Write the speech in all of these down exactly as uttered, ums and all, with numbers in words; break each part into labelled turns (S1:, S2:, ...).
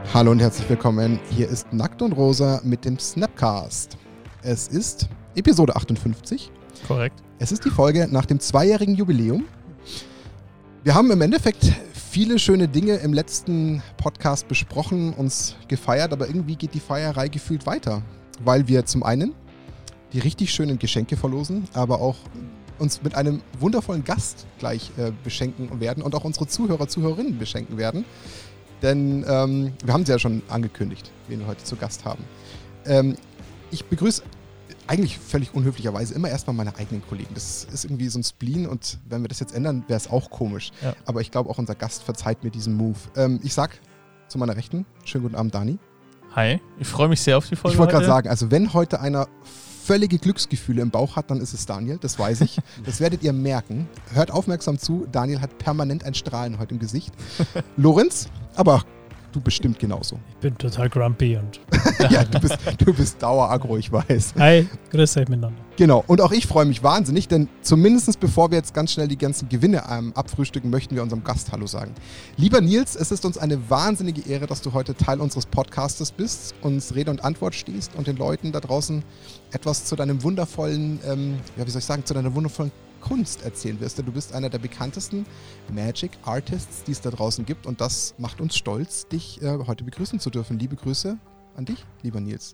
S1: Hallo und herzlich willkommen. Hier ist Nackt und Rosa mit dem Snapcast. Es ist Episode achtundfünfzig.
S2: Korrekt.
S1: Es ist die Folge nach dem zweijährigen Jubiläum. Wir haben im Endeffekt viele schöne Dinge im letzten Podcast besprochen, uns gefeiert, aber irgendwie geht die Feierei gefühlt weiter, weil wir zum einen die richtig schönen Geschenke verlosen, aber auch uns mit einem wundervollen Gast gleich äh, beschenken werden und auch unsere Zuhörer, Zuhörerinnen beschenken werden. Denn ähm, wir haben sie ja schon angekündigt, wen wir heute zu Gast haben. Ähm, ich begrüße eigentlich völlig unhöflicherweise immer erstmal meine eigenen Kollegen. Das ist irgendwie so ein Spleen und wenn wir das jetzt ändern, wäre es auch komisch. Ja. Aber ich glaube, auch unser Gast verzeiht mir diesen Move. Ähm, ich sag zu meiner Rechten, schönen guten Abend, Dani.
S2: Hi, ich freue mich sehr auf die Folge.
S1: Ich wollte gerade sagen, also wenn heute einer völlige Glücksgefühle im Bauch hat, dann ist es Daniel, das weiß ich. Das werdet ihr merken. Hört aufmerksam zu, Daniel hat permanent ein Strahlen heute im Gesicht. Lorenz, aber du bestimmt genauso.
S3: Ich bin total grumpy und...
S1: ja, du bist, du bist daueragro, ich weiß.
S3: Hi, grüß euch miteinander.
S1: Genau, und auch ich freue mich wahnsinnig, denn zumindest bevor wir jetzt ganz schnell die ganzen Gewinne ähm, abfrühstücken, möchten wir unserem Gast Hallo sagen. Lieber Nils, es ist uns eine wahnsinnige Ehre, dass du heute Teil unseres Podcastes bist, uns Rede und Antwort stehst und den Leuten da draußen etwas zu deinem wundervollen, ähm, ja, wie soll ich sagen, zu deiner wundervollen Kunst erzählen wirst, denn du bist einer der bekanntesten Magic Artists, die es da draußen gibt und das macht uns stolz, dich äh, heute begrüßen zu dürfen. Liebe Grüße an dich, lieber Nils.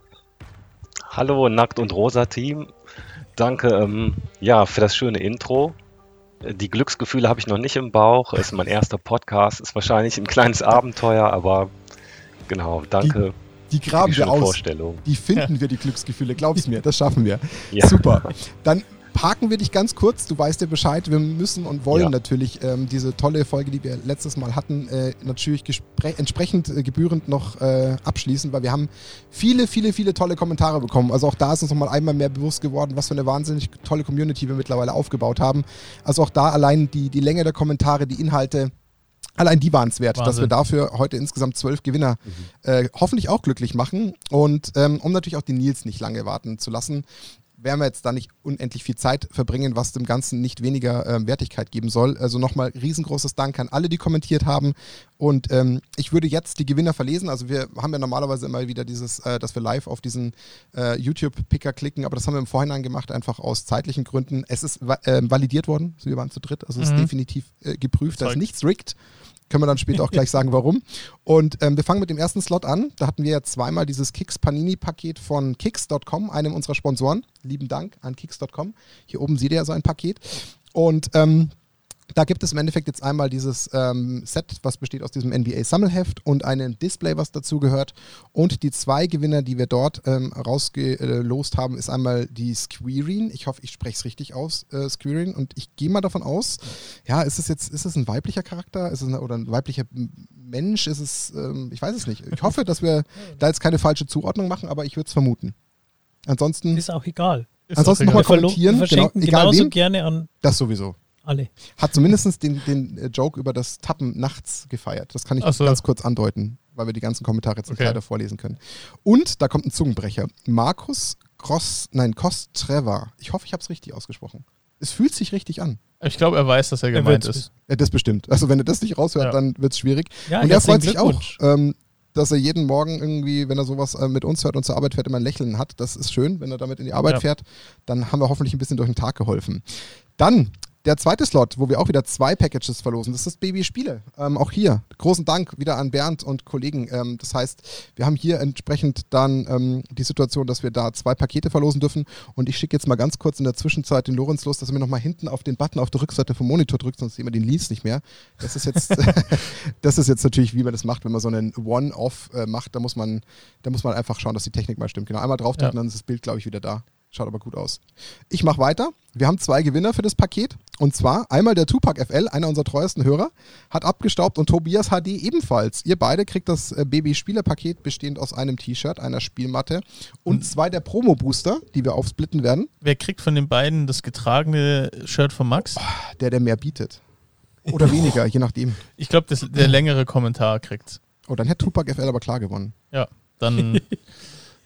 S4: Hallo Nackt und Rosa Team, danke ähm, ja, für das schöne Intro. Die Glücksgefühle habe ich noch nicht im Bauch, es ist mein erster Podcast, ist wahrscheinlich ein kleines Abenteuer, aber genau, danke.
S1: Die, die graben
S4: die
S1: wir aus,
S4: Vorstellung.
S1: Die finden
S2: ja.
S1: wir, die Glücksgefühle, glaub's mir, das schaffen wir.
S4: Ja.
S1: Super, dann parken wir dich ganz kurz, du weißt ja Bescheid, wir müssen und wollen ja. natürlich ähm, diese tolle Folge, die wir letztes Mal hatten, äh, natürlich entsprechend äh, gebührend noch äh, abschließen, weil wir haben viele, viele, viele tolle Kommentare bekommen. Also auch da ist uns nochmal einmal mehr bewusst geworden, was für eine wahnsinnig tolle Community wir mittlerweile aufgebaut haben. Also auch da allein die, die Länge der Kommentare, die Inhalte, allein die waren es wert, Wahnsinn. Dass wir dafür heute insgesamt zwölf Gewinner mhm. äh, hoffentlich auch glücklich machen und ähm, um natürlich auch den Nils nicht lange warten zu lassen, werden wir jetzt da nicht unendlich viel Zeit verbringen, was dem Ganzen nicht weniger äh, Wertigkeit geben soll. Also nochmal riesengroßes Dank an alle, die kommentiert haben. Und ähm, ich würde jetzt die Gewinner verlesen. Also wir haben ja normalerweise immer wieder dieses, äh, dass wir live auf diesen äh, YouTube-Picker klicken, aber das haben wir im Vorhinein gemacht, einfach aus zeitlichen Gründen. Es ist äh, validiert worden, wir waren zu dritt, also es mhm. ist definitiv äh, geprüft, da ist nichts rigged. Können wir dann später auch gleich sagen, warum. Und ähm, wir fangen mit dem ersten Slot an. Da hatten wir ja zweimal dieses Kicks Panini-Paket von Kicks Punkt com, einem unserer Sponsoren. Lieben Dank an Kicks Punkt com. Hier oben seht ihr ja so ein Paket. Und ähm, da gibt es im Endeffekt jetzt einmal dieses ähm, Set, was besteht aus diesem N B A-Sammelheft und einem Display, was dazu gehört. Und die zwei Gewinner, die wir dort ähm, rausgelost haben, ist einmal die Squireen. Ich hoffe, ich spreche es richtig aus, äh, Squireen. Und ich gehe mal davon aus, ja, ist es jetzt, ist es ein weiblicher Charakter? Ist es ein, oder ein weiblicher Mensch? Ist es, ähm, ich weiß es nicht. Ich hoffe, dass wir da jetzt keine falsche Zuordnung machen, aber ich würde es vermuten. Ansonsten.
S3: Ist auch egal.
S1: Ansonsten nochmal kommentieren.
S3: Wir verschenken
S1: genau, egal
S3: genauso
S1: wem.
S3: gerne an.
S1: Das sowieso.
S3: Alle.
S1: Hat zumindest den, den äh, Joke über das Tappen nachts gefeiert. Das kann ich so. ganz kurz andeuten, weil wir die ganzen Kommentare jetzt nicht okay. leider vorlesen können. Und da kommt ein Zungenbrecher. Markus Gross, nein, Kostreva. Ich hoffe, ich habe es richtig ausgesprochen. Es fühlt sich richtig an.
S2: Ich glaube, er weiß, dass er gemeint er ist.
S1: Ja, das bestimmt. Also wenn er das nicht raushört, ja. dann wird es schwierig.
S3: Ja,
S1: und er freut sich auch, ähm, dass er jeden Morgen irgendwie, wenn er sowas äh, mit uns hört und zur Arbeit fährt, immer ein Lächeln hat. Das ist schön, wenn er damit in die Arbeit ja. fährt. Dann haben wir hoffentlich ein bisschen durch den Tag geholfen. Dann der zweite Slot, wo wir auch wieder zwei Packages verlosen, das ist Baby Spiele. Ähm, auch hier großen Dank wieder an Bernd und Kollegen. Ähm, das heißt, wir haben hier entsprechend dann ähm, die Situation, dass wir da zwei Pakete verlosen dürfen. Und ich schicke jetzt mal ganz kurz in der Zwischenzeit den Lorenz los, dass er mir nochmal hinten auf den Button auf der Rückseite vom Monitor drückt, sonst sehen wir den Leads nicht mehr. Das ist jetzt, das ist jetzt natürlich, wie man das macht, wenn man so einen One-Off äh, macht. Da muss man, da muss man einfach schauen, dass die Technik mal stimmt. Genau, einmal drauf drücken, ja. dann ist das Bild, glaube ich, wieder da. Schaut aber gut aus. Ich mache weiter. Wir haben zwei Gewinner für das Paket. Und zwar einmal der Tupac F L, einer unserer treuesten Hörer, hat abgestaubt und Tobias H D ebenfalls. Ihr beide kriegt das Baby-Spieler-Paket bestehend aus einem T-Shirt, einer Spielmatte und mhm. zwei der Promo-Booster, die wir aufsplitten werden.
S2: Wer kriegt von den beiden das getragene Shirt von Max?
S1: Oh, der, der mehr bietet. Oder weniger, je nachdem.
S2: Ich glaube, der längere Kommentar kriegt.
S1: Oh, dann hätte Tupac F L aber klar gewonnen.
S2: Ja, dann...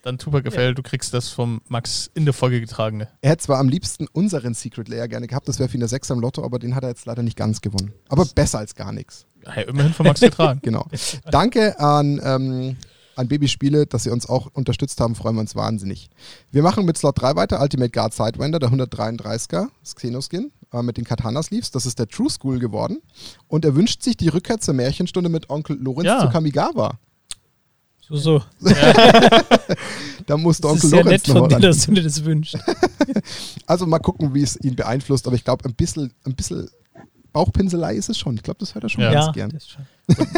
S2: dann super gefällt, du kriegst das vom Max in der Folge getragene.
S1: Er hätte zwar am liebsten unseren Secret Layer gerne gehabt, das wäre für ihn der Sechs am Lotto, aber den hat er jetzt leider nicht ganz gewonnen. Aber besser als gar nichts.
S2: Ja, immerhin von Max getragen.
S1: Genau. Danke an, ähm, an Babyspiele, dass sie uns auch unterstützt haben, freuen wir uns wahnsinnig. Wir machen mit Slot drei weiter, Ultimate Guard Sidewinder, der hundertdreiunddreißiger, das Xenoskin, äh, mit den Katana Sleeves. Das ist der True School geworden. Und er wünscht sich die Rückkehr zur Märchenstunde mit Onkel Lorenz
S2: Ja.
S1: zu Kamigawa.
S3: So, so.
S1: Da muss der
S3: Das
S1: Onkel
S3: ist sehr
S1: Lorenz
S3: nett
S1: noch
S3: von
S1: mal
S3: dir,
S1: ran.
S3: dass du dir das wünschst.
S1: Also mal gucken, wie es ihn beeinflusst, aber ich glaube, ein bisschen, ein bisschen Bauchpinselei ist es schon. Ich glaube, das hört er schon
S2: Ja.
S1: ganz
S3: Ja,
S1: gern.
S3: das schon.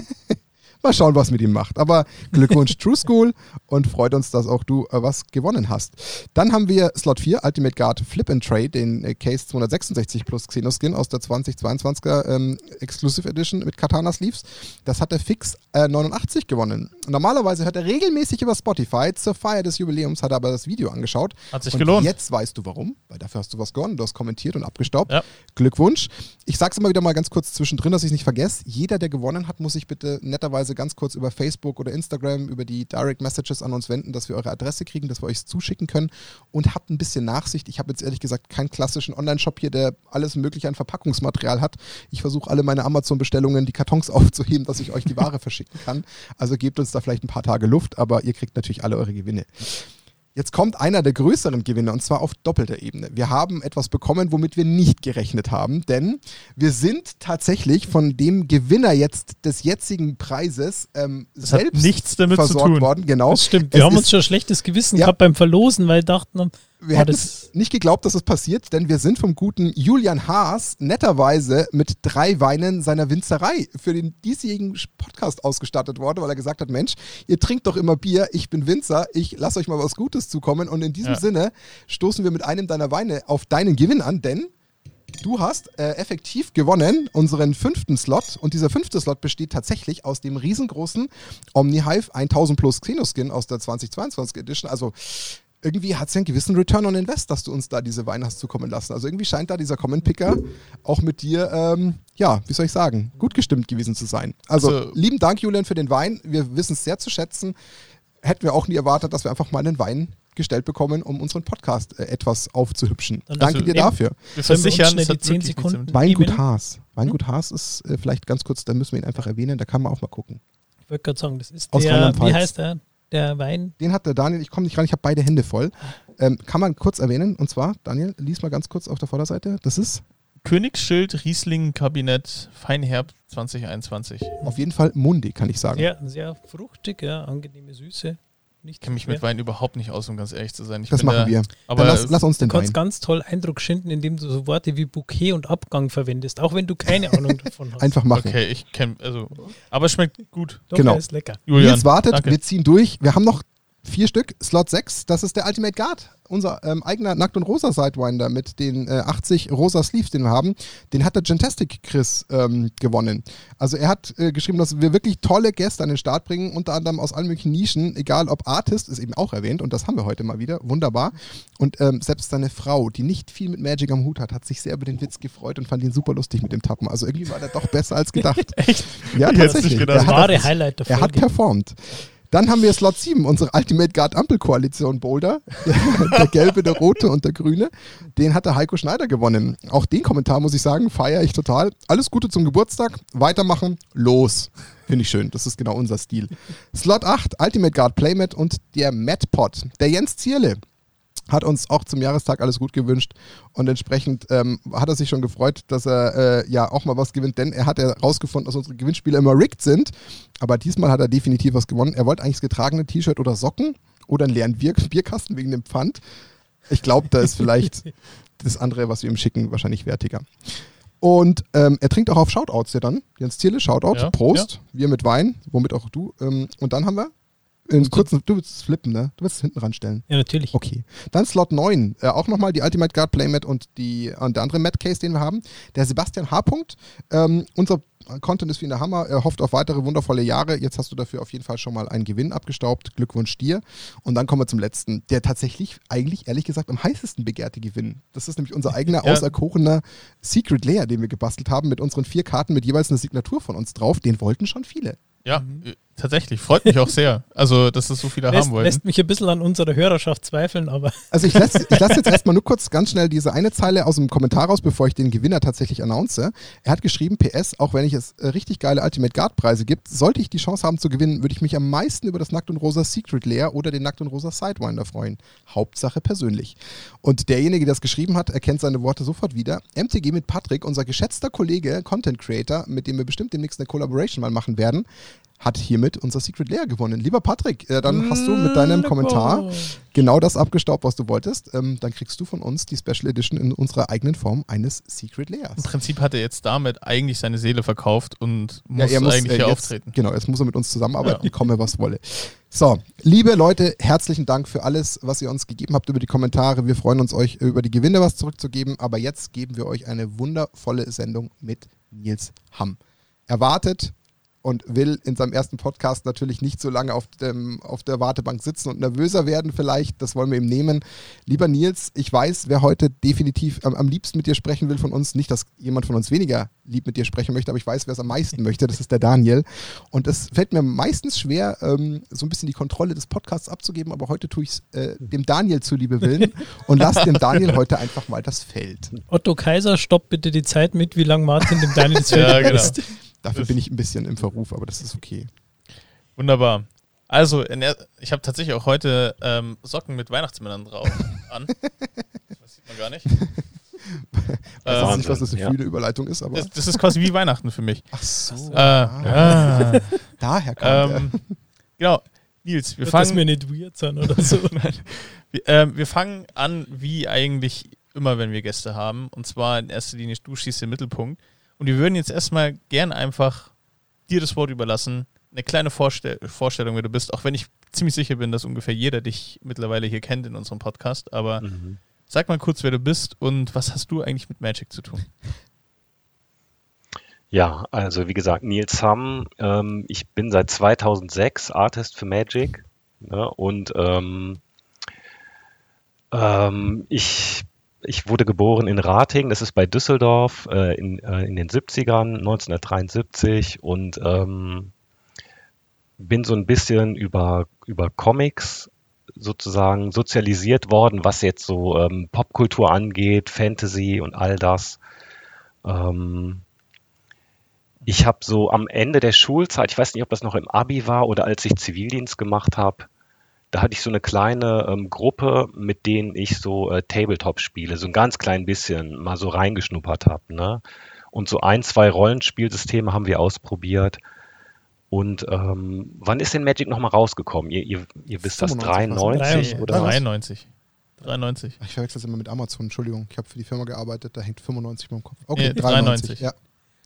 S1: Mal schauen, was mit ihm macht. Aber Glückwunsch True School und freut uns, dass auch du äh, was gewonnen hast. Dann haben wir Slot vier, Ultimate Guard Flip and Trade, den äh, Case zweihundertsechsundsechzig plus Xenoskin aus der zweitausendzweiundzwanziger ähm, Exclusive Edition mit Katana Sleeves. Das hat der Fix äh, neunundachtzig gewonnen. Normalerweise hört er regelmäßig über Spotify. Zur Feier des Jubiläums hat er aber das Video angeschaut.
S2: Hat sich
S1: und
S2: gelohnt.
S1: Jetzt weißt du warum, weil dafür hast du was gewonnen. Du hast kommentiert und abgestaubt.
S2: Ja.
S1: Glückwunsch. Ich sag's immer wieder mal ganz kurz zwischendrin, dass ich es nicht vergesse. Jeder, der gewonnen hat, muss sich bitte netterweise ganz kurz über Facebook oder Instagram, über die Direct Messages an uns wenden, dass wir eure Adresse kriegen, dass wir euch zuschicken können und habt ein bisschen Nachsicht. Ich habe jetzt ehrlich gesagt keinen klassischen Online-Shop hier, der alles mögliche an Verpackungsmaterial hat. Ich versuche alle meine Amazon-Bestellungen, die Kartons aufzuheben, dass ich euch die Ware verschicken kann. Also gebt uns da vielleicht ein paar Tage Luft, aber ihr kriegt natürlich alle eure Gewinne. Jetzt kommt einer der größeren Gewinne und zwar auf doppelter Ebene. Wir haben etwas bekommen, womit wir nicht gerechnet haben, denn wir sind tatsächlich von dem Gewinner jetzt des jetzigen Preises ähm,
S2: Das hat
S1: selbst
S2: nichts damit zu
S1: versorgt
S2: tun.
S1: worden. Genau.
S3: Das stimmt.
S1: Es
S3: Wir haben
S1: ist-
S3: uns schon schlechtes Gewissen
S1: Ja.
S3: gehabt beim Verlosen, weil wir dachten,
S1: Wir
S3: war
S1: hätten
S3: das
S1: es nicht geglaubt, dass es passiert, denn wir sind vom guten Julian Haas netterweise mit drei Weinen seiner Winzerei für den diesjährigen Podcast ausgestattet worden, weil er gesagt hat, Mensch, ihr trinkt doch immer Bier, ich bin Winzer, ich lasse euch mal was Gutes zukommen und in diesem
S2: Ja.
S1: Sinne stoßen wir mit einem deiner Weine auf deinen Gewinn an, denn du hast äh, effektiv gewonnen unseren fünften Slot und dieser fünfte Slot besteht tatsächlich aus dem riesengroßen OmniHive tausend plus Xenoskin aus der zweitausendzweiundzwanzig Edition, also irgendwie hat es ja einen gewissen Return on Invest, dass du uns da diese Weine hast zukommen lassen. Also irgendwie scheint da dieser Comment Picker auch mit dir, ähm, ja, wie soll ich sagen, gut gestimmt gewesen zu sein. Also,
S2: Also-
S1: lieben Dank, Julian, für den Wein. Wir wissen es sehr zu schätzen. Hätten wir auch nie erwartet, dass wir einfach mal einen Wein gestellt bekommen, um unseren Podcast äh, etwas aufzuhübschen.
S3: Dann
S1: Danke
S2: also
S1: dir
S3: nehmen-
S1: dafür.
S2: Wir
S3: Sollen wir uns
S2: versichern,
S3: schnell
S2: es
S3: die
S2: hat
S3: zehn
S2: wirklich nichts
S3: Sekunden-
S2: damit-
S1: Weingut
S3: Gewinn?
S1: Haas. Weingut Haas ist äh, vielleicht ganz kurz, da müssen wir ihn einfach erwähnen, da kann man auch mal gucken.
S3: Ich wollte gerade sagen, das ist
S1: Aus
S3: der,
S1: Rheinland-Pfalz.
S3: wie heißt der, der Wein?
S1: Den hat der Daniel, ich komme nicht ran, ich habe beide Hände voll. Ähm, kann man kurz erwähnen, und zwar, Daniel, lies mal ganz kurz auf der Vorderseite. Das ist
S2: Königsschild Riesling Kabinett Feinherb zwanzig einundzwanzig.
S1: auf jeden Fall Mundi, kann ich sagen.
S3: Ja, sehr fruchtig, ja, angenehme Süße. Nicht
S2: Ich kenne mich mit Wein überhaupt nicht aus, um ganz ehrlich zu sein. Ich
S1: Das
S2: bin
S1: machen
S2: der,
S1: wir.
S2: Aber
S1: Dann lass, lass uns
S3: Du
S1: den
S3: kannst
S1: Wein.
S3: ganz toll Eindruck schinden, indem du so Worte wie Bouquet und Abgang verwendest, auch wenn du keine Ahnung davon hast.
S1: Einfach machen.
S2: okay, ich kenne, also, aber es schmeckt gut.
S3: Doch,
S1: genau.
S3: er ist lecker.
S2: Julian,
S1: Nils wartet,
S2: danke.
S1: wir ziehen durch. Wir haben noch vier Stück. Slot sechs, das ist der Ultimate Guard. Unser ähm, eigener Nackt- und Rosa Sidewinder mit den äh, achtzig rosa Sleeves, den wir haben. Den hat der Gentastic Chris ähm, gewonnen. Also er hat äh, geschrieben, dass wir wirklich tolle Gäste an den Start bringen, unter anderem aus allen möglichen Nischen, egal ob Artist, ist eben auch erwähnt und das haben wir heute mal wieder. Wunderbar. Und ähm, selbst seine Frau, die nicht viel mit Magic am Hut hat, hat sich sehr über den Witz gefreut und fand ihn super lustig mit dem Tappen. Also irgendwie war der doch besser als gedacht.
S2: Echt?
S1: Ja,
S2: Ich hätt's
S1: tatsächlich.
S2: nicht gedacht.
S1: Er hat
S3: Wahre Highlight der
S1: er hat
S3: Folge.
S1: performt. Dann haben wir Slot sieben, unsere Ultimate Guard Ampelkoalition Boulder. Der gelbe, der rote und der grüne. Den hat der Heiko Schneider gewonnen. Auch den Kommentar, muss ich sagen, feiere ich total. Alles Gute zum Geburtstag. Weitermachen. Los. Finde ich schön. Das ist genau unser Stil. Slot acht, Ultimate Guard Playmat und der Madpot. Der Jens Zierle hat uns auch zum Jahrestag alles gut gewünscht und entsprechend ähm, hat er sich schon gefreut, dass er äh, ja auch mal was gewinnt, denn er hat ja rausgefunden, dass unsere Gewinnspiele immer rigged sind, aber diesmal hat er definitiv was gewonnen. Er wollte eigentlich das getragene T-Shirt oder Socken oder einen leeren Bier Bierkasten wegen dem Pfand. Ich glaube, da ist vielleicht das andere, was wir ihm schicken, wahrscheinlich wertiger. Und ähm, er trinkt auch auf Shoutouts ja dann. Jens Zierle, Shoutout,
S2: Ja,
S1: Prost, wir mit Wein, womit auch du. Ähm, und dann haben wir einen kurzen, du willst es flippen, ne? Du willst es hinten ranstellen.
S3: Ja, natürlich.
S1: Okay. Dann Slot neun. Äh, auch nochmal die Ultimate Guard Playmat und, die, und der andere Mat-Case, den wir haben. Der Sebastian H. Ähm, unser Content ist wie der Hammer. Er hofft auf weitere wundervolle Jahre. Jetzt hast du dafür auf jeden Fall schon mal einen Gewinn abgestaubt. Glückwunsch dir. Und dann kommen wir zum letzten. Der tatsächlich, eigentlich ehrlich gesagt, am heißesten begehrte Gewinn. Das ist nämlich unser eigener,
S2: Ja.
S1: auserkorener Secret Layer, den wir gebastelt haben mit unseren vier Karten mit jeweils einer Signatur von uns drauf. Den wollten schon viele.
S2: Ja, Tatsächlich, freut mich auch sehr. Also, dass das so viele
S3: lässt,
S2: haben wollten.
S3: Lässt mich ein bisschen an unserer Hörerschaft zweifeln, aber...
S1: Also ich lasse ich lass jetzt erstmal nur kurz ganz schnell diese eine Zeile aus dem Kommentar raus, bevor ich den Gewinner tatsächlich announce. Er hat geschrieben, P S, auch wenn ich es äh, richtig geile Ultimate Guard Preise gibt, sollte ich die Chance haben zu gewinnen, würde ich mich am meisten über das Nackt und Rosa Secret Lair oder den Nackt und Rosa Sidewinder freuen. Hauptsache persönlich. Und derjenige, der das geschrieben hat, erkennt seine Worte sofort wieder. M T G mit Patrick, unser geschätzter Kollege, Content Creator, mit dem wir bestimmt demnächst eine Collaboration mal machen werden, hat hiermit unser Secret Lair gewonnen. Lieber Patrick, äh, dann hast du mit deinem Kommentar genau das abgestaubt, was du wolltest. Ähm, dann kriegst du von uns die Special Edition in unserer eigenen Form eines Secret Lairs.
S2: Im Prinzip hat er jetzt damit eigentlich seine Seele verkauft und muss,
S1: ja, er muss
S2: eigentlich
S1: äh,
S2: hier
S1: jetzt,
S2: auftreten.
S1: Genau, jetzt muss er mit uns zusammenarbeiten,
S2: Ja.
S1: komme was wolle. So, liebe Leute, herzlichen Dank für alles, was ihr uns gegeben habt über die Kommentare. Wir freuen uns, euch über die Gewinne was zurückzugeben, aber jetzt geben wir euch eine wundervolle Sendung mit Nils Hamm. Erwartet und will in seinem ersten Podcast natürlich nicht so lange auf, dem, auf der Wartebank sitzen und nervöser werden vielleicht. Das wollen wir ihm nehmen. Lieber Nils, ich weiß, wer heute definitiv am, am liebsten mit dir sprechen will von uns. Nicht, dass jemand von uns weniger lieb mit dir sprechen möchte, aber ich weiß, wer es am meisten möchte. Das ist der Daniel. Und es fällt mir meistens schwer, ähm, so ein bisschen die Kontrolle des Podcasts abzugeben, aber heute tue ich es äh, dem Daniel zuliebe willen und lasse dem Daniel heute einfach mal das Feld.
S3: Otto Kaiser, stopp bitte die Zeit mit, wie lange Martin dem Daniel das Feld
S2: Ja, genau.
S3: ist.
S1: Dafür bin ich ein bisschen im Verruf, aber das ist okay.
S2: Wunderbar. Also, in der, ich habe tatsächlich auch heute ähm, Socken mit Weihnachtsmännern drauf an. Das sieht man gar nicht.
S1: Ich weiß
S2: ähm,
S1: nicht, was das für
S4: ja.
S1: eine Überleitung ist, aber...
S2: das, das ist quasi wie Weihnachten für mich.
S1: Ach so.
S2: Äh, ah,
S1: Daher kam
S2: ähm, genau. Nils, wir
S3: Wird das
S2: fangen,
S3: mir nicht weird sein oder so?
S2: wir, ähm, wir fangen an, wie eigentlich immer, wenn wir Gäste haben. Und zwar in erster Linie, du stehst im Mittelpunkt. Und wir würden jetzt erstmal gern einfach dir das Wort überlassen. Eine kleine Vorstell- Vorstellung, wer du bist, auch wenn ich ziemlich sicher bin, dass ungefähr jeder dich mittlerweile hier kennt in unserem Podcast. Aber
S4: Mhm.
S2: sag mal kurz, wer du bist und was hast du eigentlich mit Magic zu tun?
S4: Ja, also wie gesagt, Nils Hamm, ähm, ich bin seit zweitausendsechs Artist für Magic, ne, und ähm, ähm, ich, ich wurde geboren in Ratingen, das ist bei Düsseldorf, äh, in, äh, in den siebzigern, neunzehnhundertdreiundsiebzig, und ähm, bin so ein bisschen über, über Comics sozusagen sozialisiert worden, was jetzt so ähm, Popkultur angeht, Fantasy und all das. Ähm, Ich habe so am Ende der Schulzeit, ich weiß nicht, ob das noch im Abi war oder als ich Zivildienst gemacht habe, da hatte ich so eine kleine ähm, Gruppe, mit denen ich so äh, Tabletop spiele, so ein ganz klein bisschen mal so reingeschnuppert habe, ne? Und so ein, zwei Rollenspielsysteme haben wir ausprobiert. Und ähm, wann ist denn Magic nochmal rausgekommen? Ihr, ihr, ihr wisst das,
S1: fünfundneunzig,
S4: dreiundneunzig oder was?
S2: dreiundneunzig. dreiundneunzig.
S1: Ich verwechsel das immer mit Amazon, Entschuldigung. Ich habe für die Firma gearbeitet, da hängt fünfundneunzig beim Kopf. Okay,
S2: Nee,
S1: dreiundneunzig.
S2: dreiundneunzig.
S1: Ja.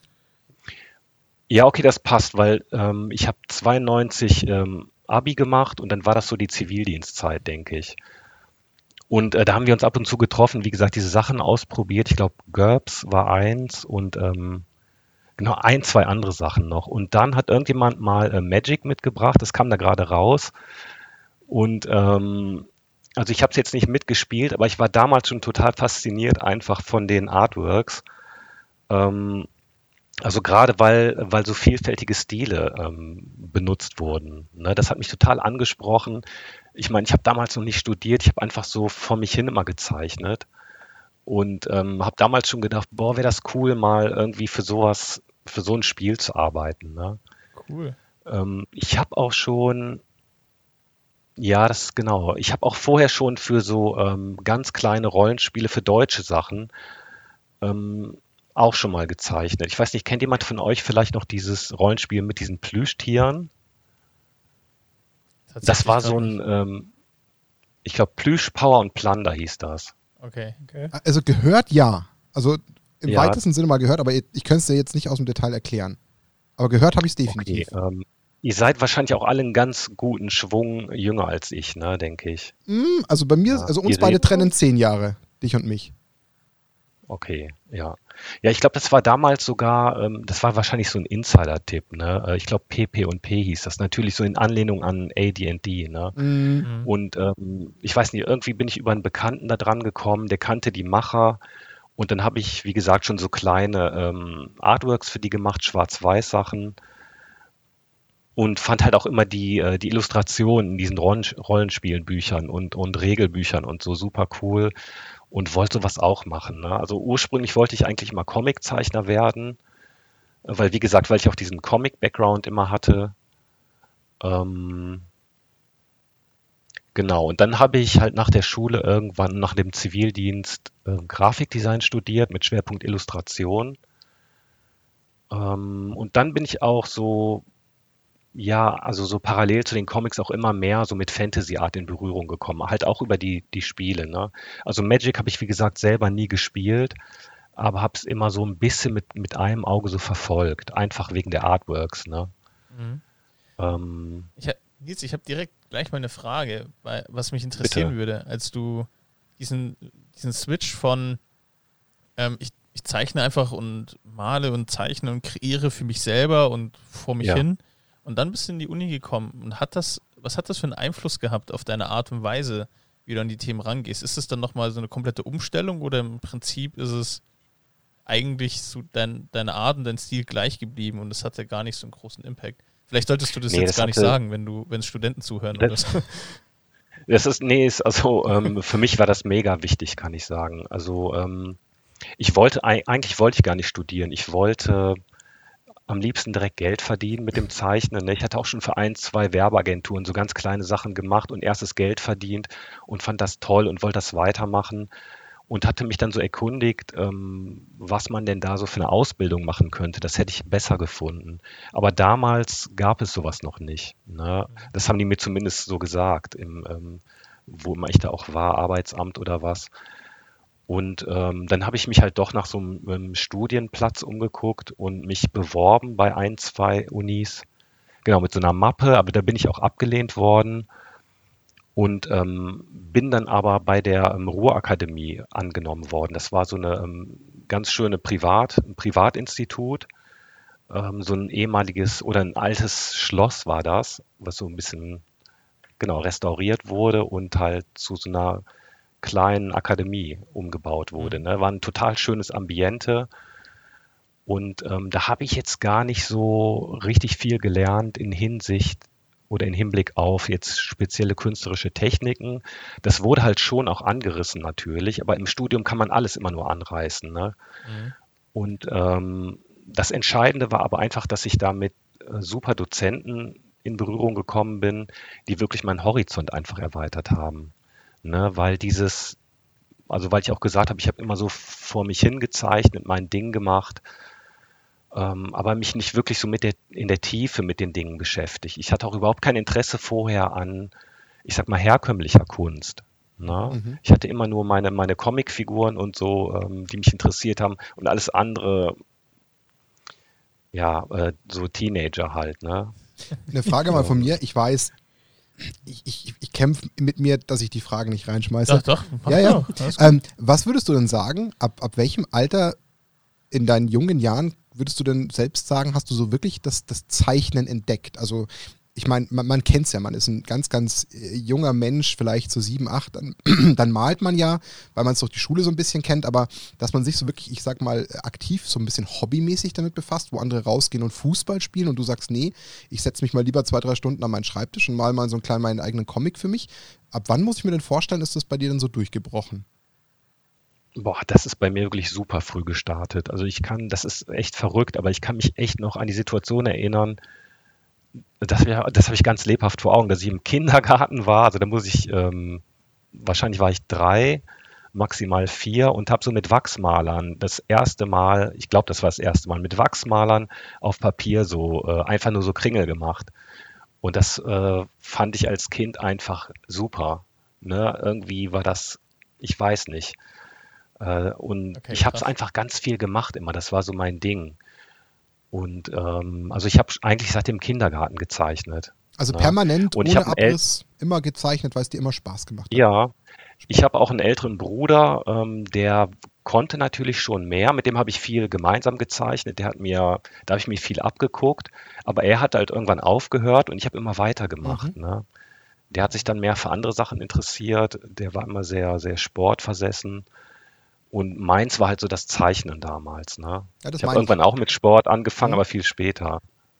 S4: Ja, okay, das passt, weil ähm, ich habe zweiundneunzig ähm, Abi gemacht und dann war das so die Zivildienstzeit, denke ich. Und äh, da haben wir uns ab und zu getroffen, wie gesagt, diese Sachen ausprobiert. Ich glaube, GURPS war eins und ähm, genau ein, zwei andere Sachen noch. Und dann hat irgendjemand mal äh, Magic mitgebracht, das kam da gerade raus. Und ähm, also ich habe es jetzt nicht mitgespielt, aber ich war damals schon total fasziniert einfach von den Artworks. Ähm, Also gerade weil, weil so vielfältige Stile ähm, benutzt wurden. Ne? Das hat mich total angesprochen. Ich meine, ich habe damals noch nicht studiert, ich habe einfach so vor mich hin immer gezeichnet und ähm, habe damals schon gedacht, boah, wäre das cool, mal irgendwie für sowas, für so ein Spiel zu arbeiten. Ne?
S2: Cool.
S4: Ähm, ich habe auch schon, ja, das ist genau, ich habe auch vorher schon für so ähm, ganz kleine Rollenspiele, für deutsche Sachen, ähm, auch schon mal gezeichnet. Ich weiß nicht, kennt jemand von euch vielleicht noch dieses Rollenspiel mit diesen Plüschtieren? Das war so ein, ähm, ich glaube, Plüsch, Power und Plunder hieß das.
S2: Okay.
S3: Okay.
S1: Also gehört ja. Also im
S4: Ja.
S1: weitesten Sinne mal gehört, aber ich, ich könnte es dir jetzt nicht aus dem Detail erklären. Aber gehört habe ich es
S4: Okay,
S1: definitiv.
S4: ähm, ihr seid wahrscheinlich auch alle einen ganz guten Schwung jünger als ich, ne, denke ich.
S1: Hm, also bei mir,
S4: Ja,
S1: also uns
S4: ihr
S1: beide
S4: seht-
S1: trennen zehn Jahre, dich und mich.
S4: Okay, ja. Ja, ich glaube, das war damals sogar, ähm, das war wahrscheinlich so ein Insider-Tipp, ne? Äh, Ich glaube, P P und P hieß das, natürlich so in Anlehnung an A D und D, ne?
S1: Hm,
S2: Mhm.
S4: Und ähm, ich weiß nicht, irgendwie bin ich über einen Bekannten da dran gekommen, der kannte die Macher. Und dann habe ich, wie gesagt, schon so kleine ähm, Artworks für die gemacht, Schwarz-Weiß-Sachen. und fand halt auch immer die, äh, die Illustrationen in diesen Rollen, Rollenspielenbüchern und, und Regelbüchern und so super cool und wollte sowas auch machen. Ne? Also ursprünglich wollte ich eigentlich mal Comiczeichner werden, weil wie gesagt, weil ich auch diesen Comic-Background immer hatte. Ähm, genau, und dann habe ich halt nach der Schule irgendwann, nach dem Zivildienst, äh, Grafikdesign studiert mit Schwerpunkt Illustration. Ähm, und dann bin ich auch so, ja, also so parallel zu den Comics auch immer mehr so mit Fantasy Art in Berührung gekommen, halt auch über die, die Spiele, ne? Also Magic habe ich, wie gesagt, selber nie gespielt, aber habe es immer so ein bisschen mit, mit einem Auge so verfolgt, einfach wegen der Artworks, ne?
S2: Mhm.
S4: Ähm,
S2: Ich hab, Nils, ich habe direkt gleich mal eine Frage, weil, was mich interessieren
S4: Bitte.
S2: würde, als du diesen, diesen Switch von ähm, ich, ich zeichne einfach und male und zeichne und kreiere für mich selber und vor mich
S4: Ja.
S2: hin und dann bist du in die Uni gekommen und hat das, was hat das für einen Einfluss gehabt auf deine Art und Weise, wie du an die Themen rangehst? Ist es dann nochmal so eine komplette Umstellung oder im Prinzip ist es eigentlich so dein, deine Art und dein Stil gleich geblieben und es hatte gar nicht so einen großen Impact? Vielleicht solltest du das
S4: Nee,
S2: jetzt
S4: das
S2: gar nicht
S4: hatte-
S2: sagen, wenn du, wenn Studenten zuhören
S4: Das-
S2: oder so.
S4: Das ist, nee, ist, also ähm, für mich war das mega wichtig, kann ich sagen. Also ähm, ich wollte, ei- eigentlich wollte ich gar nicht studieren. Ich wollte am liebsten direkt Geld verdienen mit dem Zeichnen. Ne? Ich hatte auch schon für ein, zwei Werbeagenturen so ganz kleine Sachen gemacht und erstes Geld verdient und fand das toll und wollte das weitermachen und hatte mich dann so erkundigt, ähm, was man denn da so für eine Ausbildung machen könnte. Das hätte ich besser gefunden. Aber damals gab es sowas noch nicht. Ne? Das haben die mir zumindest so gesagt, im, ähm, wo immer ich da auch war, Arbeitsamt oder was. Und ähm, dann habe ich mich halt doch nach so einem ähm, Studienplatz umgeguckt und mich beworben bei ein, zwei Unis. Genau, mit so einer Mappe, aber da bin ich auch abgelehnt worden. Und ähm, bin dann aber bei der ähm, Ruhrakademie angenommen worden. Das war so eine ähm, ganz schöne Privat, ein Privatinstitut, ähm, so ein ehemaliges oder ein altes Schloss war das, was so ein bisschen genau restauriert wurde und halt zu so einer kleinen Akademie umgebaut wurde. Ne? War ein total schönes Ambiente. Und ähm, da habe ich jetzt gar nicht so richtig viel gelernt in Hinsicht oder in Hinblick auf jetzt spezielle künstlerische Techniken. Das wurde halt schon auch angerissen natürlich, aber im Studium kann man alles immer nur anreißen. Ne?
S2: Mhm.
S4: Und ähm, das Entscheidende war aber einfach, dass ich da mit äh, super Dozenten in Berührung gekommen bin, die wirklich meinen Horizont einfach erweitert haben. Ne? Weil dieses, also weil ich auch gesagt habe, ich habe immer so vor mich hingezeichnet, mein Ding gemacht, ähm, aber mich nicht wirklich so mit der, in der Tiefe mit den Dingen beschäftigt. Ich hatte auch überhaupt kein Interesse vorher an, ich sag mal, herkömmlicher Kunst. Ne?
S1: Mhm.
S4: Ich hatte immer nur meine, meine Comicfiguren und so, ähm, die mich interessiert haben und alles andere, ja, äh, so Teenager halt. Ne?
S1: Eine Frage mal von mir. Ich weiß, ich, ich, ich kämpfe mit mir, dass ich die Frage nicht reinschmeiße.
S2: Doch, doch. mach
S1: Ja, ja.
S2: doch, alles gut.
S1: Ähm, was würdest du denn sagen, ab, ab welchem Alter in deinen jungen Jahren würdest du denn selbst sagen, hast du so wirklich das, das Zeichnen entdeckt? Also ich meine, man, man kennt es ja, man ist ein ganz, ganz äh, junger Mensch, vielleicht so sieben, acht, dann, dann malt man ja, weil man es durch die Schule so ein bisschen kennt, aber dass man sich so wirklich, ich sag mal, aktiv so ein bisschen hobbymäßig damit befasst, wo andere rausgehen und Fußball spielen und du sagst, nee, ich setze mich mal lieber zwei, drei Stunden an meinen Schreibtisch und mal mal so einen kleinen, meinen eigenen Comic für mich. Ab wann muss ich mir denn vorstellen, ist das bei dir dann so durchgebrochen?
S4: Boah, das ist bei mir wirklich super früh gestartet. Also ich kann, das ist echt verrückt, aber ich kann mich echt noch an die Situation erinnern, das, wär, das habe ich ganz lebhaft vor Augen, dass ich im Kindergarten war. Also da muss ich, ähm, wahrscheinlich war ich drei, maximal vier und habe so mit Wachsmalern das erste Mal, ich glaube, das war das erste Mal, mit Wachsmalern auf Papier so äh, einfach nur so Kringel gemacht. Und das äh, fand ich als Kind einfach super. Ne? Irgendwie war das, ich weiß nicht. Äh, und
S2: Okay,
S4: ich habe es
S2: krass.
S4: einfach ganz viel gemacht immer. Das war so mein Ding. Und ähm, also ich habe eigentlich seit dem Kindergarten gezeichnet.
S1: Also
S4: Ja.
S1: permanent,
S4: Und ich
S1: ohne
S4: hab einen El-
S1: Abriss, immer gezeichnet, weil es dir immer Spaß gemacht hat.
S4: Ja, ich habe auch einen älteren Bruder, ähm, der konnte natürlich schon mehr. Mit dem habe ich viel gemeinsam gezeichnet. Der hat mir, da habe ich mir viel abgeguckt. Aber er hat halt irgendwann aufgehört und ich habe immer weitergemacht. Ne? Der hat sich dann mehr für andere Sachen interessiert. Der war immer sehr, sehr sportversessen. Und meins war halt so das Zeichnen damals. Ne?
S1: Ja, das
S4: Ich habe
S1: meine ich.
S4: irgendwann auch mit Sport angefangen,
S1: Ja.
S4: aber viel später.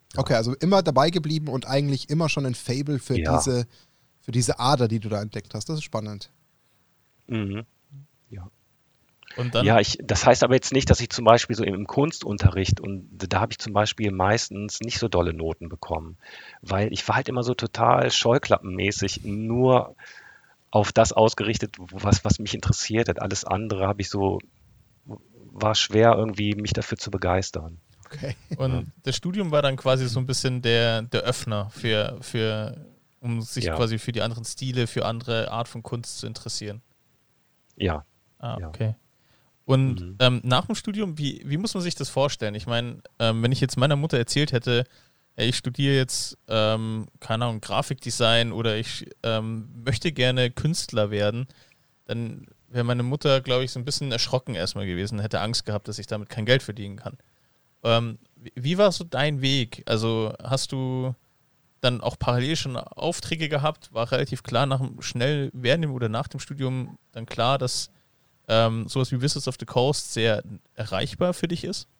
S1: Okay, also immer dabei geblieben und eigentlich immer schon ein Faible für,
S4: Ja.
S1: diese, für diese Ader, die du da entdeckt hast. Das ist spannend.
S4: Mhm. Ja.
S2: Und dann,
S4: Ja, ich, das heißt aber jetzt nicht, dass ich zum Beispiel so im, im Kunstunterricht und da habe ich zum Beispiel meistens nicht so dolle Noten bekommen, weil ich war halt immer so total scheuklappenmäßig nur auf das ausgerichtet, was, was mich interessiert hat. Alles andere habe ich so, war schwer irgendwie mich dafür zu begeistern.
S1: Okay.
S2: und das Studium war dann quasi so ein bisschen der, der Öffner für, für, um sich
S4: Ja.
S2: quasi für die anderen Stile, für andere Art von Kunst zu interessieren.
S4: Ja,
S2: Ah,
S4: Ja.
S2: okay. Und
S4: Mhm.
S2: ähm, nach dem Studium, wie, wie muss man sich das vorstellen? Ich meine, ähm, wenn ich jetzt meiner Mutter erzählt hätte, ey, ich studiere jetzt, ähm, keine Ahnung, Grafikdesign oder ich ähm, möchte gerne Künstler werden, dann wäre meine Mutter, glaube ich, so ein bisschen erschrocken erstmal gewesen, hätte Angst gehabt, dass ich damit kein Geld verdienen kann. Ähm, wie, wie war so dein Weg? Also hast du dann auch parallel schon Aufträge gehabt? War relativ klar, nach dem, schnell während dem oder nach dem Studium dann klar, dass ähm, sowas wie Wizards of the Coast sehr erreichbar für dich ist?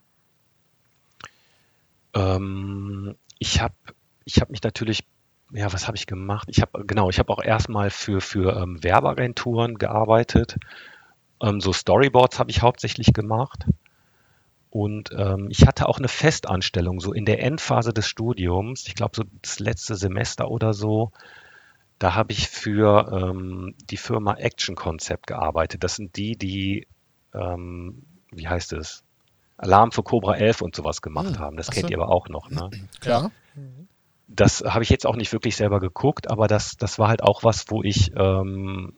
S4: Ähm, ich habe ich hab mich natürlich, ja, was habe ich gemacht? Ich habe, genau, ich habe auch erstmal für, für ähm, Werbeagenturen gearbeitet. Ähm, so Storyboards habe ich hauptsächlich gemacht. Und ähm, ich hatte auch eine Festanstellung, so in der Endphase des Studiums, ich glaube so das letzte Semester oder so, da habe ich für ähm, die Firma Action Concept gearbeitet. Das sind die, die, ähm, wie heißt es, Alarm für Cobra elf und sowas gemacht
S1: Hm.
S4: haben. Das
S2: Ach
S4: kennt
S2: so.
S4: ihr aber auch noch, ne?
S1: Klar.
S4: Das habe ich jetzt auch nicht wirklich selber geguckt, aber das, das war halt auch was, wo ich, ähm,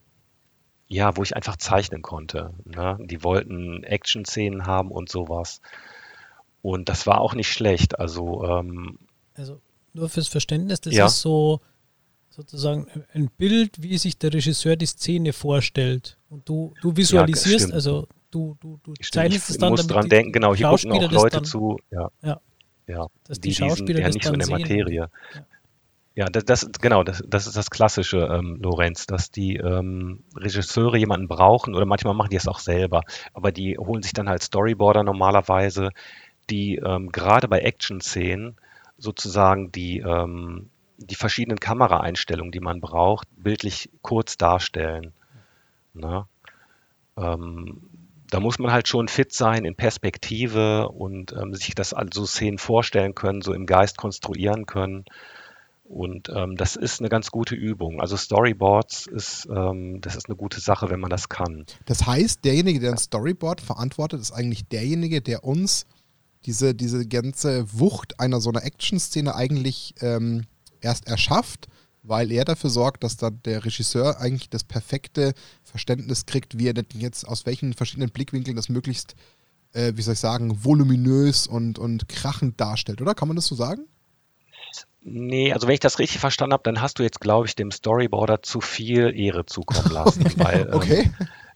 S4: ja, wo ich einfach zeichnen konnte. Ne? Die wollten Action-Szenen haben und sowas. Und das war auch nicht schlecht. Also, ähm,
S3: Also nur fürs Verständnis, das
S4: Ja.
S3: ist so sozusagen ein Bild, wie sich der Regisseur die Szene vorstellt. Und du, du visualisierst,
S4: stimmt.
S3: also du, du, du
S4: stimmt,
S3: zeichnest es
S4: ich
S3: dann,
S4: muss
S3: damit
S4: dran
S3: die
S4: denken, genau, hier gucken
S3: Schauspieler
S4: auch
S3: das
S4: Leute
S3: dann,
S4: zu, ja,
S3: Ja.
S4: ja,
S3: dass die
S4: die, die sind
S3: Schauspieler
S4: ja
S3: das
S4: nicht so in
S3: dann
S4: der
S3: sehen.
S4: Materie.
S3: Ja.
S4: Ja, das, das genau, das, das ist das Klassische, ähm, Lorenz, dass die ähm, Regisseure jemanden brauchen oder manchmal machen die es auch selber, aber die holen sich dann halt Storyboarder normalerweise, die ähm, gerade bei Action-Szenen sozusagen die, ähm, die verschiedenen Kameraeinstellungen, die man braucht, bildlich kurz darstellen. Ne? Ähm, da muss man halt schon fit sein in Perspektive und ähm, sich das also Szenen vorstellen können, so im Geist konstruieren können. Und ähm, das ist eine ganz gute Übung. Also Storyboards ist, ähm, das ist eine gute Sache, wenn man das kann.
S1: Das heißt, derjenige, der ein Storyboard verantwortet, ist eigentlich derjenige, der uns diese, diese ganze Wucht einer so einer Action-Szene eigentlich ähm, erst erschafft, weil er dafür sorgt, dass dann der Regisseur eigentlich das perfekte Verständnis kriegt, wie er denn jetzt aus welchen verschiedenen Blickwinkeln das möglichst, äh, wie soll ich sagen, voluminös und, und krachend darstellt, oder? Kann man das so sagen?
S4: Nee, also wenn ich das richtig verstanden habe, dann hast du jetzt, glaube ich, dem Storyboarder zu viel Ehre zukommen lassen. weil, ähm,
S1: Okay.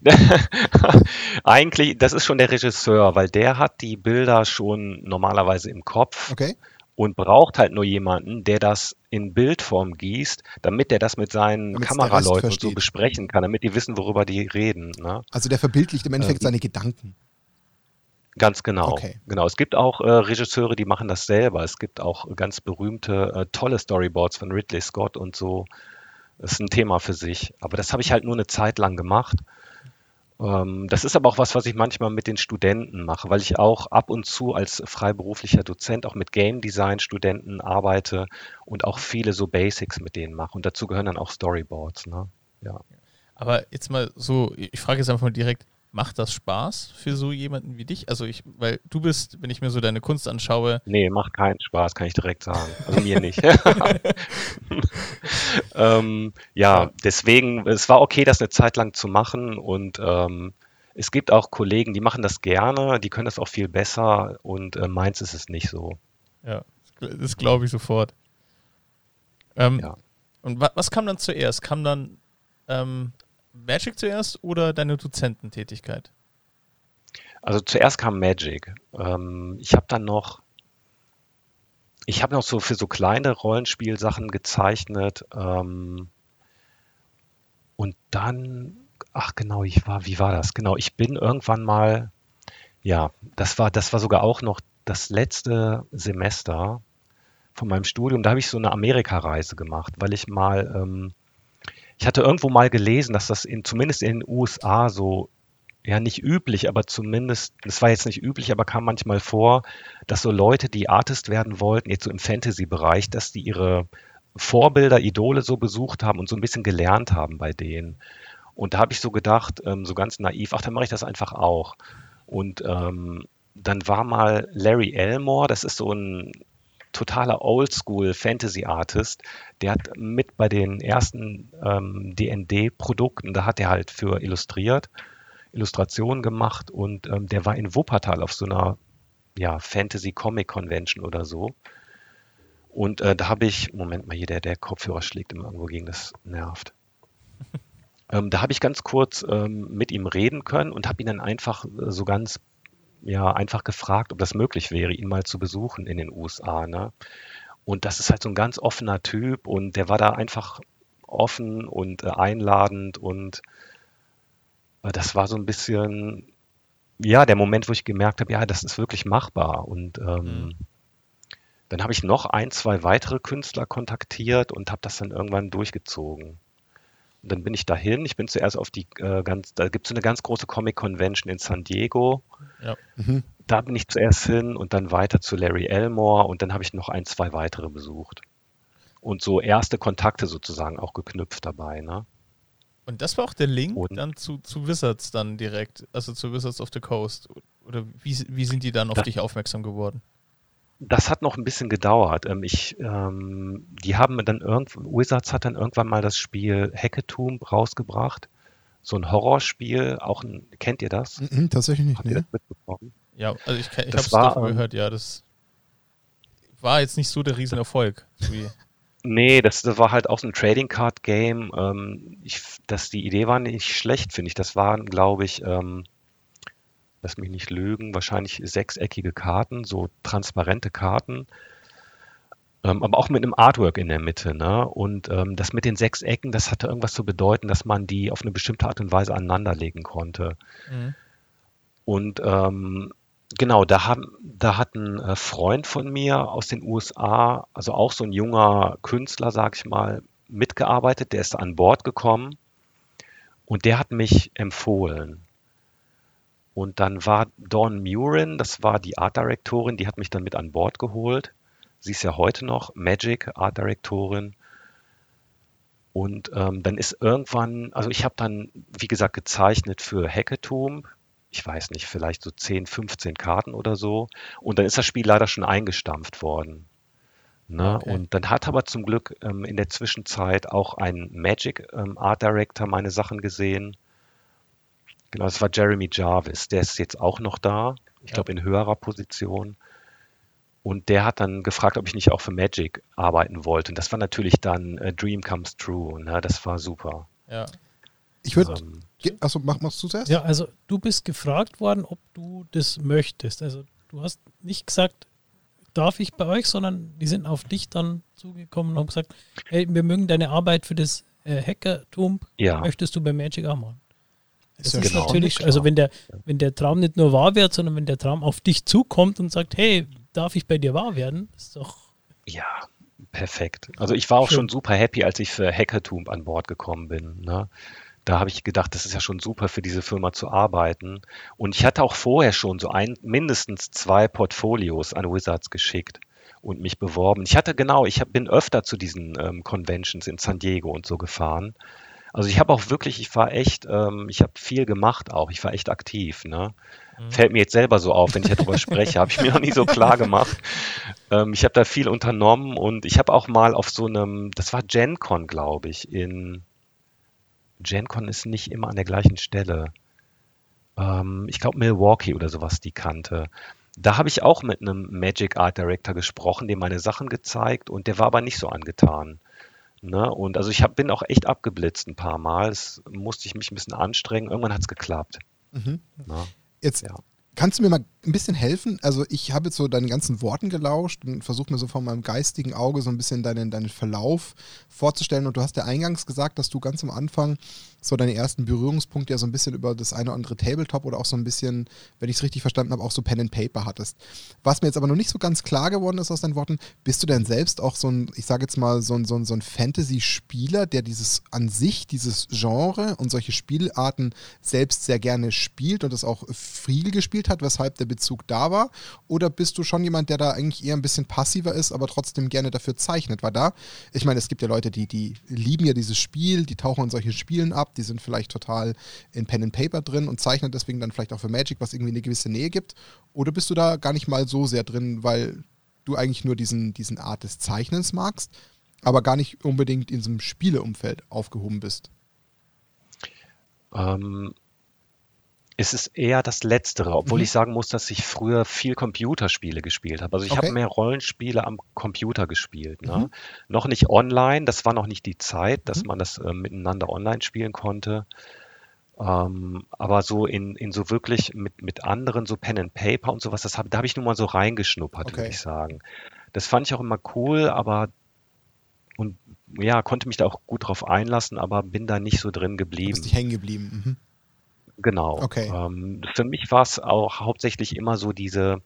S4: eigentlich, das ist schon der Regisseur, weil der hat die Bilder schon normalerweise im Kopf
S1: Okay.
S4: und braucht halt nur jemanden, der das in Bildform gießt, damit er das mit seinen
S1: Damit's der Rest
S4: Kameraleuten und so
S1: versteht.
S4: besprechen kann, damit die wissen, worüber die reden. Ne?
S1: Also der verbildlicht im Endeffekt
S4: Ähm,
S1: seine Gedanken.
S4: Ganz genau.
S1: Okay.
S4: Genau. Es gibt auch äh, Regisseure, die machen das selber. Es gibt auch ganz berühmte, äh, tolle Storyboards von Ridley Scott und so. Das ist ein Thema für sich. Aber das habe ich halt nur eine Zeit lang gemacht. Ähm, das ist aber auch was, was ich manchmal mit den Studenten mache, weil ich auch ab und zu als freiberuflicher Dozent auch mit Game Design Studenten arbeite und auch viele so Basics mit denen mache. Und dazu gehören dann auch Storyboards. Ne? Ja.
S2: Aber jetzt mal so, ich frage jetzt einfach mal direkt, macht das Spaß für so jemanden wie dich? Also ich, weil du bist, wenn ich mir so deine Kunst anschaue,
S4: Nee, macht keinen Spaß, kann ich direkt sagen. Also mir nicht. ähm, ja, deswegen, es war okay, das eine Zeit lang zu machen und ähm, es gibt auch Kollegen, die machen das gerne, die können das auch viel besser und äh, meins ist es nicht so.
S2: ja, das glaube ich sofort. Ähm,
S4: Ja.
S2: Und wa was kam dann zuerst? Kam dann ähm, Magic zuerst oder deine Dozententätigkeit?
S4: Also zuerst kam Magic. Ähm, ich habe dann noch, ich habe noch so für so kleine Rollenspielsachen gezeichnet. Ähm, und dann, ach genau, ich war, wie war das? Genau, ich bin irgendwann mal, ja, das war, das war sogar auch noch das letzte Semester von meinem Studium, da habe ich so eine Amerikareise gemacht, weil ich mal, ähm, ich hatte irgendwo mal gelesen, dass das in, zumindest in den U S A so, ja nicht üblich, aber zumindest, das war jetzt nicht üblich, aber kam manchmal vor, dass so Leute, die Artist werden wollten, jetzt so im Fantasy-Bereich, dass die ihre Vorbilder, Idole so besucht haben und so ein bisschen gelernt haben bei denen. Und da habe ich so gedacht, ähm, so ganz naiv, ach, dann mache ich das einfach auch. Und ähm, dann war mal Larry Elmore, das ist so ein totaler Oldschool-Fantasy-Artist, der hat mit bei den ersten ähm, D und D-Produkten, da hat er halt für illustriert, Illustrationen gemacht und ähm, der war in Wuppertal auf so einer ja, Fantasy-Comic-Convention oder so. Und äh, da habe ich, Moment mal hier, der, der Kopfhörer schlägt immer irgendwo gegen, das nervt. ähm, da habe ich ganz kurz ähm, mit ihm reden können und habe ihn dann einfach äh, so ganz ja, einfach gefragt, ob das möglich wäre, ihn mal zu besuchen in den U S A. Ne? Und das ist halt so ein ganz offener Typ und der war da einfach offen und äh, einladend und äh, das war so ein bisschen, ja, der Moment, wo ich gemerkt habe, ja, das ist wirklich machbar. Und ähm, mhm. dann habe ich noch ein, zwei weitere Künstler kontaktiert und habe das dann irgendwann durchgezogen. Und dann bin ich dahin. Ich bin zuerst auf die äh, ganz, da gibt es so eine ganz große Comic-Convention in San Diego. Ja. Mhm. Da bin ich zuerst hin und dann weiter zu Larry Elmore und dann habe ich noch ein, zwei weitere besucht. Und so erste Kontakte sozusagen auch geknüpft dabei, ne?
S2: Und das war auch der Link
S4: und,
S2: dann zu, zu Wizards dann direkt, also zu Wizards of the Coast. Oder wie, wie sind die dann auf
S4: das,
S2: dich aufmerksam geworden?
S4: Das hat noch ein bisschen gedauert. Ich, ähm, die haben dann irgend, Wizards hat dann irgendwann mal das Spiel Hackathon rausgebracht. So ein Horrorspiel, auch ein, kennt ihr das?
S1: Mhm, tatsächlich nicht,
S4: Habt ihr das mitbekommen?
S2: Ja, also ich, ich habe es davon gehört, ja, das war jetzt nicht so der Riesenerfolg. Wie
S4: nee, das, das war halt auch so ein Trading Card Game. Ähm, ich, das, die Idee war nicht schlecht, finde ich. Das waren, glaube ich, ähm, lass mich nicht lügen, wahrscheinlich sechseckige Karten, so transparente Karten, ähm, aber auch mit einem Artwork in der Mitte. Ne? Und ähm, das mit den sechs Ecken, das hatte irgendwas zu bedeuten, dass man die auf eine bestimmte Art und Weise aneinanderlegen konnte. Mhm. Und ähm, genau, da, haben, da hat ein äh, Freund von mir aus den U S A, also auch so ein junger Künstler, sag ich mal, mitgearbeitet, der ist an Bord gekommen und der hat mich empfohlen. Und dann war Dawn Murin, das war die Art Directorin, die hat mich dann mit an Bord geholt. Sie ist ja heute noch Magic Art Directorin. Und ähm, dann ist irgendwann, also ich habe dann, wie gesagt, gezeichnet für Hackathon. Ich weiß nicht, vielleicht so zehn, fünfzehn Karten oder so. Und dann ist das Spiel leider schon eingestampft worden. Ne? Okay. Und dann hat aber zum Glück ähm, in der Zwischenzeit auch ein Magic ähm, Art Director meine Sachen gesehen. Genau, das war Jeremy Jarvis, der ist jetzt auch noch da, ich ja. glaube in höherer Position. Und der hat dann gefragt, ob ich nicht auch für Magic arbeiten wollte. Und das war natürlich dann A Dream Comes True. Ne? Das war super.
S2: Ja.
S1: Ich würde, ähm, achso, mach, machst du zuerst?
S3: Ja, also du bist gefragt worden, ob du das möchtest. Also du hast nicht gesagt, darf ich bei euch, sondern die sind auf dich dann zugekommen und haben gesagt, hey, wir mögen deine Arbeit für das äh, Hackathon,
S4: ja.
S3: möchtest du bei Magic auch machen? Das
S1: ist,
S3: ist
S1: genau,
S3: natürlich, klar. Also wenn der, wenn der Traum nicht nur wahr wird, sondern wenn der Traum auf dich zukommt und sagt, hey, darf ich bei dir wahr werden? Das ist doch...
S4: Ja, perfekt. Also ich war auch schön. schon super happy, als ich für Hackathon an Bord gekommen bin. Ne? Da habe ich gedacht, das ist ja schon super für diese Firma zu arbeiten. Und ich hatte auch vorher schon so ein, mindestens zwei Portfolios an Wizards geschickt und mich beworben. Ich hatte genau, ich hab, bin öfter zu diesen ähm, Conventions in San Diego und so gefahren. Also ich habe auch wirklich, ich war echt, ähm, ich habe viel gemacht auch, ich war echt aktiv. Ne? Mhm. Fällt mir jetzt selber so auf, wenn ich darüber spreche, habe ich mir noch nie so klar gemacht. Ähm, ich habe da viel unternommen und ich habe auch mal auf so einem, das war Gen Con, glaube ich, in, Gen Con ist nicht immer an der gleichen Stelle. Ähm, ich glaube Milwaukee oder sowas, die kannte. Da habe ich auch mit einem Magic Art Director gesprochen, dem meine Sachen gezeigt und der war aber nicht so angetan. Ne? Und also ich hab, bin auch echt abgeblitzt ein paar Mal. Das musste ich mich ein bisschen anstrengen. Irgendwann hat es geklappt.
S1: Mhm. Jetzt ja. kannst du mir mal ein bisschen helfen? Also ich habe jetzt so deinen ganzen Worten gelauscht und versuche mir so von meinem geistigen Auge so ein bisschen deinen, deinen Verlauf vorzustellen. Und du hast ja eingangs gesagt, dass du ganz am Anfang so deine ersten Berührungspunkte ja so ein bisschen über das eine oder andere Tabletop oder auch so ein bisschen, wenn ich es richtig verstanden habe, auch so Pen and Paper hattest. Was mir jetzt aber noch nicht so ganz klar geworden ist aus deinen Worten, bist du denn selbst auch so ein, ich sage jetzt mal, so ein, so ein, so ein Fantasy-Spieler, der dieses an sich, dieses Genre und solche Spielarten selbst sehr gerne spielt und das auch viel gespielt hat, weshalb der Bezug da war? Oder bist du schon jemand, der da eigentlich eher ein bisschen passiver ist, aber trotzdem gerne dafür zeichnet? Weil da, ich meine, es gibt ja Leute, die, die lieben ja dieses Spiel, die tauchen in solche Spielen ab, die sind vielleicht total in Pen and Paper drin und zeichnen deswegen dann vielleicht auch für Magic, was irgendwie eine gewisse Nähe gibt. Oder bist du da gar nicht mal so sehr drin, weil du eigentlich nur diesen, diesen Art des Zeichnens magst, aber gar nicht unbedingt in diesem Spieleumfeld aufgehoben bist?
S4: Ähm, es ist eher das Letztere, obwohl
S1: Mhm.
S4: ich sagen muss, dass ich früher viel Computerspiele gespielt habe. Also ich
S1: Okay.
S4: habe mehr Rollenspiele am Computer gespielt. Ne?
S1: Mhm.
S4: Noch nicht online, das war noch nicht die Zeit, dass
S1: Mhm.
S4: man das äh, miteinander online spielen konnte. Ähm, aber so in, in so wirklich mit, mit anderen, so Pen and Paper und sowas, das hab, da habe ich nur mal so reingeschnuppert, würde
S1: Okay.
S4: ich sagen. Das fand ich auch immer cool, aber und ja, konnte mich da auch gut drauf einlassen, aber bin da nicht so drin
S1: Du bist
S4: geblieben.
S1: nicht hängen geblieben. Mhm.
S4: Genau.
S1: Okay.
S4: Ähm, für mich war es auch hauptsächlich immer so diese,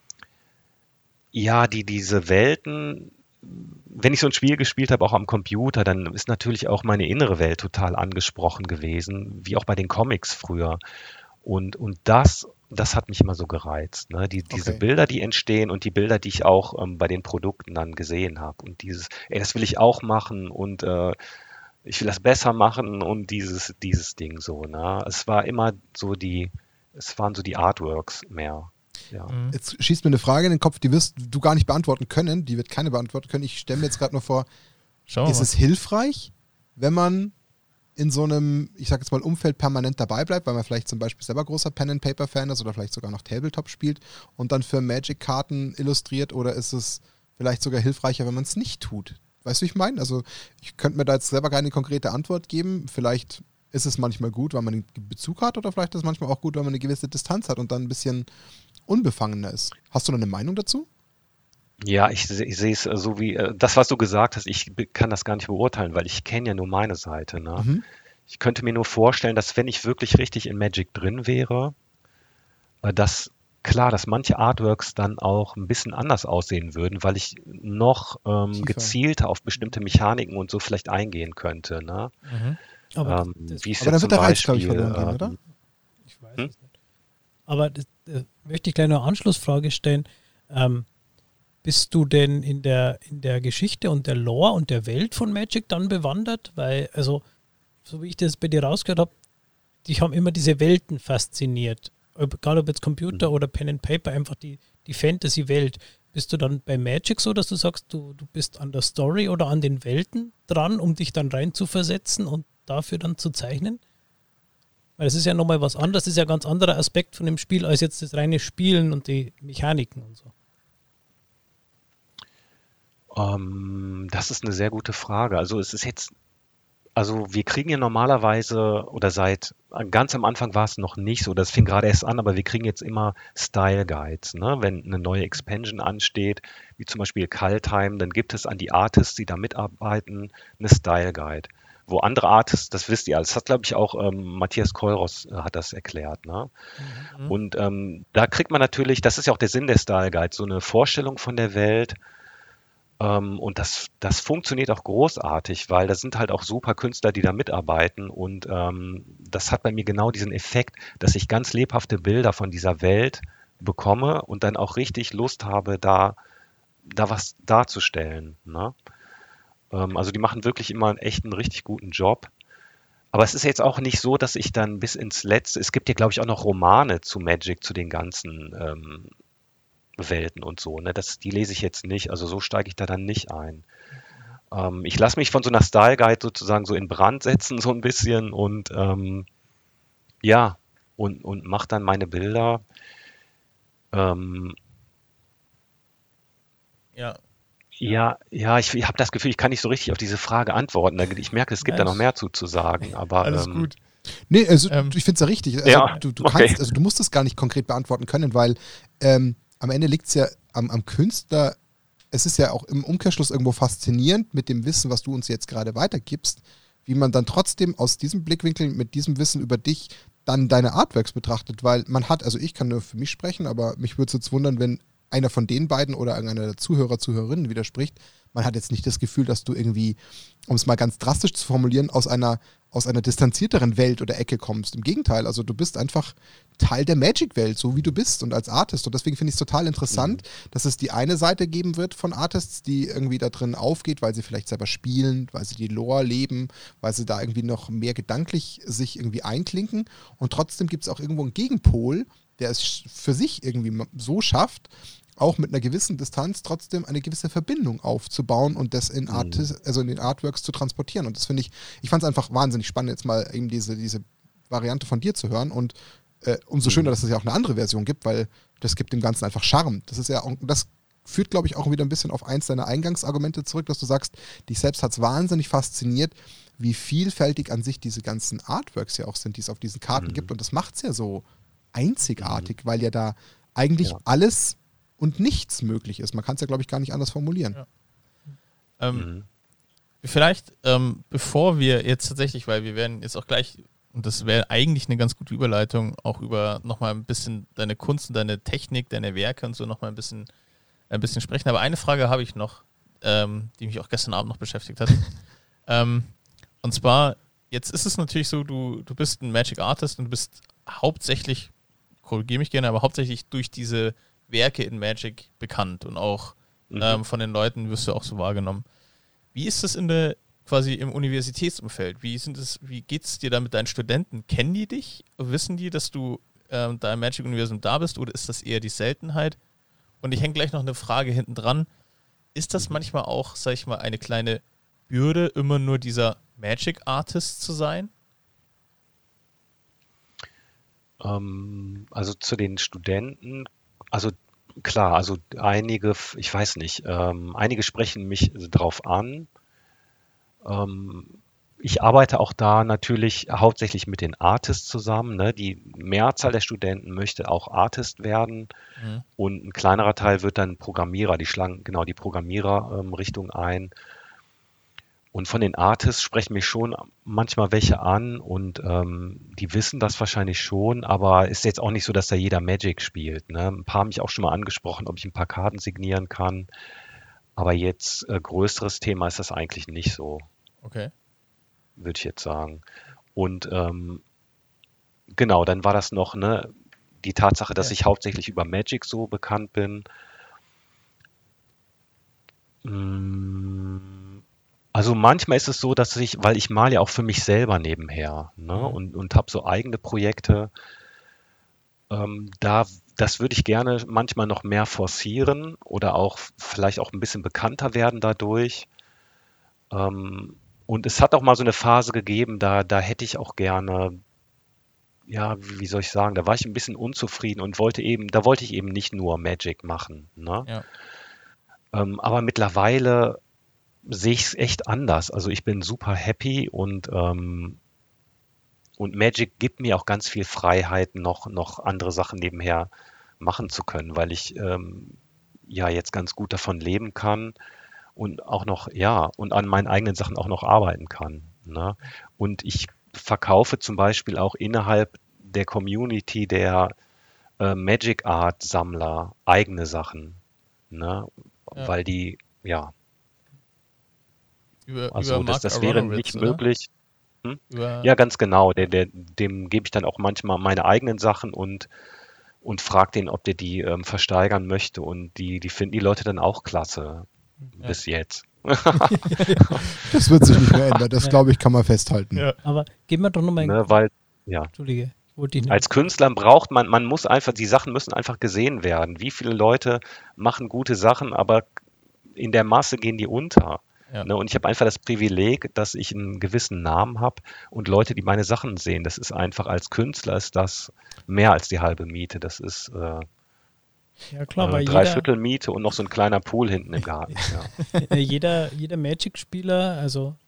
S4: ja, die, diese Welten. Wenn ich so ein Spiel gespielt habe, auch am Computer, dann ist natürlich auch meine innere Welt total angesprochen gewesen, wie auch bei den Comics früher. Und, und das, das hat mich immer so gereizt, ne? Die, diese
S1: Okay.
S4: Bilder, die entstehen und die Bilder, die ich auch ähm, bei den Produkten dann gesehen habe. Und dieses, ey, das will ich auch machen und äh, ich will das besser machen und dieses, dieses Ding so, ne? Es war immer so die, es waren so die Artworks mehr. Ja.
S2: Mhm.
S1: Jetzt schießt mir eine Frage in den Kopf, die wirst du gar nicht beantworten können. Die wird keine beantworten können. Ich stelle mir jetzt gerade nur vor,
S2: Schauen wir
S1: ist
S2: mal.
S1: es hilfreich, wenn man in so einem, ich sag jetzt mal, Umfeld permanent dabei bleibt, weil man vielleicht zum Beispiel selber großer Pen-and-Paper-Fan ist oder vielleicht sogar noch Tabletop spielt und dann für Magic-Karten illustriert, oder ist es vielleicht sogar hilfreicher, wenn man es nicht tut? Weißt du, wie ich meine? Also ich könnte mir da jetzt selber keine konkrete Antwort geben. Vielleicht ist es manchmal gut, weil man einen Bezug hat, oder vielleicht ist es manchmal auch gut, weil man eine gewisse Distanz hat und dann ein bisschen unbefangener ist. Hast du noch eine Meinung dazu?
S4: Ja, ich, se- ich sehe es äh, so wie, äh, das, was du gesagt hast, ich be- kann das gar nicht beurteilen, weil ich kenne ja nur meine Seite, ne?
S1: Mhm.
S4: Ich könnte mir nur vorstellen, dass wenn ich wirklich richtig in Magic drin wäre, äh, dass klar, dass manche Artworks dann auch ein bisschen anders aussehen würden, weil ich noch ähm,
S1: Tiefer.
S4: gezielter auf bestimmte Mechaniken und so vielleicht eingehen könnte, ne?
S2: Mhm.
S3: Aber
S4: Ähm,
S3: das,
S4: wie es
S1: Aber dann
S4: jetzt
S1: wird
S4: zum
S1: der Reiz, glaube ich,
S4: Beispiel,
S1: verloren gehen,
S4: ähm,
S1: oder?
S3: ich weiß
S4: Hm?
S3: es nicht. Aber das, das möchte ich gleich noch eine Anschlussfrage stellen. Ähm, bist du denn in der, in der Geschichte und der Lore und der Welt von Magic dann bewandert? Weil, also, so wie ich das bei dir rausgehört habe, dich haben immer diese Welten fasziniert. Ob- Egal ob jetzt Computer oder Pen and Paper, einfach die, die Fantasy-Welt. Bist du dann bei Magic so, dass du sagst, du, du bist an der Story oder an den Welten dran, um dich dann rein zu versetzen und dafür dann zu zeichnen? Weil es ist ja nochmal was anderes, das ist ja ein ganz anderer Aspekt von dem Spiel als jetzt das reine Spielen und die Mechaniken und so.
S4: Ähm, das ist eine sehr gute Frage. Also es ist jetzt, also wir kriegen ja normalerweise oder seit ganz am Anfang war es noch nicht so, das fing gerade erst an, aber wir kriegen jetzt immer Style Guides, ne? Wenn eine neue Expansion ansteht, wie zum Beispiel Kaldheim, dann gibt es an die Artists, die da mitarbeiten, eine Style Guide. Wo andere Artists, das wisst ihr alles, das hat glaube ich auch ähm, Matthias Kollross äh, hat das erklärt, ne?
S2: Mhm.
S4: Und ähm, da kriegt man natürlich, das ist ja auch der Sinn der Style Guide, so eine Vorstellung von der Welt. Ähm, und das, das funktioniert auch großartig, weil da sind halt auch super Künstler, die da mitarbeiten. Und ähm, das hat bei mir genau diesen Effekt, dass ich ganz lebhafte Bilder von dieser Welt bekomme und dann auch richtig Lust habe, da, da was darzustellen, ne? Ähm, also die machen wirklich immer einen echt einen richtig guten Job. Aber es ist jetzt auch nicht so, dass ich dann bis ins Letzte, es gibt ja, glaube ich, auch noch Romane zu Magic, zu den ganzen ähm, Welten und so, ne? Das, die lese ich jetzt nicht, also so steige ich da dann nicht ein. Ähm, ich lasse mich von so einer Style Guide sozusagen so in Brand setzen, so ein bisschen und ähm, ja, und, und mache dann meine Bilder. Ähm,
S2: Ja.
S4: ja, ja, ich, ich habe das Gefühl, ich kann nicht so richtig auf diese Frage antworten. Da- Ich merke, es gibt
S2: Ja,
S4: da noch
S2: ich-
S4: mehr zu, zu sagen, aber
S2: Alles
S4: ähm,
S2: gut.
S1: Nee, also
S2: Ähm,
S1: ich finde es ja richtig. Also,
S4: ja,
S1: du, du,
S4: okay.
S1: kannst, also du musst es gar nicht konkret beantworten können, weil ähm, am Ende liegt es ja am, am Künstler. Es ist ja auch im Umkehrschluss irgendwo faszinierend mit dem Wissen, was du uns jetzt gerade weitergibst, wie man dann trotzdem aus diesem Blickwinkel mit diesem Wissen über dich dann deine Artworks betrachtet, weil man hat, also ich kann nur für mich sprechen, aber mich würde es jetzt wundern, wenn einer von den beiden oder irgendeiner der Zuhörer, Zuhörerinnen widerspricht. Man hat jetzt nicht das Gefühl, dass du irgendwie, um es mal ganz drastisch zu formulieren, aus einer, aus einer distanzierteren Welt oder Ecke kommst. Im Gegenteil, also du bist einfach Teil der Magic-Welt, so wie du bist und als Artist. Und deswegen finde ich es total interessant, mhm. dass es die eine Seite geben wird von Artists, die irgendwie da drin aufgeht, weil sie vielleicht selber spielen, weil sie die Lore leben, weil sie da irgendwie noch mehr gedanklich sich irgendwie einklinken. Und trotzdem gibt es auch irgendwo einen Gegenpol, der es für sich irgendwie so schafft, auch mit einer gewissen Distanz trotzdem eine gewisse Verbindung aufzubauen und das in, Artis, also in den Artworks zu transportieren. Und das finde ich, ich fand es einfach wahnsinnig spannend, jetzt mal eben diese, diese Variante von dir zu hören. Und äh, umso schöner, dass es ja auch eine andere Version gibt, weil das gibt dem Ganzen einfach Charme. Das ist ja auch, das führt, glaube ich, auch wieder ein bisschen auf eins deiner Eingangsargumente zurück, dass du sagst, dich selbst hat es wahnsinnig fasziniert, wie vielfältig an sich diese ganzen Artworks ja auch sind, die es auf diesen Karten mhm. gibt. Und das macht es ja so einzigartig, mhm. weil ja da eigentlich ja. alles und nichts möglich ist. Man kann es ja, glaube ich, gar nicht anders formulieren.
S2: Ja. Ähm, mhm. Vielleicht, ähm, bevor wir jetzt tatsächlich, weil wir werden jetzt auch gleich, und das wäre eigentlich eine ganz gute Überleitung, auch über nochmal ein bisschen deine Kunst und deine Technik, deine Werke und so nochmal ein bisschen, ein bisschen sprechen. Aber eine Frage habe ich noch, ähm, die mich auch gestern Abend noch beschäftigt hat. ähm, und zwar, jetzt ist es natürlich so, du, du bist ein Magic Artist und du bist hauptsächlich, korrigiere mich gerne, aber hauptsächlich durch diese Werke in Magic bekannt und auch mhm. ähm, von den Leuten wirst du auch so wahrgenommen. Wie ist das in der, quasi im Universitätsumfeld? Wie sind es, wie geht es dir da mit deinen Studenten? Kennen die dich? Wissen die, dass du ähm, da im Magic-Universum da bist oder ist das eher die Seltenheit? Und ich hänge gleich noch eine Frage hinten dran. Ist das manchmal auch, sag ich mal, eine kleine Bürde, immer nur dieser Magic-Artist zu sein?
S4: Ähm, also zu den Studenten, also klar, also einige, ich weiß nicht, ähm, einige sprechen mich drauf an. Ähm, ich arbeite auch da natürlich hauptsächlich mit den Artists zusammen. Ne? Die Mehrzahl der Studenten möchte auch Artist werden mhm. und ein kleinerer Teil wird dann Programmierer, die schlagen genau die Programmierer-Richtung ähm, ein. Und von den Artists sprechen mich schon manchmal welche an und ähm, die wissen das wahrscheinlich schon, aber ist jetzt auch nicht so, dass da jeder Magic spielt. Ne? Ein paar haben mich auch schon mal angesprochen, ob ich ein paar Karten signieren kann. Aber jetzt äh, größeres Thema ist das eigentlich nicht so.
S2: Okay.
S4: Würde ich jetzt sagen. Und ähm, genau, dann war das noch ne, die Tatsache, dass ja. ich hauptsächlich über Magic so bekannt bin. Mmh. Also manchmal ist es so, dass ich, weil ich male ja auch für mich selber nebenher ne, mhm. und, und habe so eigene Projekte, ähm, da, das würde ich gerne manchmal noch mehr forcieren oder auch vielleicht auch ein bisschen bekannter werden dadurch. Ähm, und es hat auch mal so eine Phase gegeben, da, da hätte ich auch gerne, ja, wie soll ich sagen, da war ich ein bisschen unzufrieden und wollte eben, da wollte ich eben nicht nur Magic machen. Ne?
S2: Ja.
S4: Ähm, aber mittlerweile sehe ich es echt anders. Also ich bin super happy und, ähm, und Magic gibt mir auch ganz viel Freiheit, noch, noch andere Sachen nebenher machen zu können, weil ich ähm, ja jetzt ganz gut davon leben kann und auch noch, ja, und an meinen eigenen Sachen auch noch arbeiten kann. Ne? Und ich verkaufe zum Beispiel auch innerhalb der Community der äh, Magic Art Sammler eigene Sachen, ne? Ja. Weil die, ja,
S2: Über,
S4: also
S2: über
S4: das, das wäre nicht
S2: oder?
S4: möglich. Hm? Ja, ganz genau. Der, der, dem gebe ich dann auch manchmal meine eigenen Sachen und, und frage den, ob der die ähm, versteigern möchte. Und die, die finden die Leute dann auch klasse. Ja. Bis jetzt.
S1: Das wird sich nicht mehr ändern. Das, ja. glaube ich, kann man festhalten.
S3: Ja. Aber gehen wir doch nochmal...
S4: Ne, weil, ja.
S3: Entschuldige. Ich nicht
S4: Als Künstler braucht man, man muss einfach, die Sachen müssen einfach gesehen werden. Wie viele Leute machen gute Sachen, aber in der Masse gehen die unter. Ja. Ne, und ich habe einfach das Privileg, dass ich einen gewissen Namen habe und Leute, die meine Sachen sehen, das ist einfach, als Künstler ist das mehr als die halbe Miete. Das ist äh,
S3: ja, klar,
S4: äh,
S3: weil
S4: Dreiviertel
S3: jeder,
S4: Miete und noch so ein kleiner Pool hinten im Garten. Ja.
S3: jeder, jeder Magic-Spieler, also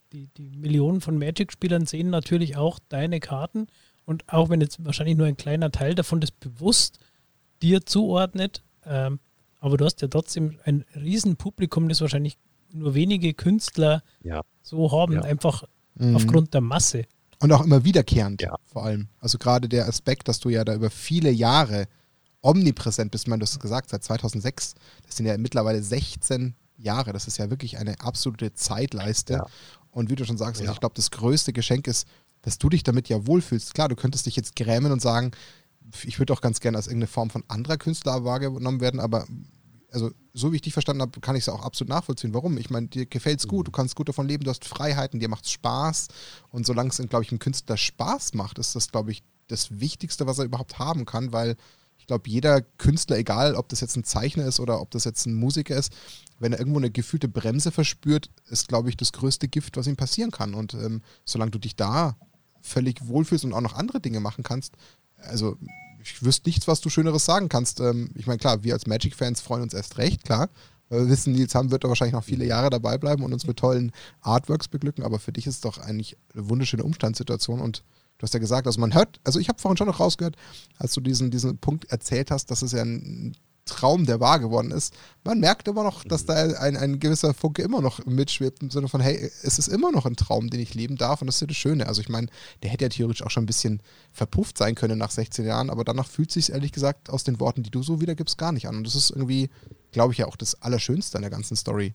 S3: die, die Millionen von Magic-Spielern sehen natürlich auch deine Karten und auch wenn jetzt wahrscheinlich nur ein kleiner Teil davon das bewusst dir zuordnet, ähm, aber du hast ja trotzdem ein riesen Publikum, das wahrscheinlich nur wenige Künstler
S4: ja.
S3: so haben,
S4: ja.
S3: einfach
S1: Mhm.
S3: aufgrund der Masse.
S1: Und auch immer wiederkehrend,
S4: ja.
S1: vor allem. Also gerade der Aspekt, dass du ja da über viele Jahre omnipräsent bist, ich meine, du hast gesagt, seit zweitausendsechs, das sind ja mittlerweile sechzehn Jahre, das ist ja wirklich eine absolute Zeitleiste. Ja. Und wie du schon sagst, also ja. ich glaube, das größte Geschenk ist, dass du dich damit ja wohlfühlst. Klar, du könntest dich jetzt grämen und sagen, ich würde auch ganz gerne als irgendeine Form von anderer Künstler wahrgenommen werden, aber also so wie ich dich verstanden habe, kann ich es auch absolut nachvollziehen. Warum? Ich meine, dir gefällt es gut, du kannst gut davon leben, du hast Freiheiten, dir macht es Spaß und solange es, glaube ich, einem Künstler Spaß macht, ist das, glaube ich, das Wichtigste, was er überhaupt haben kann, weil ich glaube, jeder Künstler, egal ob das jetzt ein Zeichner ist oder ob das jetzt ein Musiker ist, wenn er irgendwo eine gefühlte Bremse verspürt, ist, glaube ich, das größte Gift, was ihm passieren kann. Und ähm, solange du dich da völlig wohlfühlst und auch noch andere Dinge machen kannst, also ich wüsste nichts, was du Schöneres sagen kannst. Ähm, ich meine, klar, wir als Magic-Fans freuen uns erst recht, klar. Wir wissen, Nils Hamm wird da wahrscheinlich noch viele Jahre dabei bleiben und uns mit tollen Artworks beglücken, aber für dich ist es doch eigentlich eine wunderschöne Umstandssituation und du hast ja gesagt, also man hört, also ich habe vorhin schon noch rausgehört, als du diesen, diesen Punkt erzählt hast, dass es ja ein Traum, der wahr geworden ist. Man merkt immer noch, dass da ein, ein gewisser Funke immer noch mitschwebt im Sinne von, hey, es ist immer noch ein Traum, den ich leben darf und das ist ja das Schöne. Also ich meine, der hätte ja theoretisch auch schon ein bisschen verpufft sein können nach sechzehn Jahren, aber danach fühlt es sich ehrlich gesagt aus den Worten, die du so wiedergibst, gar nicht an. Und das ist irgendwie, glaube ich, ja auch das Allerschönste an der ganzen Story.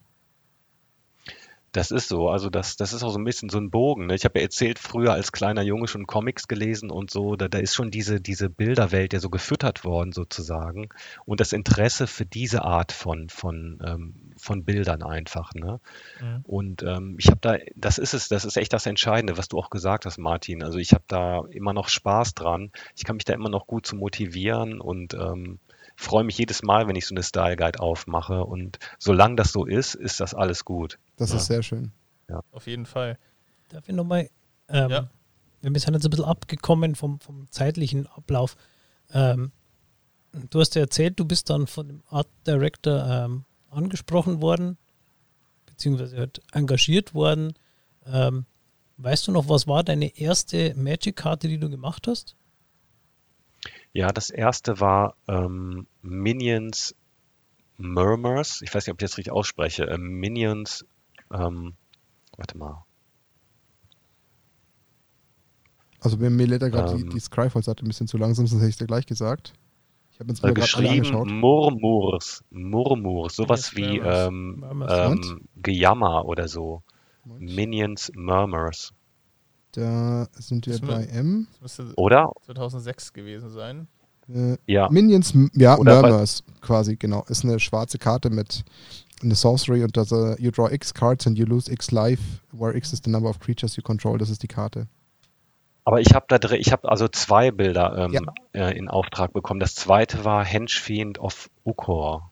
S4: Das ist so, also das, das ist auch so ein bisschen so ein Bogen. Ne? Ich habe ja erzählt, früher als kleiner Junge schon Comics gelesen und so, da, da ist schon diese, diese Bilderwelt ja so gefüttert worden sozusagen und das Interesse für diese Art von, von, ähm, von Bildern einfach. Ne? Mhm. Und ähm, ich habe da, das ist es, das ist echt das Entscheidende, was du auch gesagt hast, Martin. Also ich habe da immer noch Spaß dran. Ich kann mich da immer noch gut zu motivieren und ähm, freue mich jedes Mal, wenn ich so eine Style Guide aufmache und solange das so ist, ist das alles gut.
S1: Das
S4: ja.
S1: ist sehr schön.
S2: Ja. Auf jeden Fall.
S3: Darf ich nochmal, ähm, ja. wir sind jetzt ein bisschen abgekommen vom, vom zeitlichen Ablauf. Ähm, du hast ja erzählt, du bist dann von dem Art Director ähm, angesprochen worden, beziehungsweise halt engagiert worden. Ähm, weißt du noch, was war deine erste Magic-Karte, die du gemacht hast?
S4: Ja, das erste war ähm, Minions Murmurs. Ich weiß nicht, ob ich das richtig ausspreche. Ähm, Minions, ähm, warte mal.
S1: Also bei mir lädt er gerade
S4: ähm,
S1: die, die Scryfall-Seite ein bisschen zu langsam, sonst hätte ich es dir gleich gesagt. Ich habe uns
S4: äh, geschrieben Murmurs, Murmurs, sowas wie ähm, ähm, Gejammer oder so. Moment. Minions Murmurs.
S1: Da sind wir bei M.
S2: Das müsste
S4: oder?
S2: zweitausendsechs gewesen sein.
S1: Äh,
S4: ja.
S1: Minions, ja, oder Murmurs quasi, genau. Ist eine schwarze Karte mit eine Sorcery und das uh, you draw X cards and you lose X life, where X is the number of creatures you control. Das ist die Karte.
S4: Aber ich habe da drin, ich habe also zwei Bilder ähm, ja. äh, in Auftrag bekommen. Das zweite war Henchfiend of Ukor.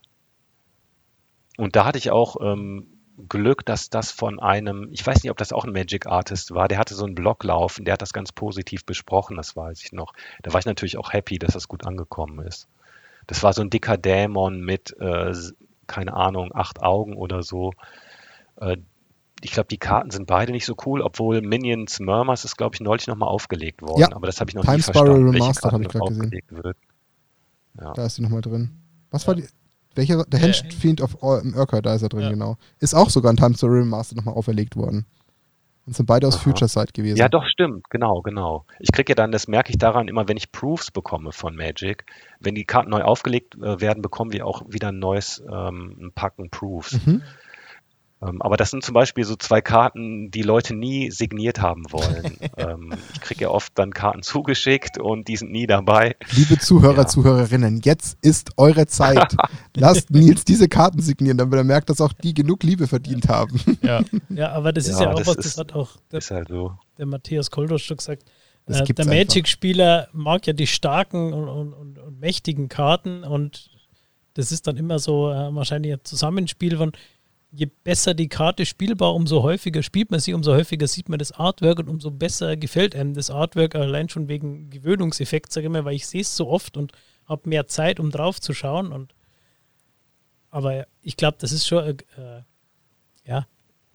S4: Und da hatte ich auch ähm, Glück, dass das von einem, ich weiß nicht, ob das auch ein Magic Artist war, der hatte so einen Blog laufen, der hat das ganz positiv besprochen, das weiß ich noch. Da war ich natürlich auch happy, dass das gut angekommen ist. Das war so ein dicker Dämon mit, äh, keine Ahnung, acht Augen oder so. Äh, ich glaube, die Karten sind beide nicht so cool, obwohl Minions Murmurs ist, glaube ich, neulich nochmal aufgelegt worden. Ja, aber das habe ich noch
S1: Time
S4: nie verstanden, welche
S1: Remastered
S4: Karten
S1: ich gerade gesehen.
S4: Wird. Ja.
S1: Da ist die nochmal drin. Was ja. war die? Welcher? Der Henchfiend of Urquhart, da ist er drin, ja. genau. Ist auch sogar ein Time Story Remastered nochmal auferlegt worden. Und sind beide aus Aha. Future Sight gewesen.
S4: Ja, doch, stimmt, genau, genau. Ich kriege ja dann, das merke ich daran immer, wenn ich Proofs bekomme von Magic, wenn die Karten neu aufgelegt äh, werden, bekommen wir auch wieder ein neues ähm, ein Packen Proofs. Mhm. Ähm, aber das sind zum Beispiel so zwei Karten, die Leute nie signiert haben wollen. ähm, ich kriege ja oft dann Karten zugeschickt und die sind nie dabei.
S1: Liebe Zuhörer, ja. Zuhörerinnen, jetzt ist eure Zeit. Lasst Nils diese Karten signieren, damit er merkt, dass auch die genug Liebe verdient haben.
S3: Ja, ja aber das ist ja, ja auch
S4: das
S3: was,
S4: ist,
S3: das hat auch der,
S4: halt so.
S3: der Matthias Koldosch gesagt. Äh, der Magic-Spieler mag ja die starken und, und, und, und mächtigen Karten und das ist dann immer so äh, wahrscheinlich ein Zusammenspiel von je besser die Karte spielbar, umso häufiger spielt man sie, umso häufiger sieht man das Artwork und umso besser gefällt einem das Artwork, allein schon wegen Gewöhnungseffekt, sage ich mal, weil ich sehe es so oft und habe mehr Zeit, um drauf zu schauen. Und aber ich glaube, das ist schon äh, ja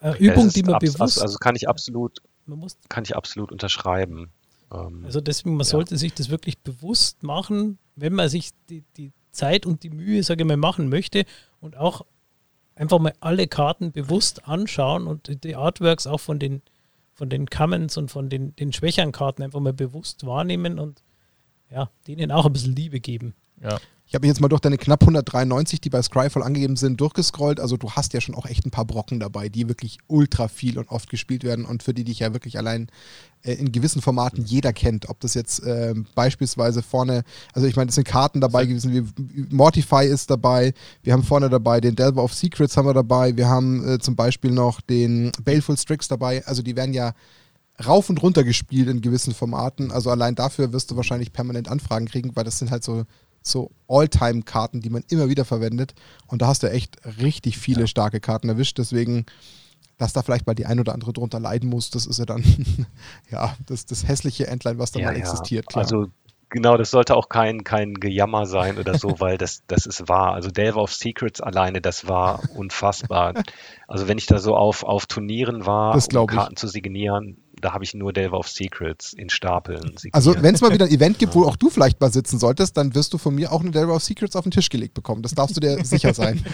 S3: äh, Übung,
S4: ist
S3: die man
S4: abs-
S3: bewusst...
S4: Also, also kann ich absolut,
S3: man muss,
S4: kann ich absolut unterschreiben. Ähm,
S3: also deswegen, man
S4: ja.
S3: sollte sich das wirklich bewusst machen, wenn man sich die, die Zeit und die Mühe, sage ich mal, machen möchte und auch einfach mal alle Karten bewusst anschauen und die Artworks auch von den, von den Commons und von den, den schwächeren Karten einfach mal bewusst wahrnehmen und ja, denen auch ein bisschen Liebe geben.
S2: Ja.
S1: Ich habe mich jetzt mal durch deine knapp hundertdreiundneunzig, die bei Scryfall angegeben sind, durchgescrollt. Also du hast ja schon auch echt ein paar Brocken dabei, die wirklich ultra viel und oft gespielt werden und für die dich ja wirklich allein äh, in gewissen Formaten jeder kennt. Ob das jetzt äh, beispielsweise vorne, also ich meine, es sind Karten dabei gewesen, wie Mortify ist dabei, wir haben vorne dabei den Delver of Secrets haben wir dabei, wir haben äh, zum Beispiel noch den Baleful Strix dabei. Also die werden ja rauf und runter gespielt in gewissen Formaten. Also allein dafür wirst du wahrscheinlich permanent Anfragen kriegen, weil das sind halt so so All-Time-Karten, die man immer wieder verwendet. Und da hast du echt richtig viele ja. starke Karten erwischt. Deswegen, dass da vielleicht mal die ein oder andere drunter leiden muss, das ist ja dann ja das, das hässliche Endline, was da
S4: ja,
S1: mal
S4: ja.
S1: existiert. Klar.
S4: Also genau, das sollte auch kein, kein Gejammer sein oder so, weil das, das ist wahr. Also Delver of Secrets alleine, das war unfassbar. Also wenn ich da so auf, auf Turnieren war, um Karten zu signieren, da habe ich nur Delver of Secrets in Stapeln signiert.
S1: Also wenn es mal wieder ein Event gibt, wo auch du vielleicht mal sitzen solltest, dann wirst du von mir auch eine Delver of Secrets auf den Tisch gelegt bekommen. Das darfst du dir sicher sein.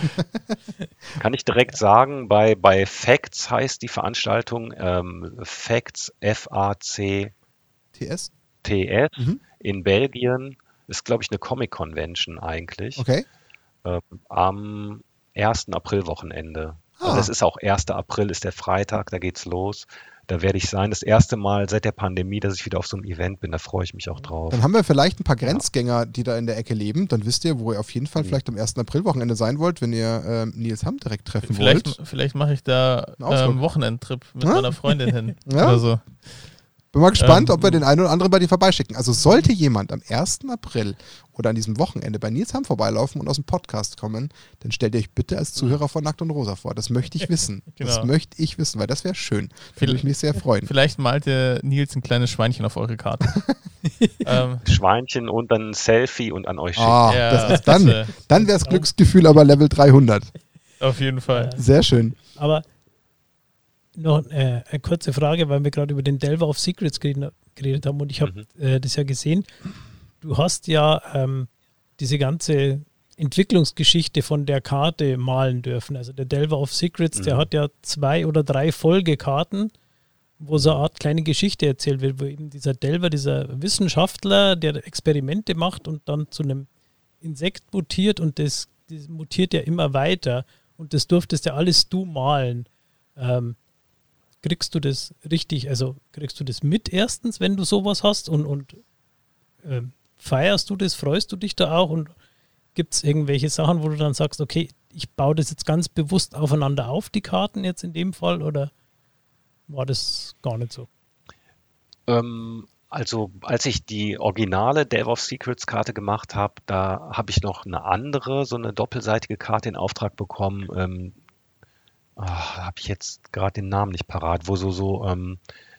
S4: Kann ich direkt sagen, bei, bei Facts heißt die Veranstaltung ähm, Facts, F A C
S1: T S
S4: T S mhm. in Belgien. Ist, glaube ich, eine Comic-Convention eigentlich.
S1: Okay.
S4: Ähm, am ersten Aprilwochenende.
S1: Ah.
S4: Also das ist auch erster April, ist der Freitag, da geht's los. Da werde ich sein. Das erste Mal seit der Pandemie, dass ich wieder auf so einem Event bin. Da freue ich mich auch drauf.
S1: Dann haben wir vielleicht ein paar Grenzgänger, die da in der Ecke leben. Dann wisst ihr, wo ihr auf jeden Fall vielleicht am ersten Aprilwochenende sein wollt, wenn ihr ähm, Nils Hamm direkt treffen
S2: vielleicht,
S1: wollt.
S2: Vielleicht mache ich da einen ähm, Wochenendtrip mit ja? meiner Freundin hin.
S1: Ja?
S2: Oder so.
S1: Bin mal gespannt,
S2: ähm,
S1: ob wir den einen oder anderen bei dir vorbeischicken. Also sollte jemand am ersten April oder an diesem Wochenende bei Nils Hamm vorbeilaufen und aus dem Podcast kommen, dann stellt ihr euch bitte als Zuhörer von Nackt und Rosa vor. Das möchte ich wissen. Genau. Das möchte ich wissen, weil das wäre schön. Da würde ich mich sehr freuen.
S2: Vielleicht malt ihr Nils ein kleines Schweinchen auf eure Karte.
S4: ähm. Schweinchen und dann ein Selfie und an euch schicken.
S1: Ah,
S2: ja,
S1: das ist dann
S2: das,
S1: dann wäre das Glücksgefühl aber Level dreihundert.
S2: Auf jeden Fall.
S1: Sehr schön.
S3: Aber noch äh, eine kurze Frage, weil wir gerade über den Delver of Secrets geredet, geredet haben und ich habe mhm. äh, das ja gesehen. Du hast ja ähm, diese ganze Entwicklungsgeschichte von der Karte malen dürfen. Also der Delver of Secrets, mhm. der hat ja zwei oder drei Folgekarten, wo so eine Art kleine Geschichte erzählt wird, wo eben dieser Delver, dieser Wissenschaftler, der Experimente macht und dann zu einem Insekt mutiert und das, das mutiert ja immer weiter und das durftest ja alles du malen. Ähm, Kriegst du das richtig, also kriegst du das mit erstens, wenn du sowas hast und, und äh, feierst du das, freust du dich da auch und gibt es irgendwelche Sachen, wo du dann sagst, okay, ich baue das jetzt ganz bewusst aufeinander auf, die Karten jetzt in dem Fall, oder war das gar nicht so?
S4: Ähm, also als ich die originale Delver of Secrets Karte gemacht habe, da habe ich noch eine andere, so eine doppelseitige Karte in Auftrag bekommen, ähm, Ach, da habe ich jetzt gerade den Namen nicht parat, wo so, so ähm,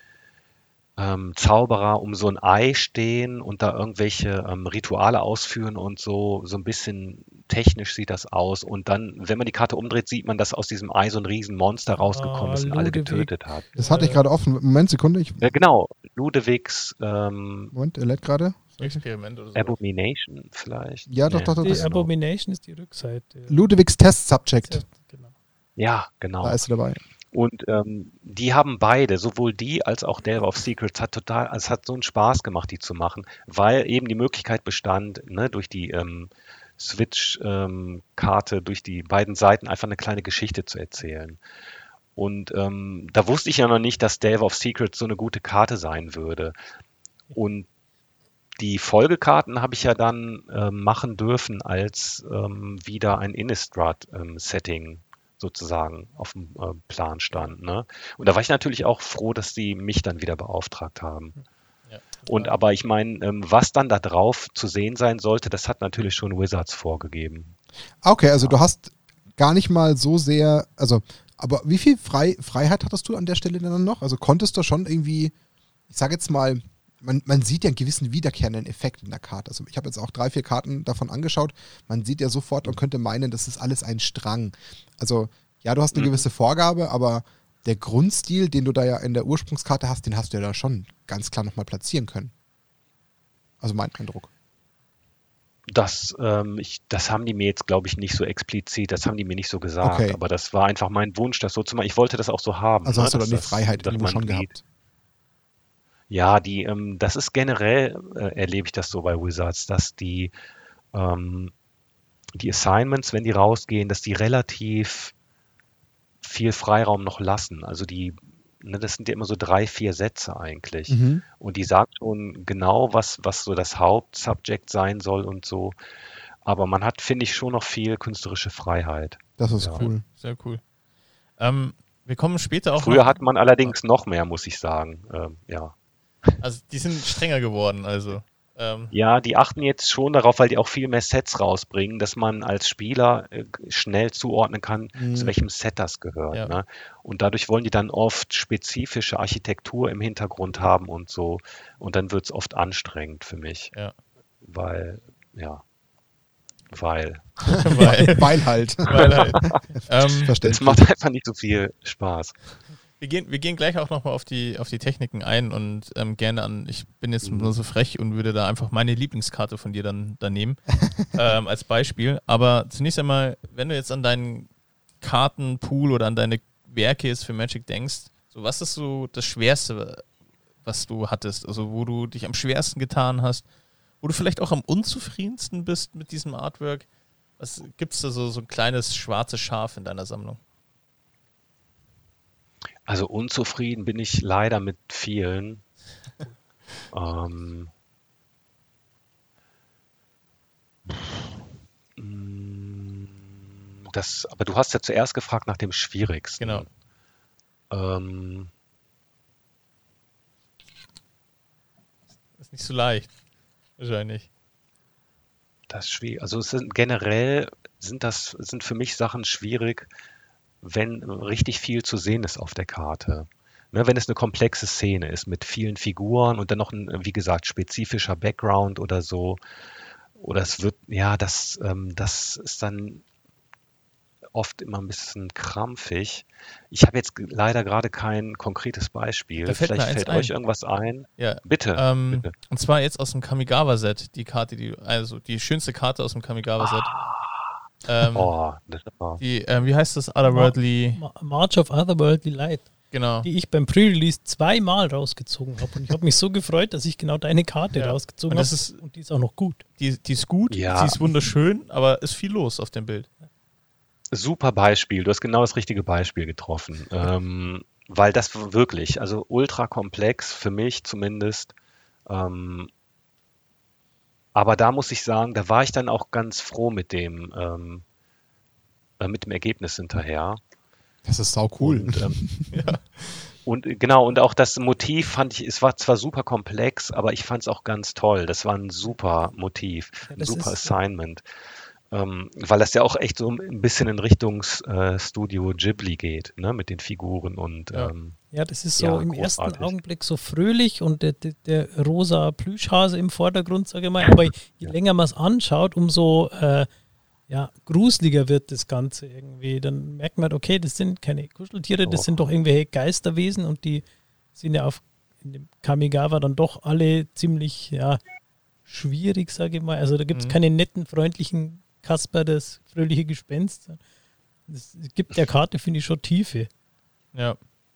S4: ähm, Zauberer um so ein Ei stehen und da irgendwelche ähm, Rituale ausführen und so, so ein bisschen technisch sieht das aus. Und dann, wenn man die Karte umdreht, sieht man, dass aus diesem Ei so ein Riesenmonster rausgekommen ist und alle getötet hat.
S1: Das hatte ich gerade offen. Moment, Sekunde. Ich
S4: ja, genau. Ludewigs ähm,
S1: Moment, er lädt gerade.
S2: Experiment oder so.
S4: Abomination vielleicht.
S1: Ja, doch, nee. doch, doch.
S3: Die
S1: das
S3: Abomination ist die Rückseite.
S1: Ludewigs Test Subject.
S3: Genau.
S4: Ja, genau.
S1: Da ist er dabei.
S4: Und ähm, die haben beide, sowohl die als auch Delver of Secrets, hat total, es hat so einen Spaß gemacht, die zu machen, weil eben die Möglichkeit bestand, ne, durch die ähm, Switch-Karte, ähm, durch die beiden Seiten einfach eine kleine Geschichte zu erzählen. Und ähm, da wusste ich ja noch nicht, dass Delver of Secrets so eine gute Karte sein würde. Und die Folgekarten habe ich ja dann ähm, machen dürfen, als ähm, wieder ein Innistrad-Setting ähm, sozusagen auf dem äh, Plan stand. Ne? Und da war ich natürlich auch froh, dass sie mich dann wieder beauftragt haben. Ja, und aber ich meine, ähm, was dann da drauf zu sehen sein sollte, das hat natürlich schon Wizards vorgegeben.
S1: Okay, also du hast gar nicht mal so sehr, also, aber wie viel Frei, Freiheit hattest du an der Stelle dann noch? Also konntest du schon irgendwie, ich sage jetzt mal, Man, man sieht ja einen gewissen wiederkehrenden Effekt in der Karte. Also ich habe jetzt auch drei, vier Karten davon angeschaut. Man sieht ja sofort und könnte meinen, das ist alles ein Strang. Also ja, du hast eine
S4: mhm.
S1: gewisse Vorgabe, aber der Grundstil, den du da ja in der Ursprungskarte hast, den hast du ja da schon ganz klar nochmal platzieren können. Also mein Eindruck.
S4: Das, ähm, ich, das haben die mir jetzt, glaube ich, nicht so explizit, das haben die mir nicht so gesagt,
S1: Okay.
S4: aber das war einfach mein Wunsch, das so zu machen. Ich wollte das auch so haben.
S1: Also
S4: ne,
S1: hast du
S4: dass
S1: dann die
S4: das-
S1: Freiheit
S4: dass
S1: irgendwo
S4: man
S1: schon
S4: sieht.
S1: gehabt.
S4: Ja, die, ähm, das ist generell, äh, erlebe ich das so bei Wizards, dass die, ähm, die Assignments, wenn die rausgehen, dass die relativ viel Freiraum noch lassen. Also die, ne, das sind ja immer so drei, vier Sätze eigentlich.
S1: Mhm.
S4: Und die sagt schon genau, was, was so das Hauptsubject sein soll und so. Aber man hat, finde ich, schon noch viel künstlerische Freiheit.
S1: Das ist
S4: Ja.
S1: cool.
S2: Sehr cool. Ähm, wir kommen später auch
S4: Früher
S2: noch,
S4: hat man allerdings noch mehr, muss ich sagen. Ähm, ja.
S2: also die sind strenger geworden, also. Ähm,
S4: Ja, die achten jetzt schon darauf, weil die auch viel mehr Sets rausbringen, dass man als Spieler äh, schnell zuordnen kann,
S1: Mhm.
S4: zu welchem Set das gehört.
S2: Ja.
S4: Ne? Und dadurch wollen die dann oft spezifische Architektur im Hintergrund haben und so. Und dann wird es oft anstrengend für mich.
S2: Ja.
S4: Weil, ja, weil
S2: weil,
S1: Weil halt.
S2: weil halt. Ähm,
S4: es
S1: Verständlich.
S4: macht einfach nicht so viel Spaß.
S2: Wir gehen, wir gehen gleich auch nochmal auf die, auf die Techniken ein und ähm, gerne an, ich bin jetzt nur so frech und würde da einfach meine Lieblingskarte von dir dann, dann nehmen, ähm, als Beispiel. Aber zunächst einmal, wenn du jetzt an deinen Kartenpool oder an deine Werke jetzt für Magic denkst, so was ist so das Schwerste, was du hattest? Also wo du dich am schwersten getan hast, wo du vielleicht auch am unzufriedensten bist mit diesem Artwork? Was gibt es da so, so ein kleines schwarzes Schaf in deiner Sammlung?
S4: Also unzufrieden bin ich leider mit vielen. ähm, mm, das, aber du hast ja zuerst gefragt nach dem Schwierigsten.
S2: Genau.
S4: Ähm,
S2: Ist nicht so leicht. Wahrscheinlich.
S4: das ist schwierig. Also es sind generell sind das sind für mich Sachen schwierig, wenn richtig viel zu sehen ist auf der Karte. Ne, wenn es eine komplexe Szene ist mit vielen Figuren und dann noch ein, wie gesagt, spezifischer Background oder so. Oder es wird, ja, das, ähm, das ist dann oft immer ein bisschen krampfig. Ich habe jetzt g- leider gerade kein konkretes Beispiel.
S2: Da fällt mir
S4: Vielleicht
S2: eins
S4: fällt
S2: ein.
S4: euch irgendwas ein.
S2: Ja.
S4: Bitte.
S2: Ähm,
S4: bitte.
S2: und zwar jetzt aus dem Kamigawa-Set, die Karte, die, also die schönste Karte aus dem Kamigawa-Set. Ähm,
S4: Oh, das war,
S2: die, ähm, wie heißt das? Otherworldly,
S3: Ma- March of Otherworldly Light,
S2: genau.
S3: die ich beim Pre-Release zweimal rausgezogen habe. Und ich habe mich so gefreut, dass ich genau deine Karte
S2: Ja.
S3: rausgezogen
S2: Und
S3: habe.
S2: das ist-
S3: Und die ist auch noch gut.
S2: Die, die ist gut,
S4: Ja.
S2: sie ist wunderschön, aber ist viel los auf dem Bild.
S4: super Beispiel. Du hast genau das richtige Beispiel getroffen. Ähm, weil das wirklich, also ultra komplex für mich zumindest. Ähm, aber da muss ich sagen, da war ich dann auch ganz froh mit dem, ähm, äh, mit dem Ergebnis hinterher.
S1: Das ist sau cool.
S4: Und, ähm, und äh, genau, und auch das Motiv fand ich, es war zwar super komplex, aber ich fand es auch ganz toll. Das war ein super Motiv,
S3: Ja,
S4: ein
S3: das
S4: super
S3: ist-
S4: Assignment. Ähm, weil das ja auch echt so ein bisschen in Richtung äh, Studio Ghibli geht, ne, mit den Figuren und
S2: Ja.
S4: ähm,
S3: Ja, das ist so
S4: Ja,
S3: im ersten
S4: großartig.
S3: Augenblick so fröhlich und der, der, der rosa Plüschhase im Vordergrund, sage ich mal. Aber je
S4: Ja.
S3: länger man es anschaut, umso äh, ja, gruseliger wird das Ganze irgendwie. Dann merkt man, okay, das sind keine Kuscheltiere, das
S4: Oh.
S3: sind doch irgendwelche Geisterwesen und die sind ja auf in dem Kamigawa dann doch alle ziemlich ja, schwierig, sage ich mal. Also da gibt es
S2: Mhm.
S3: keine netten, freundlichen Kasper, das fröhliche Gespenst. Es gibt der Karte, finde ich, schon Tiefe.
S2: Ja.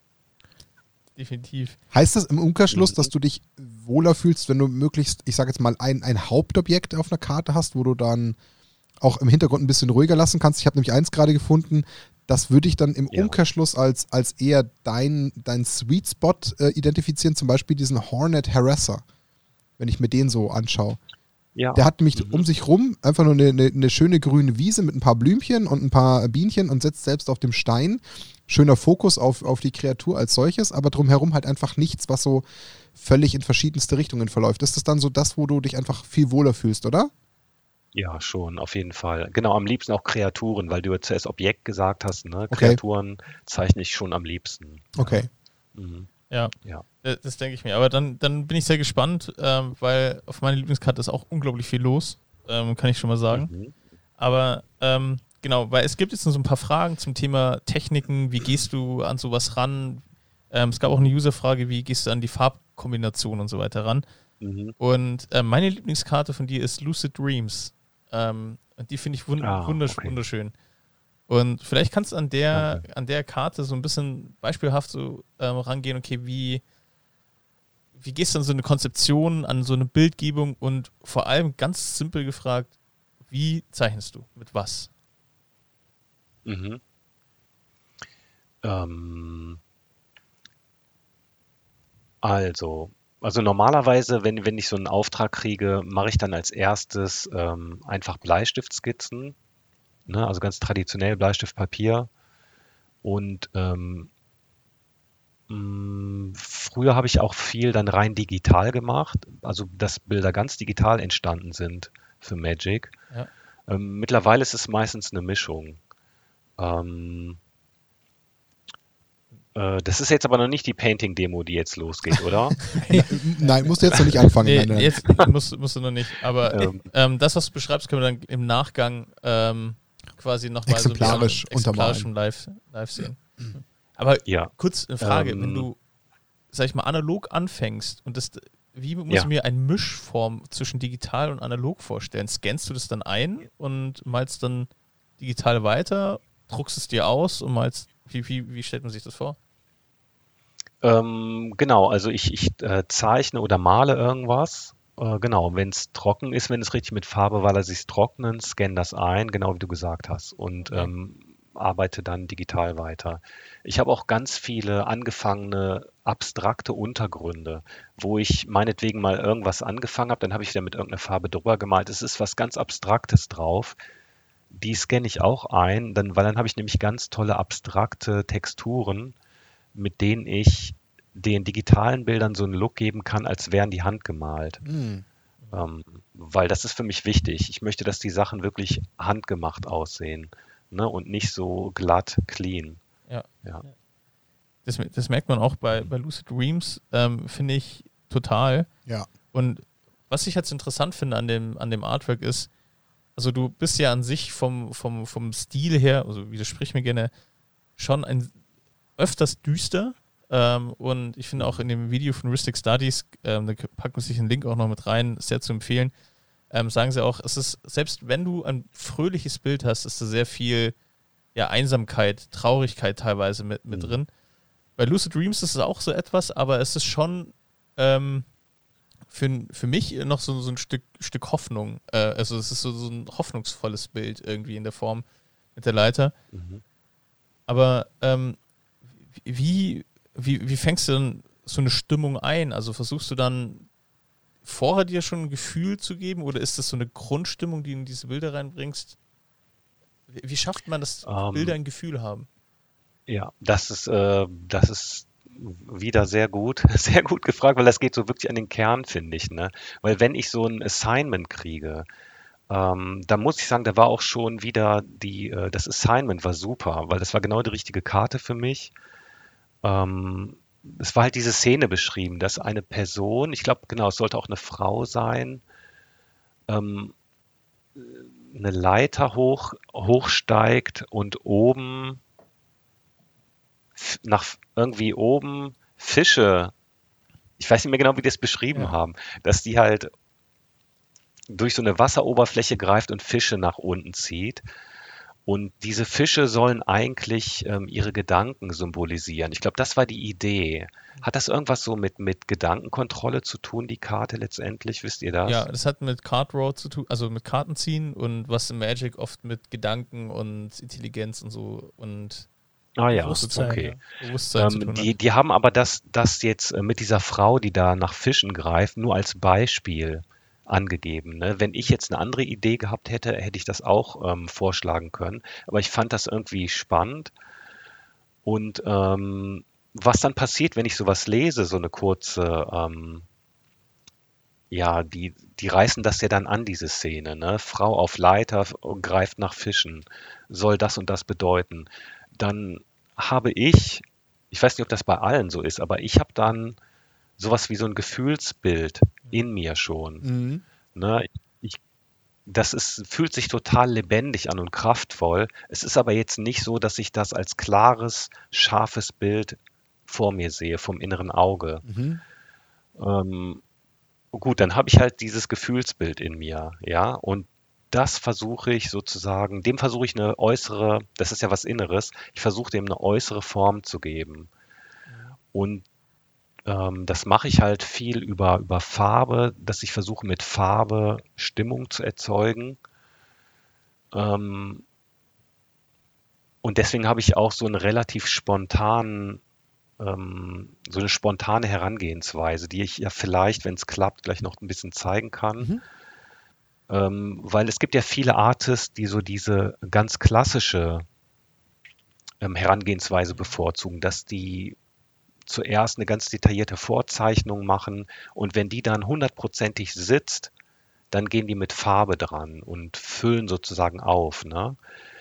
S2: Definitiv.
S1: Heißt das im Umkehrschluss,
S4: Mhm.
S1: dass du dich wohler fühlst, wenn du möglichst, ich sage jetzt mal, ein, ein Hauptobjekt auf einer Karte hast, wo du dann auch im Hintergrund ein bisschen ruhiger lassen kannst? Ich habe nämlich eins gerade gefunden, das würde ich dann im
S4: Ja.
S1: Umkehrschluss als, als eher dein, dein Sweet Spot äh, identifizieren, zum Beispiel diesen Hornet Harasser, wenn ich mir den so anschaue.
S4: ja.
S1: Der hat nämlich
S4: Mhm.
S1: um sich rum einfach nur eine, eine, eine schöne grüne Wiese mit ein paar Blümchen und ein paar Bienchen und sitzt selbst auf dem Stein. Schöner Fokus auf, auf die Kreatur als solches, aber drumherum halt einfach nichts, was so völlig in verschiedenste Richtungen verläuft. Ist das dann so das, wo du dich einfach viel wohler fühlst, oder?
S4: Ja, schon, auf jeden Fall. Genau, am liebsten auch Kreaturen, weil du jetzt zuerst Objekt gesagt hast, ne?
S1: Okay.
S4: Kreaturen zeichne ich schon am liebsten.
S1: Okay.
S4: Mhm.
S2: Ja.
S4: Ja.
S2: Das, das denke ich mir. Aber dann, dann bin ich sehr gespannt, ähm, weil auf meiner Lieblingskarte ist auch unglaublich viel los, ähm, kann ich schon mal sagen.
S4: Mhm.
S2: Aber ähm, genau, weil es gibt jetzt noch so ein paar Fragen zum Thema Techniken, wie gehst du an sowas ran? Ähm, es gab auch eine Userfrage, wie gehst du an die Farbkombination und so weiter ran? Mhm. Und äh, meine Lieblingskarte von dir ist Lucid Dreams. Ähm, und die finde ich wund-
S4: ah,
S2: wundersch-
S4: okay.
S2: wunderschön. Und vielleicht kannst du an der,
S4: okay.
S2: an der Karte so ein bisschen beispielhaft so ähm, rangehen, okay, wie, wie gehst du an so eine Konzeption, an so eine Bildgebung und vor allem ganz simpel gefragt, wie zeichnest du? Mit was?
S4: Mhm. Ähm, also, also normalerweise, wenn, wenn ich so einen Auftrag kriege, mache ich dann als erstes ähm, einfach Bleistiftskizzen, ne? Also ganz traditionell Bleistiftpapier. Und ähm, mh, früher habe ich auch viel dann rein digital gemacht, also dass Bilder ganz digital entstanden sind für Magic.
S2: Ja.
S4: Ähm, mittlerweile ist es meistens eine Mischung. Ähm, äh, das ist jetzt aber noch nicht die Painting-Demo, die jetzt losgeht, oder?
S1: Nein, musst du jetzt noch nicht anfangen.
S2: Nee,
S1: nein, nein.
S2: jetzt musst, musst du noch nicht. Aber
S4: Ähm.
S2: ähm, das, was du beschreibst, können wir dann im Nachgang ähm, quasi nochmal so ein
S1: Exemplarisch
S2: bisschen exemplarisch
S1: untermalen.
S2: live, live sehen. Aber
S4: Ja.
S2: kurz eine Frage,
S4: Ähm.
S2: wenn du, sag ich mal, analog anfängst und das, wie muss
S4: Ja.
S2: ich mir eine Mischform zwischen digital und analog vorstellen? Scannst du das dann ein und malst dann digital weiter, druckst es dir aus und malst, wie, wie, wie stellt man sich das vor?
S4: Ähm, genau, also ich, ich äh, zeichne oder male irgendwas. Äh, genau, wenn es trocken ist, wenn es richtig mit Farbe, weil er sich trocknen, scanne das ein, genau wie du gesagt hast, und
S2: Okay.
S4: ähm, arbeite dann digital weiter. Ich habe auch ganz viele angefangene abstrakte Untergründe, wo ich meinetwegen mal irgendwas angefangen habe, dann habe ich da mit irgendeiner Farbe drüber gemalt. Es ist was ganz Abstraktes drauf. Die scanne ich auch ein, dann, weil dann habe ich nämlich ganz tolle abstrakte Texturen, mit denen ich den digitalen Bildern so einen Look geben kann, als wären die handgemalt.
S1: Hm.
S4: Ähm, weil das ist für mich wichtig. Ich möchte, dass die Sachen wirklich handgemacht aussehen, ne? Und nicht so glatt, clean.
S2: Ja.
S4: Ja.
S2: Das, das merkt man auch bei, bei Lucid Dreams, ähm, finde ich total.
S1: Ja.
S2: Und was ich jetzt interessant finde an dem, an dem Artwork ist, also du bist ja an sich vom, vom, vom Stil her, also widersprich mir gerne, schon ein öfters düster. Ähm, und ich finde auch in dem Video von Ristic Studies, ähm, da packen wir sich einen Link auch noch mit rein, sehr zu empfehlen, ähm, sagen sie auch, es ist, selbst wenn du ein fröhliches Bild hast, ist da sehr viel ja, Einsamkeit, Traurigkeit teilweise mit, mit
S4: Mhm.
S2: drin. Bei Lucid Dreams ist es auch so etwas, aber es ist schon ähm, für, für mich noch so, so ein Stück, Stück Hoffnung. Äh, also es ist so, so ein hoffnungsvolles Bild irgendwie in der Form mit der Leiter.
S4: Mhm.
S2: Aber ähm, wie, wie, wie fängst du denn so eine Stimmung ein? Also versuchst du dann vorher dir schon ein Gefühl zu geben oder ist das so eine Grundstimmung, die du in diese Bilder reinbringst? Wie, wie schafft man, dass
S4: Ähm,
S2: Bilder ein Gefühl haben?
S4: Ja, das ist, äh, das ist wieder sehr gut, sehr gut gefragt, weil das geht so wirklich an den Kern, finde ich, ne? Weil wenn ich so ein Assignment kriege, ähm, da muss ich sagen, da war auch schon wieder die, äh, das Assignment war super, weil das war genau die richtige Karte für mich. Ähm, es war halt diese Szene beschrieben, dass eine Person, ich glaube, genau, es sollte auch eine Frau sein, ähm, eine Leiter hoch, hochsteigt und oben f- nach irgendwie oben Fische, ich weiß nicht mehr genau, wie die das beschrieben
S2: Ja.
S4: haben, dass die halt durch so eine Wasseroberfläche greift und Fische nach unten zieht. Und diese Fische sollen eigentlich ähm, ihre Gedanken symbolisieren. Ich glaube, das war die Idee. Hat das irgendwas so mit, mit Gedankenkontrolle zu tun, die Karte letztendlich? Wisst ihr das?
S2: Ja, das hat mit Card Draw zu tun, also mit Karten ziehen und was in Magic oft mit Gedanken und Intelligenz und so und
S4: Ah ja,
S3: Bewusstsein,
S4: okay.
S3: ja.
S2: Bewusstsein zu
S4: Ähm,
S2: tun
S4: die,
S2: hat.
S4: die haben aber das, das jetzt äh, mit dieser Frau, die da nach Fischen greift, nur als Beispiel angegeben. Ne? Wenn ich jetzt eine andere Idee gehabt hätte, hätte ich das auch ähm, vorschlagen können. Aber ich fand das irgendwie spannend. Und ähm, was dann passiert, wenn ich sowas lese, so eine kurze, ähm, ja, die, die reißen das ja dann an, diese Szene. Ne? Frau auf Leiter f- greift nach Fischen. Soll das und das bedeuten? Dann habe ich, ich weiß nicht, ob das bei allen so ist, aber ich habe dann sowas wie so ein Gefühlsbild in mir schon.
S1: Mhm.
S4: Ne? Ich, das ist, fühlt sich total lebendig an und kraftvoll. Es ist aber jetzt nicht so, dass ich das als klares, scharfes Bild vor mir sehe, vom inneren Auge.
S1: Mhm.
S4: Ähm, gut, dann habe ich halt dieses Gefühlsbild in mir, ja, und das versuche ich sozusagen, dem versuche ich eine äußere, das ist ja was Inneres, ich versuche dem eine äußere Form zu geben. Und ähm, das mache ich halt viel über, über Farbe, dass ich versuche mit Farbe Stimmung zu erzeugen. Ähm, und deswegen habe ich auch so einen relativ spontanen, ähm, so eine spontane Herangehensweise, die ich ja vielleicht, wenn es klappt, gleich noch ein bisschen zeigen kann.
S1: Mhm.
S4: Ähm, weil es gibt ja viele Artists, die so diese ganz klassische ähm, Herangehensweise bevorzugen, dass die zuerst eine ganz detaillierte Vorzeichnung machen und wenn die dann hundertprozentig sitzt, dann gehen die mit Farbe dran und füllen sozusagen auf. Ne?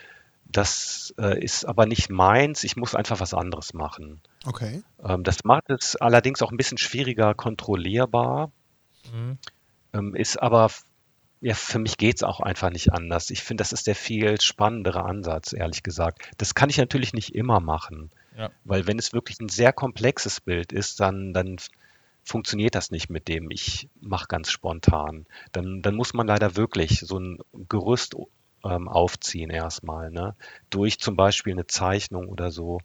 S4: Das äh, ist aber nicht meins, ich muss einfach was anderes machen.
S1: Okay.
S4: Ähm, das macht es allerdings auch ein bisschen schwieriger kontrollierbar,
S2: Mhm.
S4: ähm, ist aber ja, für mich geht es auch einfach nicht anders. Ich finde, das ist der viel spannendere Ansatz, ehrlich gesagt. Das kann ich natürlich nicht immer machen,
S2: Ja.
S4: weil wenn es wirklich ein sehr komplexes Bild ist, dann, dann f- funktioniert das nicht mit dem, ich mache ganz spontan. Dann, dann muss man leider wirklich so ein Gerüst ähm, aufziehen erstmal, ne? Durch zum Beispiel eine Zeichnung oder so.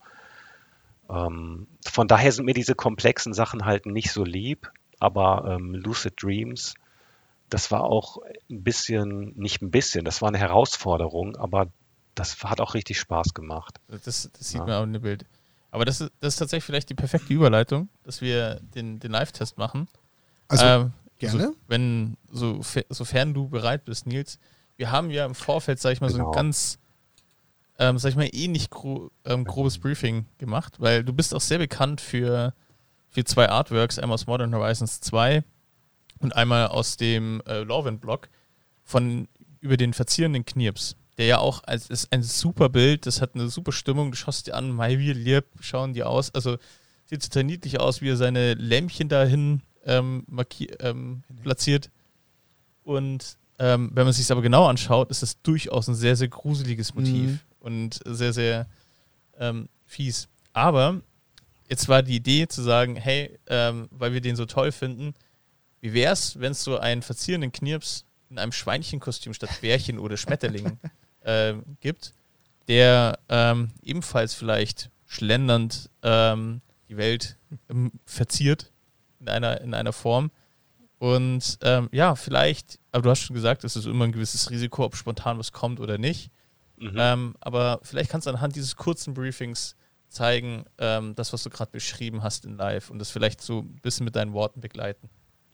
S4: Ähm, von daher sind mir diese komplexen Sachen halt nicht so lieb, aber ähm, Lucid Dreams, das war auch ein bisschen, nicht ein bisschen, das war eine Herausforderung, aber das hat auch richtig Spaß gemacht.
S2: Das, das sieht
S4: Ja.
S2: man auch in dem Bild. Aber das ist, das ist tatsächlich vielleicht die perfekte Überleitung, dass wir den, den Live-Test machen.
S1: Also,
S2: Ähm,
S1: gerne.
S2: So, wenn, so, sofern du bereit bist, Nils. Wir haben ja im Vorfeld, sag ich mal, so
S4: Genau.
S2: ein ganz, ähm, sag ich mal, ähnlich gro ähm, grobes Briefing gemacht, weil du bist auch sehr bekannt für, für zwei Artworks, einmal aus Modern Horizons zwei und einmal aus dem äh, Lorwyn-Blog von über den verzierenden Knirps, der ja auch als ist ein super Bild, das hat eine super Stimmung, du schaust dir an, mei, wie lieb schauen die aus, also sieht total niedlich aus, wie er seine Lämpchen dahin ähm, marki- ähm, platziert. Und ähm, wenn man sich es aber genau anschaut, ist das durchaus ein sehr, sehr gruseliges Motiv
S1: Mhm.
S2: und sehr, sehr ähm, fies. Aber jetzt war die Idee zu sagen, hey, ähm, weil wir den so toll finden, wie wäre es, wenn es so einen verzierenden Knirps in einem Schweinchenkostüm statt Bärchen oder Schmetterling ähm, gibt, der ähm, ebenfalls vielleicht schlendernd ähm, die Welt ähm, verziert in einer, in einer Form. Und ähm, ja, vielleicht, aber du hast schon gesagt, es ist immer ein gewisses Risiko, ob spontan was kommt oder nicht.
S4: Mhm.
S2: Ähm, aber vielleicht kannst du anhand dieses kurzen Briefings zeigen, ähm, das, was du gerade beschrieben hast in Live und das vielleicht so ein bisschen mit deinen Worten begleiten.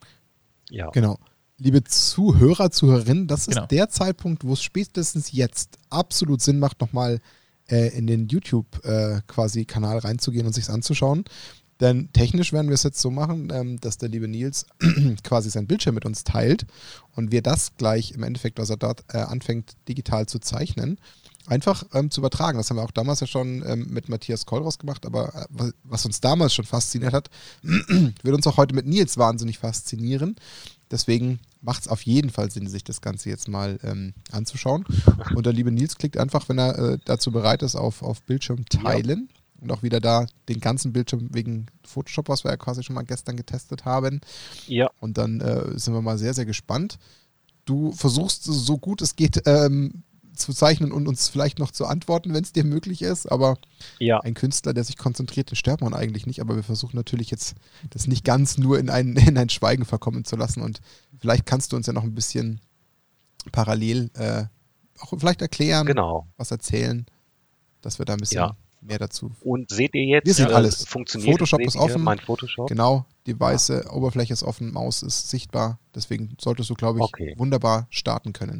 S4: Ja.
S1: Genau. Liebe Zuhörer, Zuhörerinnen, das ist
S2: Genau.
S1: der Zeitpunkt, wo es spätestens jetzt absolut Sinn macht, nochmal äh, in den YouTube äh, quasi Kanal reinzugehen und sich anzuschauen. Denn technisch werden wir es jetzt so machen, ähm, dass der liebe Nils quasi sein Bildschirm mit uns teilt und wir das gleich im Endeffekt, was er dort äh, anfängt, digital zu zeichnen, einfach ähm, zu übertragen. Das haben wir auch damals ja schon ähm, mit Matthias Kollross gemacht, aber äh, was, was uns damals schon fasziniert hat, wird uns auch heute mit Nils wahnsinnig faszinieren. Deswegen macht es auf jeden Fall Sinn, sich das Ganze jetzt mal ähm, anzuschauen. Und der liebe Nils klickt einfach, wenn er äh, dazu bereit ist, auf, auf Bildschirm teilen. Ja. Und auch wieder da den ganzen Bildschirm wegen Photoshop, was wir ja quasi schon mal gestern getestet haben.
S4: Ja.
S1: Und dann äh, sind wir mal sehr, sehr gespannt. Du versuchst so gut es geht ähm, zu zeichnen und uns vielleicht noch zu antworten, wenn es dir möglich ist. Aber
S4: Ja.
S1: ein Künstler, der sich konzentriert, den stört man eigentlich nicht. Aber wir versuchen natürlich jetzt, das nicht ganz nur in ein, in ein Schweigen verkommen zu lassen. Und vielleicht kannst du uns ja noch ein bisschen parallel äh, auch vielleicht erklären,
S4: Genau.
S1: was erzählen, dass wir da ein bisschen
S4: Ja.
S1: mehr dazu.
S4: Und seht ihr jetzt,
S1: Wir sehen
S4: äh,
S1: alles.
S4: funktioniert
S1: Photoshop
S4: seht
S1: ist
S4: ihr
S1: offen.
S4: mein Photoshop?
S1: Genau, die weiße Oberfläche ist offen, Maus ist sichtbar. Deswegen solltest du, glaube ich,
S4: Okay.
S1: wunderbar starten können.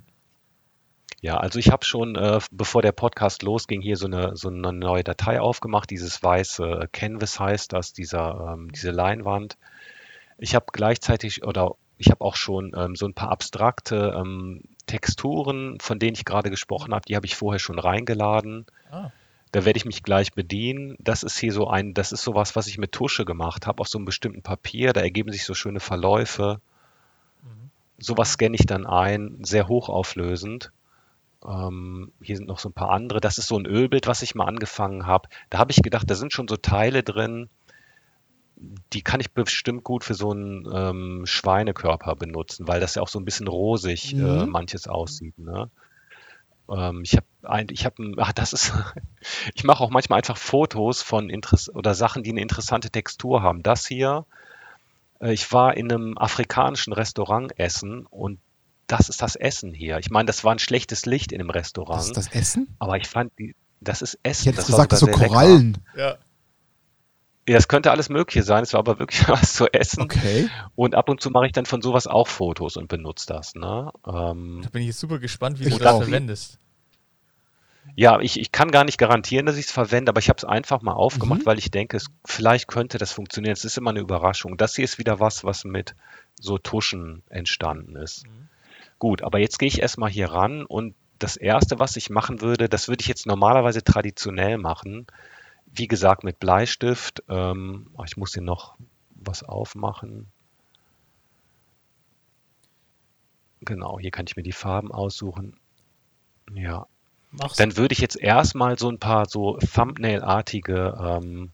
S4: Ja, also ich habe schon, äh, bevor der Podcast losging, hier so eine, so eine neue Datei aufgemacht. Dieses weiße Canvas heißt das, dieser, ähm, diese Leinwand. Ich habe gleichzeitig oder ich habe auch schon ähm, so ein paar abstrakte ähm, Texturen, von denen ich gerade gesprochen habe, die habe ich vorher schon reingeladen.
S2: Ah.
S4: Da werde ich mich gleich bedienen. Das ist hier so ein, das ist sowas, was ich mit Tusche gemacht habe, auf so einem bestimmten Papier. Da ergeben sich so schöne Verläufe. sowas scanne ich dann ein, sehr hochauflösend. Ähm, hier sind noch so ein paar andere. Das ist so ein Ölbild, was ich mal angefangen habe. Da habe ich gedacht, da sind schon so Teile drin, die kann ich bestimmt gut für so einen ähm, Schweinekörper benutzen, weil das ja auch so ein bisschen rosig
S1: Mhm.
S4: äh, manches aussieht. Ne? Ähm, ich habe ein, ich habe, ach, das ist, ich mache auch manchmal einfach Fotos von Interess oder Sachen, die eine interessante Textur haben. Das hier, äh, ich war in einem afrikanischen Restaurant essen und das ist das Essen hier. Ich meine, das war ein schlechtes Licht in dem
S1: Das
S4: Restaurant,
S1: ist das Essen?
S4: aber ich fand, die, das ist
S1: Ich
S4: Essen.
S1: hätte
S4: Das
S1: jetzt
S4: war
S1: gesagt, das
S4: sogar
S1: ist so
S4: sehr lecker.
S1: Korallen.
S2: Ja.
S4: Ja, es könnte alles Mögliche sein. Es war aber wirklich was zu essen.
S1: Okay.
S4: Und ab und zu mache ich dann von sowas auch Fotos und benutze das. Ne? Ähm,
S2: Da bin ich jetzt super gespannt, wie
S1: Ich
S2: du das
S1: auch.
S2: verwendest.
S4: ja, ich, ich kann gar nicht garantieren, dass ich es verwende, aber ich habe es einfach mal aufgemacht,
S1: Mhm.
S4: weil ich denke, es, vielleicht könnte das funktionieren. Es ist immer eine Überraschung. Das hier ist wieder was, was mit so Tuschen entstanden ist. Gut, aber jetzt gehe ich erstmal hier ran und das Erste, was ich machen würde, das würde ich jetzt normalerweise traditionell machen. Wie gesagt, mit Bleistift. Ähm, oh, ich muss hier noch was aufmachen. Genau, hier kann ich mir die Farben aussuchen. Ja,
S3: Machst
S4: dann würde ich jetzt erstmal so ein paar so Thumbnail-artige, ähm,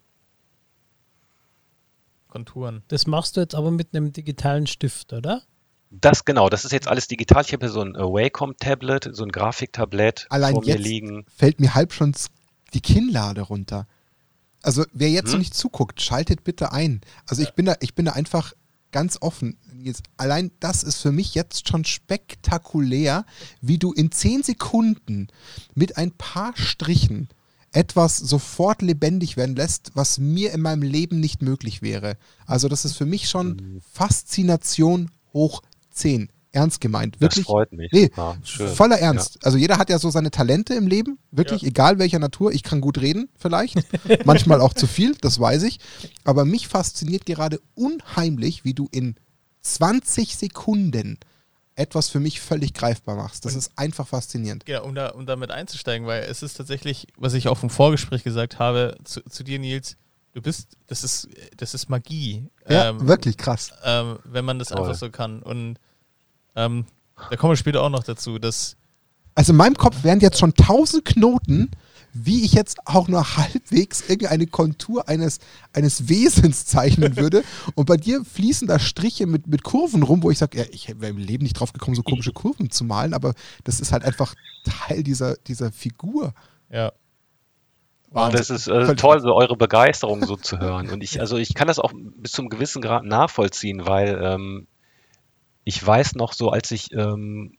S2: Konturen.
S3: Das machst du jetzt aber mit einem digitalen Stift, oder?
S4: das genau, das ist jetzt alles digital. Ich habe hier so ein äh, Wacom-Tablet, so ein Grafiktablett
S1: Allein
S4: vor mir
S1: jetzt
S4: liegen.
S1: fällt mir halb schon die Kinnlade runter. Also wer jetzt
S4: Hm?
S1: noch nicht zuguckt, schaltet bitte ein. Also ich bin da, ich bin da einfach ganz offen. Jetzt, allein das ist für mich jetzt schon spektakulär, wie du in zehn Sekunden mit ein paar Strichen etwas sofort lebendig werden lässt, was mir in meinem Leben nicht möglich wäre. Also das ist für mich schon Faszination hoch zehn. Ernst gemeint.
S4: Das
S1: Wirklich.
S4: freut mich.
S1: Nee,
S4: Super, schön.
S1: voller Ernst. Also jeder hat ja so seine Talente im Leben, wirklich,
S2: Ja.
S1: egal welcher Natur. Ich kann gut reden, vielleicht. Manchmal auch zu viel, das weiß ich. Aber mich fasziniert gerade unheimlich, wie du in zwanzig Sekunden etwas für mich völlig greifbar machst. Das ist einfach faszinierend.
S2: Genau, um, da, um damit einzusteigen, weil es ist tatsächlich, was ich auch im Vorgespräch gesagt habe, zu, zu dir, Nils, du bist, das ist, das ist Magie.
S1: Ja,
S2: ähm,
S1: wirklich krass.
S2: ähm, wenn man das
S4: Toll.
S2: einfach so kann. Und ähm, da kommen wir später auch noch dazu, dass
S1: Also in meinem Kopf wären jetzt schon tausend Knoten, wie ich jetzt auch nur halbwegs irgendeine Kontur eines, eines Wesens zeichnen würde. Und bei dir fließen da Striche mit, mit Kurven rum, wo ich sage, ja, ich wäre im Leben nicht drauf gekommen, so komische Kurven zu malen, aber das ist halt einfach Teil dieser, dieser Figur.
S2: ja,
S4: Und das ist äh,
S1: Völlig
S4: toll, so eure Begeisterung so zu hören. Und ich, also ich kann das auch bis zum gewissen Grad nachvollziehen, weil ähm, ich weiß noch so, als ich, ähm,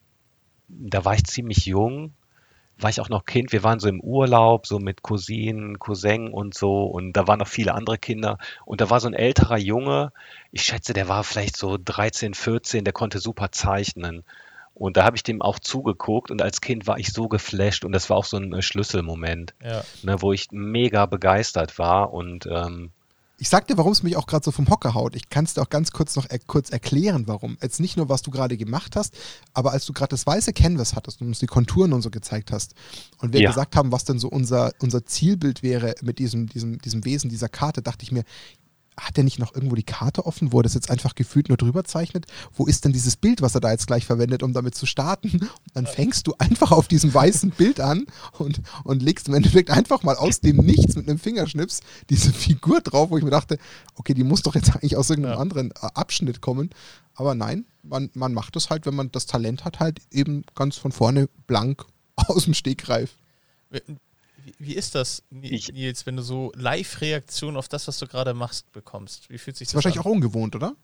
S4: da war ich ziemlich jung, war ich auch noch Kind, wir waren so im Urlaub, so mit Cousinen, Cousin und so, und da waren noch viele andere Kinder. Und da war so ein älterer Junge, ich schätze, der war vielleicht so dreizehn, vierzehn, der konnte super zeichnen. Und da habe ich dem auch zugeguckt und als Kind war ich so geflasht und das war auch so ein äh, Schlüsselmoment,
S2: ja.
S4: ne, wo ich mega begeistert war und ähm,
S1: Ich sag dir, warum es mich auch gerade so vom Hocker haut. Ich kann es dir auch ganz kurz noch er kurz erklären, warum. Jetzt nicht nur, was du gerade gemacht hast, aber als du gerade das weiße Canvas hattest und uns die Konturen und so gezeigt hast und wir
S4: Ja.
S1: gesagt haben, was denn so unser, unser Zielbild wäre mit diesem, diesem, diesem Wesen, dieser Karte, dachte ich mir, hat er nicht noch irgendwo die Karte offen, wo er das jetzt einfach gefühlt nur drüber zeichnet? Wo ist denn dieses Bild, was er da jetzt gleich verwendet, um damit zu starten? Und dann fängst du einfach auf diesem weißen Bild an und, und legst im Endeffekt einfach mal aus dem Nichts mit einem Fingerschnips diese Figur drauf, wo ich mir dachte, okay, die muss doch jetzt eigentlich aus irgendeinem
S2: Ja.
S1: anderen äh, Abschnitt kommen. Aber nein, man, man macht es halt, wenn man das Talent hat, halt eben ganz von vorne blank aus dem Stegreif.
S2: Wie, wie ist das, Ni-
S4: Ich-
S2: Nils, wenn du so Live-Reaktion auf das, was du gerade machst, bekommst? Wie fühlt sich
S1: Ist
S2: das
S1: wahrscheinlich
S2: an?
S1: auch ungewohnt, oder?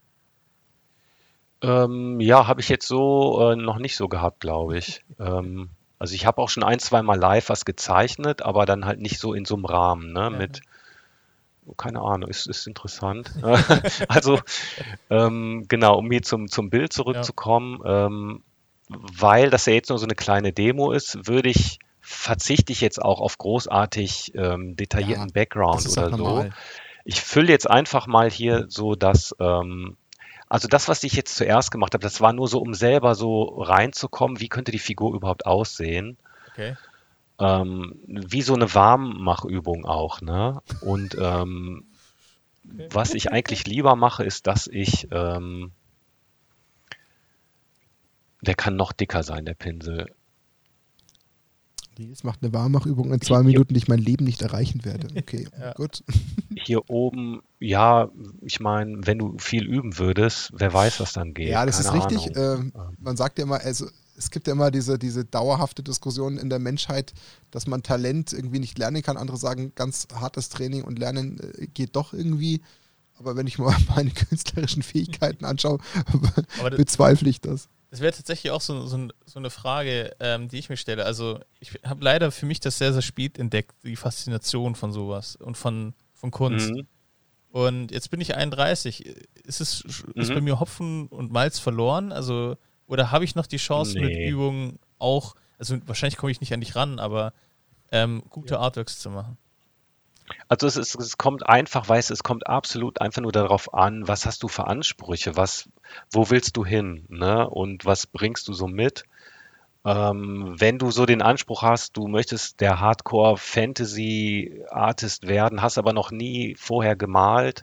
S4: ähm, ja, habe ich jetzt so äh, noch nicht so gehabt, glaube ich. Ähm, also ich habe auch schon ein, zwei Mal live was gezeichnet, aber dann halt nicht so in so einem Rahmen, ne, mit, keine Ahnung, ist, ist interessant. Also, ähm, genau, um hier zum, zum Bild zurückzukommen, ähm, weil das ja jetzt nur so eine kleine Demo ist, würde ich, verzichte ich jetzt auch auf großartig ähm, detaillierten
S1: Ja,
S4: Background
S1: Das ist
S4: oder
S1: auch
S4: so.
S1: normal.
S4: Ich fülle jetzt einfach mal hier so das, ähm, also das, was ich jetzt zuerst gemacht habe, das war nur so, um selber so reinzukommen, wie könnte die Figur überhaupt aussehen.
S2: Okay.
S4: Ähm, wie so eine Warmmachübung auch, ne? Und ähm, was ich eigentlich lieber mache, ist, dass ich ähm, der kann noch dicker sein, der Pinsel.
S1: Nils macht eine Warmachübung in zwei Minuten, die ich mein Leben nicht erreichen werde. Okay, ja. Gut.
S4: Hier oben, ja, ich meine, wenn du viel üben würdest, wer weiß, was dann geht.
S1: Ja, das
S4: Keine
S1: ist richtig.
S4: Ahnung.
S1: Äh, man sagt ja immer, also es gibt ja immer diese, diese dauerhafte Diskussion in der Menschheit, dass man Talent irgendwie nicht lernen kann. Andere sagen, ganz hartes Training und Lernen äh, geht doch irgendwie. Aber wenn ich mal meine künstlerischen Fähigkeiten anschaue, das, bezweifle ich das.
S2: Das wäre tatsächlich auch so, so, so eine Frage, ähm, die ich mir stelle. Also ich habe leider für mich das sehr, sehr spät entdeckt, die Faszination von sowas und von, von Kunst. Mhm. Und jetzt bin ich einunddreißig. Ist es ist mhm. bei mir Hopfen und Malz verloren? Also, oder habe ich noch die Chance nee. mit Übungen auch, also wahrscheinlich komme ich nicht an dich ran, aber ähm, gute ja. Artworks zu machen?
S4: Also es, ist, es kommt einfach, weißt du, es kommt absolut einfach nur darauf an, was hast du für Ansprüche, was, wo willst du hin, ne? Und was bringst du so mit? Ähm, wenn du so den Anspruch hast, du möchtest der Hardcore-Fantasy-Artist werden, hast aber noch nie vorher gemalt,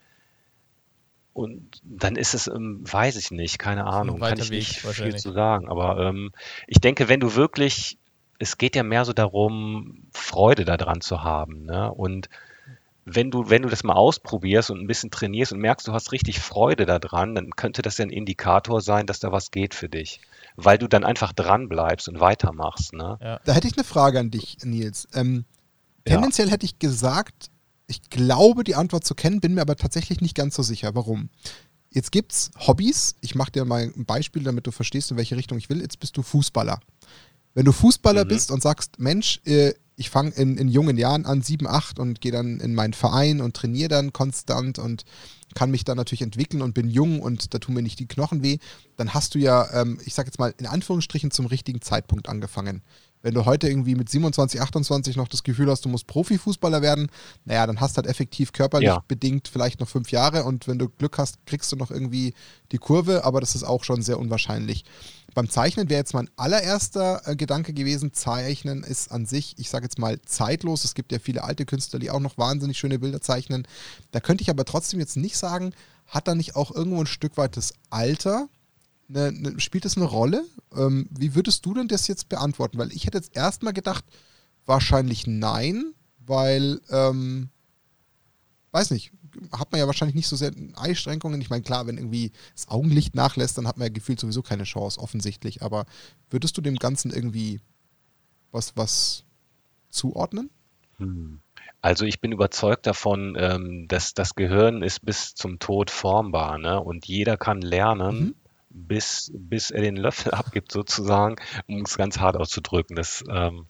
S4: und dann ist es, ähm, weiß ich nicht, keine Ahnung, kann ich nicht viel zu sagen. Aber ähm, ich denke, wenn du wirklich, es geht ja mehr so darum, Freude daran zu haben, ne? Und wenn du, wenn du das mal ausprobierst und ein bisschen trainierst und merkst, du hast richtig Freude daran, dann könnte das ja ein Indikator sein, dass da was geht für dich. Weil du dann einfach dran bleibst und weitermachst, ne?
S1: Ja. Da hätte ich eine Frage an dich, Nils. Ähm, tendenziell ja. hätte ich gesagt, ich glaube, die Antwort zu kennen, bin mir aber tatsächlich nicht ganz so sicher. Warum? Jetzt gibt's Hobbys. Ich mache dir mal ein Beispiel, damit du verstehst, in welche Richtung ich will. Jetzt bist du Fußballer. Wenn du Fußballer mhm. bist und sagst, Mensch, äh, ich fange in, in jungen Jahren an, sieben, acht, und gehe dann in meinen Verein und trainiere dann konstant und kann mich dann natürlich entwickeln und bin jung und da tun mir nicht die Knochen weh, dann hast du ja, ähm, ich sag jetzt mal, in Anführungsstrichen zum richtigen Zeitpunkt angefangen. Wenn du heute irgendwie mit siebenundzwanzig, achtundzwanzig noch das Gefühl hast, du musst Profifußballer werden, naja, dann hast du halt effektiv körperlich ja. bedingt vielleicht noch fünf Jahre und wenn du Glück hast, kriegst du noch irgendwie die Kurve, aber das ist auch schon sehr unwahrscheinlich. Beim Zeichnen wäre jetzt mein allererster äh, Gedanke gewesen, Zeichnen ist an sich, ich sage jetzt mal, zeitlos. Es gibt ja viele alte Künstler, die auch noch wahnsinnig schöne Bilder zeichnen. Da könnte ich aber trotzdem jetzt nicht sagen, hat da nicht auch irgendwo ein Stück weit das Alter? Ne, ne, spielt das eine Rolle? Ähm, wie würdest du denn das jetzt beantworten? Weil ich hätte jetzt erstmal gedacht, wahrscheinlich nein, weil, ähm, weiß nicht, hat man ja wahrscheinlich nicht so sehr Einschränkungen. Ich meine, klar, wenn irgendwie das Augenlicht nachlässt, dann hat man ja gefühlt sowieso keine Chance, offensichtlich. Aber würdest du dem Ganzen irgendwie was, was zuordnen?
S4: Also ich bin überzeugt davon, ähm, dass das Gehirn ist bis zum Tod formbar, ne? Und jeder kann lernen, mhm. bis, bis er den Löffel abgibt sozusagen, um es ganz hart auszudrücken. Das, ähm,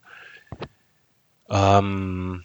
S4: ähm,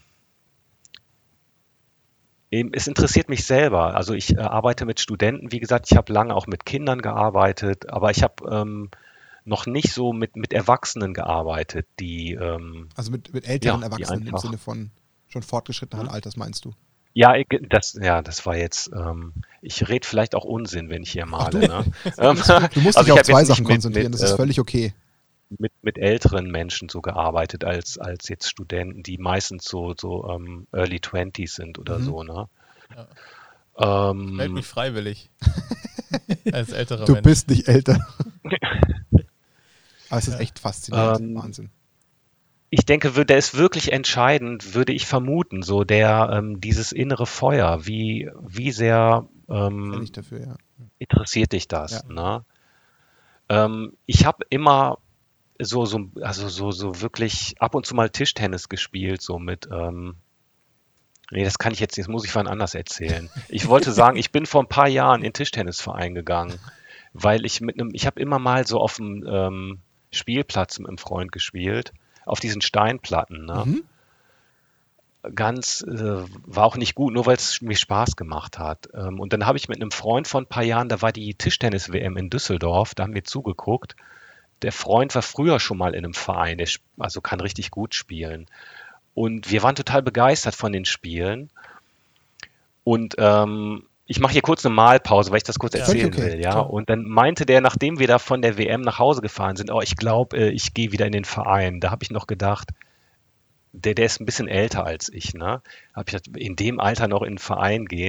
S4: eben, es interessiert mich selber. Also ich äh, arbeite mit Studenten, wie gesagt, ich habe lange auch mit Kindern gearbeitet, aber ich habe ähm, noch nicht so mit, mit Erwachsenen gearbeitet, die... Ähm,
S1: also mit, mit älteren ja, Erwachsenen einfach, im Sinne von schon fortgeschrittenen hm? Alters, meinst du?
S4: Ja, das, ja, das war jetzt, ähm, ich rede vielleicht auch Unsinn, wenn ich hier male. Du, ne?
S1: du musst also dich auf zwei Sachen konzentrieren, mit, das ist völlig okay.
S4: Mit, mit älteren Menschen so gearbeitet als, als jetzt Studenten, die meistens so, so um, Early Twenties sind oder mhm. so. Ne?
S2: Ja. Ähm, Meld mich freiwillig. Als älterer
S1: du
S2: Mensch.
S1: Du bist nicht älter. Aber es ist echt faszinierend, ähm, Wahnsinn.
S4: Ich denke, der ist wirklich entscheidend, würde ich vermuten, so der, ähm, dieses innere Feuer, wie, wie sehr ähm,
S1: ich dafür, ja.
S4: interessiert dich das? Ja. Ne? Ähm, ich habe immer so, so, also so, so wirklich ab und zu mal Tischtennis gespielt, so mit, ähm, nee, das kann ich jetzt, jetzt muss ich wann anders erzählen. Ich wollte sagen, ich bin vor ein paar Jahren in den Tischtennisverein gegangen, weil ich mit einem, ich habe immer mal so auf dem ähm, Spielplatz mit einem Freund gespielt, auf diesen Steinplatten, ne? Mhm. Ganz, äh, war auch nicht gut, nur weil es mir Spaß gemacht hat. Ähm, und dann habe ich mit einem Freund vor ein paar Jahren, da war die Tischtennis-W M in Düsseldorf, da haben wir zugeguckt. Der Freund war früher schon mal in einem Verein, der also kann richtig gut spielen. Und wir waren total begeistert von den Spielen. Und ähm, ich mache hier kurz eine Malpause, weil ich das kurz ja, erzählen okay. will. Ja? Klar. Und dann meinte der, nachdem wir da von der W M nach Hause gefahren sind, oh, ich glaube, ich gehe wieder in den Verein. Da habe ich noch gedacht, der, der ist ein bisschen älter als ich. Ne? Habe ich gedacht, in dem Alter noch in den Verein gehen.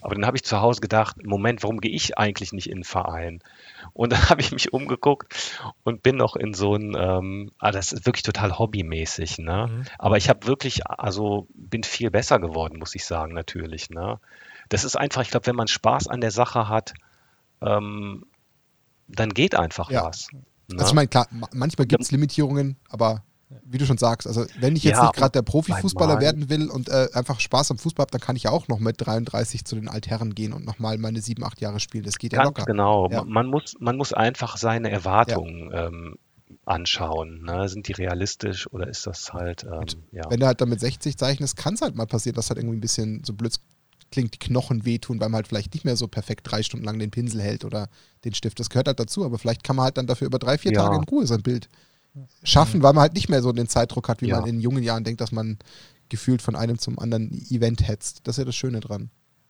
S4: Aber dann habe ich zu Hause gedacht, Moment, warum gehe ich eigentlich nicht in den Verein? Und dann habe ich mich umgeguckt und bin noch in so ein, ähm, ah, das ist wirklich total hobbymäßig, ne? Mhm. Aber ich habe wirklich, also bin viel besser geworden, muss ich sagen, natürlich, ne? Das ist einfach, ich glaube, wenn man Spaß an der Sache hat, ähm, dann geht einfach
S1: ja.
S4: was. Ne?
S1: Also ich meine, klar, manchmal gibt es Limitierungen, aber wie du schon sagst, also wenn ich jetzt
S4: ja,
S1: nicht gerade der Profifußballer werden will und äh, einfach Spaß am Fußball habe, dann kann ich ja auch noch mit dreiunddreißig zu den Altherren gehen und nochmal meine sieben, acht Jahre spielen. Das geht
S4: Ganz
S1: ja locker.
S4: Genau.
S1: Ja.
S4: Man, muss, man muss einfach seine Erwartungen ja. ähm, anschauen. Ne? Sind die realistisch oder ist das halt, ähm, ja.
S1: Wenn du halt dann mit sechzig zeichnest, kann es halt mal passieren, dass halt irgendwie ein bisschen so blöd klingt, die Knochen wehtun, weil man halt vielleicht nicht mehr so perfekt drei Stunden lang den Pinsel hält oder den Stift. Das gehört halt dazu, aber vielleicht kann man halt dann dafür über drei, vier
S4: ja.
S1: Tage in Ruhe sein Bild schaffen, weil man halt nicht mehr so den Zeitdruck hat, wie
S4: ja.
S1: man in jungen Jahren denkt, dass man gefühlt von einem zum anderen Event hetzt. Das ist ja das Schöne dran.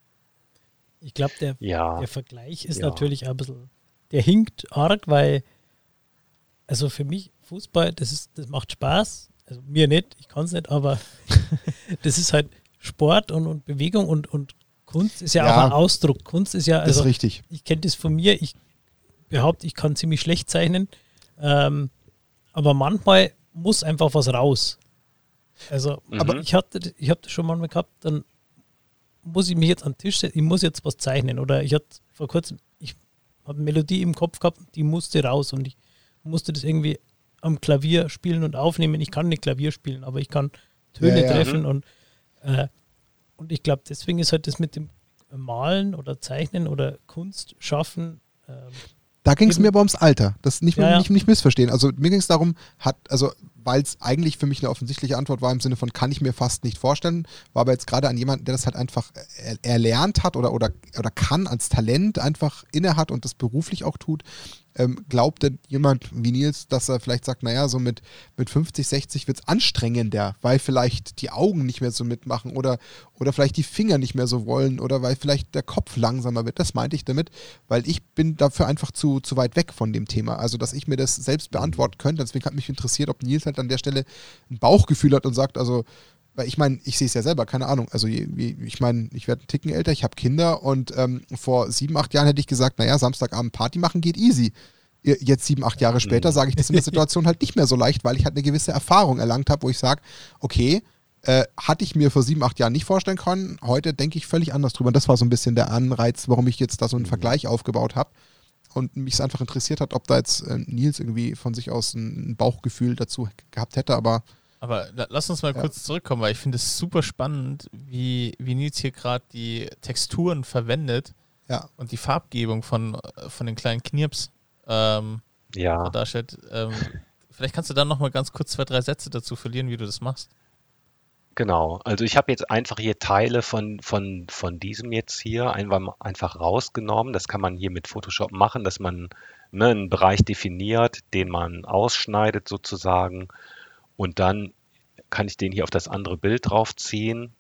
S3: Ich glaube, der,
S4: ja.
S3: der Vergleich ist
S4: ja.
S3: natürlich ein bisschen, der hinkt arg, weil, also für mich, Fußball, das ist, das macht Spaß. Also mir nicht, ich kann es nicht, aber das ist halt Sport und, und Bewegung und, und Kunst ist ja, ja auch ein Ausdruck. Kunst ist ja, also
S1: das ist richtig.
S3: Ich kenne das von mir, ich behaupte, ich kann ziemlich schlecht zeichnen, ähm, aber manchmal muss einfach was raus. Also, mhm. aber ich hatte, ich habe das schon manchmal gehabt, dann muss ich mich jetzt an den Tisch setzen, ich muss jetzt was zeichnen. Oder ich hatte vor kurzem, ich habe eine Melodie im Kopf gehabt, die musste raus und ich musste das irgendwie am Klavier spielen und aufnehmen. Ich kann nicht Klavier spielen, aber ich kann Töne ja, ja. treffen mhm. und, äh, und ich glaube, deswegen ist halt das mit dem Malen oder Zeichnen oder Kunst schaffen. Ähm,
S1: Da ging es mir aber ums Alter. Das nicht,
S3: ja, ja.
S1: nicht, nicht missverstehen. Also mir ging es darum, hat, also weil es eigentlich für mich eine offensichtliche Antwort war im Sinne von, kann ich mir fast nicht vorstellen, war aber jetzt gerade an jemanden, der das halt einfach er, erlernt hat oder, oder, oder kann, als Talent einfach inne hat und das beruflich auch tut. Ähm, glaubt denn jemand wie Nils, dass er vielleicht sagt, naja, so mit, mit fünfzig, sechzig wird es anstrengender, weil vielleicht die Augen nicht mehr so mitmachen oder, oder vielleicht die Finger nicht mehr so wollen oder weil vielleicht der Kopf langsamer wird. Das meinte ich damit, weil ich bin dafür einfach zu, zu weit weg von dem Thema. Also, dass ich mir das selbst beantworten könnte. Deswegen hat mich interessiert, ob Nils halt an der Stelle ein Bauchgefühl hat und sagt, also, weil ich meine, ich sehe es ja selber, keine Ahnung. Also ich meine, ich werde einen Ticken älter, ich habe Kinder und ähm, vor sieben, acht Jahren hätte ich gesagt, naja, Samstagabend Party machen geht easy. Jetzt sieben, acht Jahre später sage ich das in der Situation halt nicht mehr so leicht, weil ich halt eine gewisse Erfahrung erlangt habe, wo ich sage, okay, äh, hatte ich mir vor sieben, acht Jahren nicht vorstellen können, heute denke ich völlig anders drüber. Und das war so ein bisschen der Anreiz, warum ich jetzt da so einen Vergleich aufgebaut habe und mich es einfach interessiert hat, ob da jetzt äh, Nils irgendwie von sich aus ein Bauchgefühl dazu gehabt hätte, aber
S2: Aber lass uns mal ja. kurz zurückkommen, weil ich finde es super spannend, wie, wie Nils hier gerade die Texturen verwendet
S1: ja.
S2: und die Farbgebung von, von den kleinen Knirps ähm,
S4: ja.
S2: darstellt. Ähm, vielleicht kannst du dann nochmal ganz kurz zwei, drei Sätze dazu verlieren, wie du das machst.
S4: Genau, also ich habe jetzt einfach hier Teile von, von, von diesem jetzt hier einfach, einfach rausgenommen. Das kann man hier mit Photoshop machen, dass man ne, einen Bereich definiert, den man ausschneidet sozusagen. Und dann kann ich den hier auf das andere Bild draufziehen.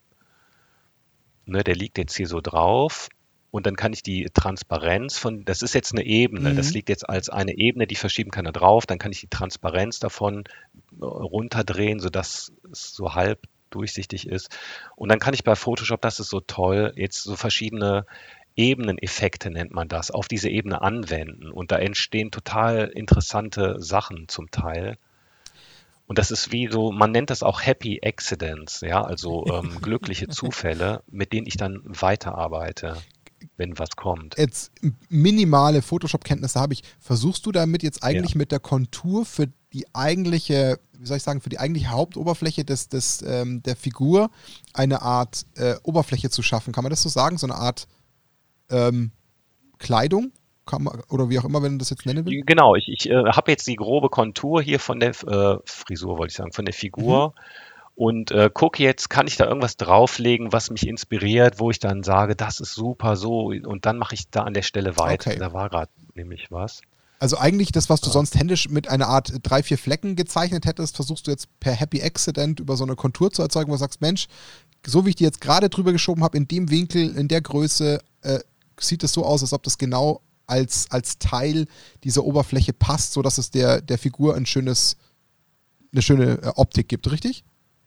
S4: Ne, der liegt jetzt hier so drauf. Und dann kann ich die Transparenz von, das ist jetzt eine Ebene, mhm. das liegt jetzt als eine Ebene, die verschieben kann da drauf. Dann kann ich die Transparenz davon runterdrehen, sodass es so halb durchsichtig ist. Und dann kann ich bei Photoshop, das ist so toll, jetzt so verschiedene Ebeneneffekte nennt man das, auf diese Ebene anwenden. Und da entstehen total interessante Sachen zum Teil. Und das ist wie so, man nennt das auch Happy Accidents, ja, also ähm, glückliche Zufälle, mit denen ich dann weiterarbeite, wenn was kommt.
S1: Jetzt minimale Photoshop-Kenntnisse habe ich. Versuchst du damit jetzt eigentlich ja. mit der Kontur für die eigentliche, wie soll ich sagen, für die eigentliche Hauptoberfläche des, des, ähm, der Figur eine Art äh, Oberfläche zu schaffen? Kann man das so sagen? So eine Art ähm, Kleidung? Kann man, oder wie auch immer, wenn du das jetzt nennen willst?
S4: Genau, ich, ich äh, habe jetzt die grobe Kontur hier von der äh, Frisur, wollte ich sagen, von der Figur mhm. und äh, gucke jetzt, kann ich da irgendwas drauflegen, was mich inspiriert, wo ich dann sage, das ist super, so, und dann mache ich da an der Stelle weiter.
S1: Okay.
S4: Da war gerade nämlich was.
S1: Also eigentlich das, was du ja. sonst händisch mit einer Art drei, vier Flecken gezeichnet hättest, versuchst du jetzt per Happy Accident über so eine Kontur zu erzeugen, wo du sagst, Mensch, so wie ich die jetzt gerade drüber geschoben habe, in dem Winkel, in der Größe, äh, sieht es so aus, als ob das genau als, als Teil dieser Oberfläche passt, sodass es der, der Figur ein schönes, eine schöne Optik gibt, richtig?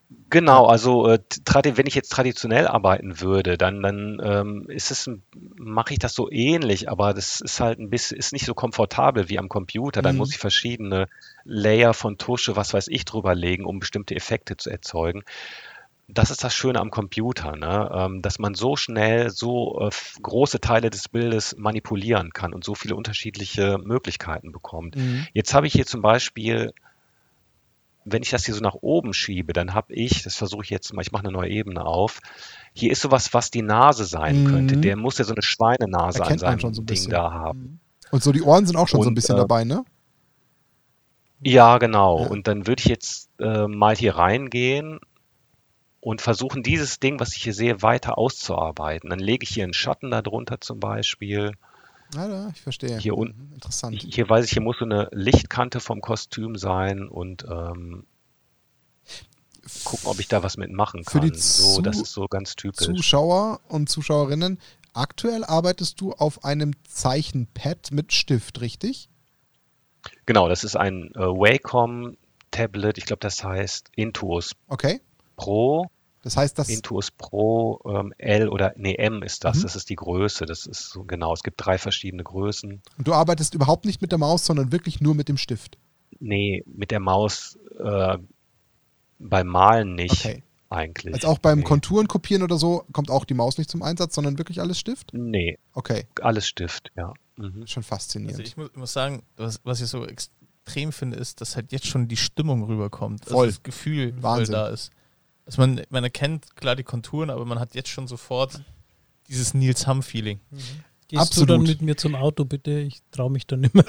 S4: Genau, also äh, tradi- wenn ich jetzt traditionell arbeiten würde, dann, dann ähm, ist es, ein- mache ich das so ähnlich, aber das ist halt ein bisschen, ist nicht so komfortabel wie am Computer. Dann muss
S1: Mhm.
S4: ich verschiedene Layer von Tusche, was weiß ich, drüber legen, um bestimmte Effekte zu erzeugen. Das ist das Schöne am Computer, ne? Ähm, dass man so schnell so äh, f- große Teile des Bildes manipulieren kann und so viele unterschiedliche Möglichkeiten bekommt.
S1: Mhm.
S4: Jetzt habe ich hier zum Beispiel, wenn ich das hier so nach oben schiebe, dann habe ich, das versuche ich jetzt mal, ich mache eine neue Ebene auf, hier ist sowas, was die Nase sein könnte.
S1: Mhm.
S4: Der muss ja so eine Schweinenase an
S1: Erkennt man schon so
S4: seinem
S1: ein
S4: Ding
S1: bisschen.
S4: da haben.
S1: Mhm. Und so die Ohren sind auch schon so ein
S4: Und
S1: bisschen
S4: äh,
S1: dabei, ne?
S4: ja, genau.
S1: Ja.
S4: Und dann würde ich jetzt äh, mal hier reingehen und versuchen, dieses Ding, was ich hier sehe, weiter auszuarbeiten. Dann lege ich hier einen Schatten darunter zum Beispiel.
S1: Ja, ja, ich verstehe.
S4: Hier unten,
S1: Mhm. Interessant.
S4: hier weiß ich, hier muss so eine Lichtkante vom Kostüm sein und ähm, gucken, ob ich da was mitmachen
S1: Für die
S4: kann. So, das
S1: Zu-
S4: ist so ganz typisch.
S1: Zuschauer und Zuschauerinnen, aktuell arbeitest du auf einem Zeichenpad mit Stift, richtig?
S4: Genau, das ist ein äh, Wacom-Tablet. Ich glaube, das heißt Intuos
S1: Okay.
S4: Pro.
S1: Das heißt, das.
S4: Intuos Pro ähm, L oder nee, M ist das.
S1: Mhm.
S4: Das ist die Größe. Das ist so, genau. Es gibt drei verschiedene Größen.
S1: Du arbeitest überhaupt nicht mit der Maus, sondern wirklich nur mit dem Stift.
S4: Nee, mit der Maus äh, beim Malen nicht
S1: Okay.
S4: eigentlich.
S1: Also auch beim
S4: Nee.
S1: Konturen kopieren oder so kommt auch die Maus nicht zum Einsatz, sondern wirklich alles Stift?
S4: Nee,
S1: Okay,
S4: alles Stift, ja. Mhm.
S1: schon faszinierend.
S2: Also ich muss, ich muss sagen, was, was ich so extrem finde, ist, dass halt jetzt schon die Stimmung rüberkommt.
S1: Voll.
S2: Also das Gefühl voll
S1: Wahnsinn.
S2: da ist. Also man, man erkennt klar die Konturen, aber man hat jetzt schon sofort dieses Nils Hamm-Feeling.
S3: Gehst
S1: Absolut.
S3: du dann mit mir zum Auto, bitte? Ich traue mich dann nicht mehr.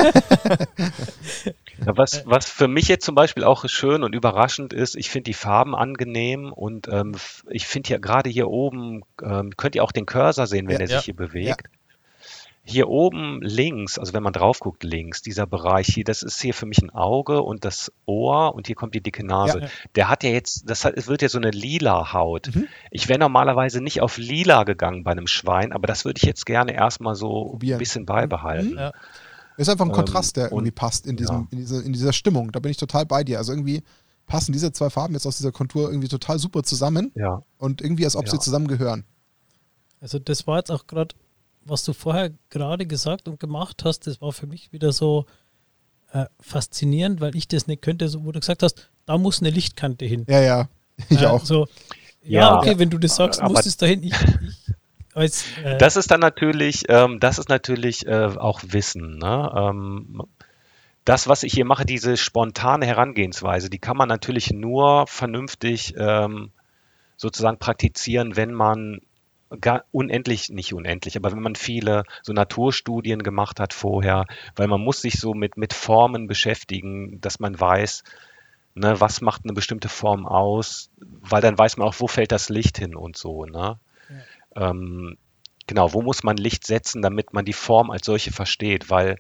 S4: Ja, was, was für mich jetzt zum Beispiel auch schön und überraschend ist, ich finde die Farben angenehm und ähm, f- ich finde ja gerade hier oben, ähm, könnt ihr auch den Cursor sehen, wenn
S1: Ja.
S4: er
S2: Ja.
S4: sich hier bewegt. Hier oben links, also wenn man drauf guckt links, dieser Bereich hier, das ist hier für mich ein Auge und das Ohr und hier kommt die dicke Nase.
S3: Ja.
S4: Der hat ja jetzt, das hat, es wird ja so eine lila Haut.
S1: Mhm.
S4: Ich wäre normalerweise nicht auf lila gegangen bei einem Schwein, aber das würde ich jetzt gerne erstmal so
S1: Probieren.
S4: ein bisschen beibehalten.
S2: Ja.
S1: Ist einfach ein
S4: Ähm,
S1: Kontrast, der
S4: und-
S1: irgendwie passt in, diesem,
S4: ja.
S1: in, diese, in dieser Stimmung. Da bin ich total bei dir. Also irgendwie passen diese zwei Farben jetzt aus dieser Kontur irgendwie total super zusammen
S4: Ja.
S1: und irgendwie, als ob
S4: Ja.
S1: sie zusammengehören.
S3: Also das war jetzt auch gerade, was du vorher gerade gesagt und gemacht hast, das war für mich wieder so äh, faszinierend, weil ich das nicht könnte, so, wo du gesagt hast, da muss eine Lichtkante hin.
S1: Ja, ja, ich
S3: Äh,
S1: auch.
S3: So, ja,
S4: Ja.
S3: okay, wenn du das sagst,
S4: Aber-
S3: muss es dahin. Ich, ich als, äh,
S4: Das ist dann natürlich, ähm, das ist natürlich äh, auch Wissen. Ne? Ähm, das, was ich hier mache, diese spontane Herangehensweise, die kann man natürlich nur vernünftig ähm, sozusagen praktizieren, wenn man gar unendlich, nicht unendlich, aber wenn man viele so Naturstudien gemacht hat vorher, weil man muss sich so mit, mit Formen beschäftigen, dass man weiß, ne, was macht eine bestimmte Form aus, weil dann weiß man auch, wo fällt das Licht hin und so. Ne? Ähm, genau, wo muss man Licht setzen, damit man die Form als solche versteht, weil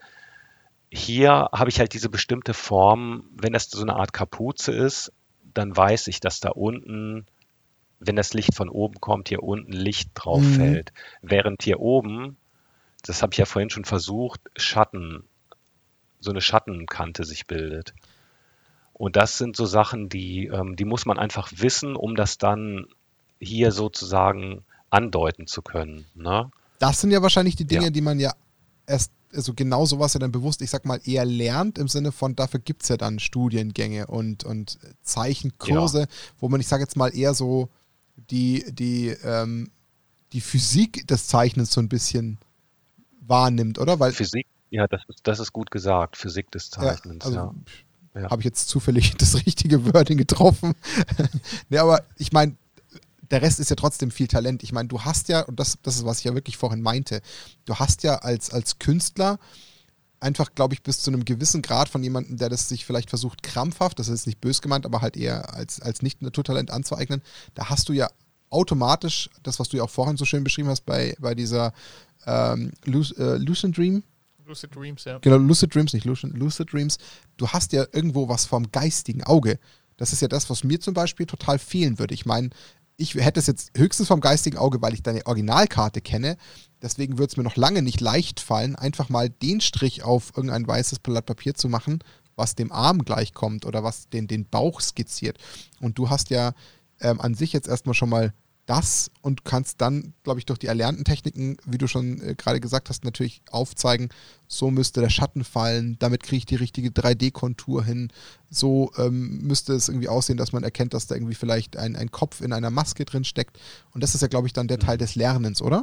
S4: hier habe ich halt diese bestimmte Form, wenn das so eine Art Kapuze ist, dann weiß ich, dass da unten, wenn das Licht von oben kommt, hier unten Licht drauf
S1: Mhm.
S4: fällt. Während hier oben, das habe ich ja vorhin schon versucht, Schatten, so eine Schattenkante sich bildet. Und das sind so Sachen, die, ähm, die muss man einfach wissen, um das dann hier sozusagen andeuten zu können. Ne?
S1: Das sind ja wahrscheinlich die Dinge,
S4: Ja.
S1: die man ja erst, also genau sowas ja dann bewusst, ich sag mal, eher lernt, im Sinne von, dafür gibt es ja dann Studiengänge und, und Zeichenkurse, wo man, ich sag jetzt mal, eher so die, die, ähm, die Physik des Zeichnens so ein bisschen wahrnimmt, oder? Weil,
S4: Physik, ja, das ist, das ist gut gesagt, Physik des
S1: ja,
S4: Zeichnens.
S1: also
S4: Ja, Ja.
S1: habe ich jetzt zufällig das richtige Wording getroffen. Ne, aber ich meine, der Rest ist ja trotzdem viel Talent. Ich meine, du hast ja, und das, das ist, was ich ja wirklich vorhin meinte, du hast ja als, als Künstler einfach, glaube ich, bis zu einem gewissen Grad von jemandem, der das sich vielleicht versucht, krampfhaft, das ist nicht böse gemeint, aber halt eher als, als Nicht-Naturtalent anzueignen, da hast du ja automatisch das, was du ja auch vorhin so schön beschrieben hast, bei, bei dieser ähm, Lu- äh, Lucid Dream,
S2: Lucid Dreams, ja.
S1: Genau, Lucid Dreams, nicht Lucid, Lucid Dreams. Du hast ja irgendwo was vom geistigen Auge. Das ist ja das, was mir zum Beispiel total fehlen würde. Ich meine, ich hätte es jetzt höchstens vom geistigen Auge, weil ich deine Originalkarte kenne. Deswegen würde es mir noch lange nicht leicht fallen, einfach mal den Strich auf irgendein weißes Blatt Papier zu machen, was dem Arm gleichkommt oder was den, den Bauch skizziert. Und du hast ja ähm, an sich jetzt erstmal schon mal das und kannst dann, glaube ich, durch die erlernten Techniken, wie du schon äh, gerade gesagt hast, natürlich aufzeigen, so müsste der Schatten fallen, damit kriege ich die richtige drei D-Kontur hin, so ähm, müsste es irgendwie aussehen, dass man erkennt, dass da irgendwie vielleicht ein, ein Kopf in einer Maske drin steckt. Und das ist ja, glaube ich, dann der Teil des Lernens, oder?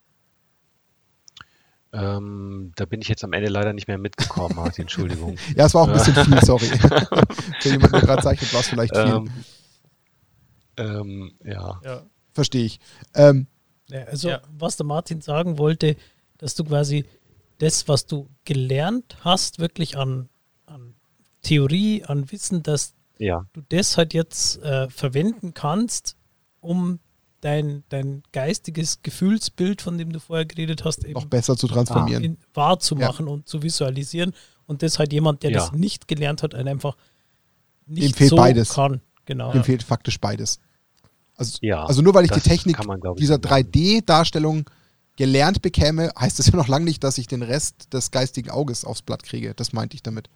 S4: Ähm, da bin ich jetzt am Ende leider nicht mehr mitgekommen, Martin, Entschuldigung.
S1: Ja, es war auch ein bisschen viel, sorry. Für jemanden, der gerade zeichnet, war es vielleicht viel.
S4: Ähm, ähm, ja.
S2: Ja.
S1: Verstehe ich. Ähm,
S3: Ja, also,
S2: Ja.
S3: was der Martin sagen wollte, dass du quasi das, was du gelernt hast, wirklich an, an Theorie, an Wissen, dass
S4: Ja,
S3: du das halt jetzt äh, verwenden kannst, um dein, dein geistiges Gefühlsbild, von dem du vorher geredet hast, eben
S1: noch besser zu transformieren.
S3: in, wahrzumachen und zu visualisieren. Und das halt jemand, der
S4: Ja.
S3: das nicht gelernt hat, einfach
S1: Ihm
S3: nicht
S1: fehlt
S3: so
S1: beides.
S3: kann. Genau.
S1: Dem fehlt faktisch beides. Also,
S4: Ja,
S1: also nur weil ich die
S4: das
S1: Technik
S4: kann man, glaub ich,
S1: dieser
S4: so sagen.
S1: drei D-Darstellung gelernt bekäme, heißt das ja noch lange nicht, dass ich den Rest des geistigen Auges aufs Blatt kriege. Das meinte ich damit.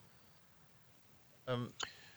S2: Ähm,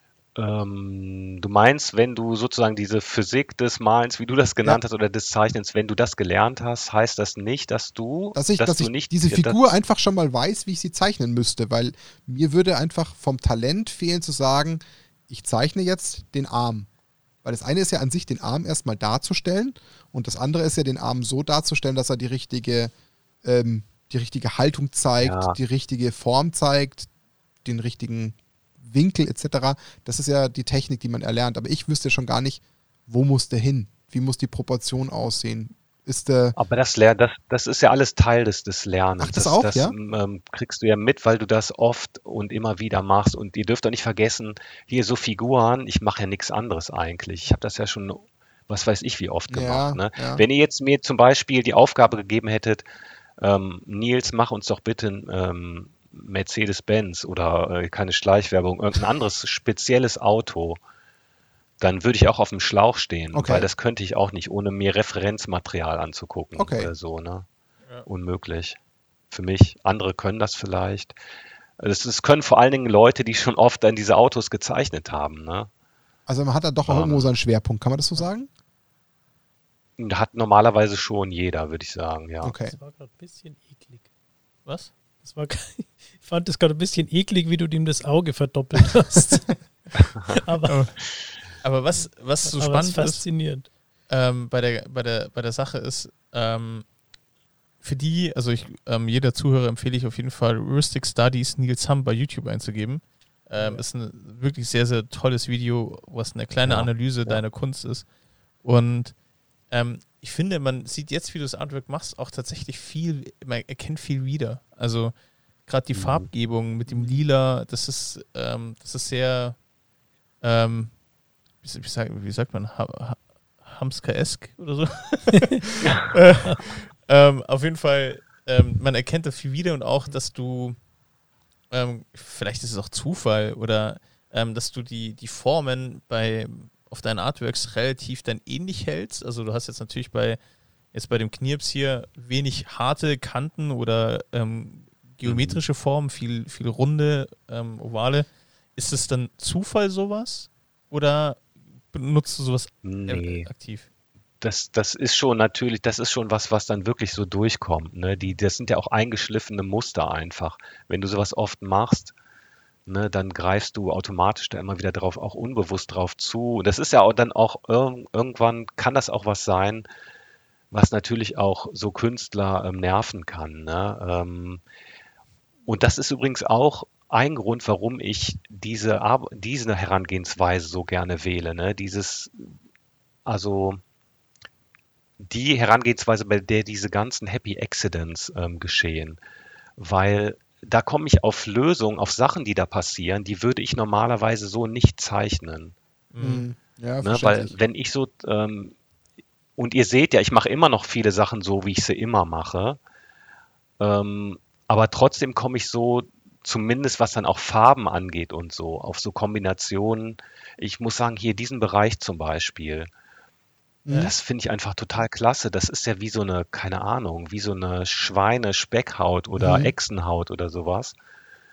S4: Ähm, du meinst, wenn du sozusagen diese Physik des Malens, wie du das genannt hast, oder des Zeichnens, wenn du das gelernt hast, heißt das nicht, dass du,
S1: Dass ich, dass
S4: du
S1: ich
S4: nicht
S1: diese
S4: das-
S1: Figur einfach schon mal weiß, wie ich sie zeichnen müsste, weil mir würde einfach vom Talent fehlen zu sagen, ich zeichne jetzt den Arm. Weil das eine ist ja an sich, den Arm erstmal darzustellen und das andere ist ja, den Arm so darzustellen, dass er die richtige, ähm, die richtige Haltung zeigt,
S4: Ja.
S1: die richtige Form zeigt, den richtigen Winkel et cetera. Das ist ja die Technik, die man erlernt. Aber ich wüsste schon gar nicht, wo muss der hin? Wie muss die Proportion aussehen? Ist der
S4: Aber das, Ler- das, das ist ja alles Teil des, des Lernens.
S1: Ach, das auch,
S4: das
S1: ja?
S4: ähm, kriegst du ja mit, weil du das oft und immer wieder machst. Und ihr dürft doch nicht vergessen, hier so Figuren, ich mache ja nichts anderes eigentlich. Ich habe das ja schon, was weiß ich, wie oft
S1: Ja,
S4: gemacht. Ne?
S1: ja.
S4: Wenn ihr jetzt mir zum Beispiel die Aufgabe gegeben hättet, ähm, Nils, mach uns doch bitte ein ähm, Mercedes-Benz oder äh, keine Schleichwerbung, irgendein anderes spezielles Auto, dann würde ich auch auf dem Schlauch stehen,
S1: Okay.
S4: weil das könnte ich auch nicht, ohne mir Referenzmaterial anzugucken
S1: Okay.
S4: oder so, ne?
S2: Ja.
S4: Unmöglich. Für mich. Andere können das vielleicht. Das, das können vor allen Dingen Leute, die schon oft dann diese Autos gezeichnet haben, ne?
S1: Also man hat da doch auch
S4: Ähm.
S1: irgendwo seinen Schwerpunkt, kann man das so sagen?
S4: Hat normalerweise schon jeder, würde ich sagen, ja.
S1: Okay.
S3: Das war gerade ein bisschen eklig.
S2: was?
S3: Das war, ich fand das gerade ein bisschen eklig, wie du dem das Auge verdoppelt hast. aber
S2: Aber was, was so
S3: aber es
S2: spannend
S3: ist
S2: ist,
S3: faszinierend.
S2: ähm, bei, der, bei, der, bei der Sache ist, ähm, für die, also ich, ähm, jeder Zuhörer empfehle ich auf jeden Fall Heuristic Studies Nils Hamm bei YouTube einzugeben. Ähm,
S3: Ja.
S2: Ist ein wirklich sehr, sehr tolles Video, was eine kleine
S4: Ja,
S2: Analyse
S4: ja.
S2: deiner Kunst ist. Und ähm, ich finde, man sieht jetzt, wie du das Artwork machst, auch tatsächlich viel, man erkennt viel wieder. Also gerade die
S4: Mhm.
S2: Farbgebung mit dem Lila, das ist, ähm, das ist sehr, ähm, wie, wie, sagt, wie sagt man, ha, ha, Hamska-esk oder so. äh, ähm, auf jeden Fall, ähm, man erkennt da viel wieder und auch, dass du, ähm, vielleicht ist es auch Zufall oder ähm, dass du die, die Formen bei, auf deinen Artworks relativ dann ähnlich hältst. Also du hast jetzt natürlich bei, jetzt bei dem Knirps hier wenig harte Kanten oder ähm, geometrische Formen, viel, viel runde, ähm, ovale. Ist es dann Zufall sowas oder benutzt du sowas äh,
S4: Nee.
S2: aktiv?
S4: Das, das ist schon natürlich, das ist schon was, was dann wirklich so durchkommt. Ne? Die, das sind ja auch eingeschliffene Muster einfach. Wenn du sowas oft machst, ne, dann greifst du automatisch da immer wieder drauf, auch unbewusst drauf zu. Das ist ja auch dann auch irg irgendwann kann das auch was sein, was natürlich auch so Künstler ähm, nerven kann. Ne? Ähm, und das ist übrigens auch ein Grund, warum ich diese, Ar- diese Herangehensweise so gerne wähle. Ne? Dieses, also die Herangehensweise, bei der diese ganzen Happy Accidents ähm, geschehen, weil da komme ich auf Lösungen, auf Sachen, die da passieren, die würde ich normalerweise so nicht zeichnen.
S1: Mhm. Ja,
S4: Ne? Weil
S1: verständlich.
S4: wenn ich so, ähm, und ihr seht ja, ich mache immer noch viele Sachen so, wie ich sie immer mache, ähm, aber trotzdem komme ich so, zumindest was dann auch Farben angeht und so, auf so Kombinationen. Ich muss sagen, hier diesen Bereich zum Beispiel,
S1: Mhm.
S4: das finde ich einfach total klasse. Das ist ja wie so eine, keine Ahnung, wie so eine Schweine-Speckhaut oder
S1: Mhm.
S4: Echsenhaut oder sowas.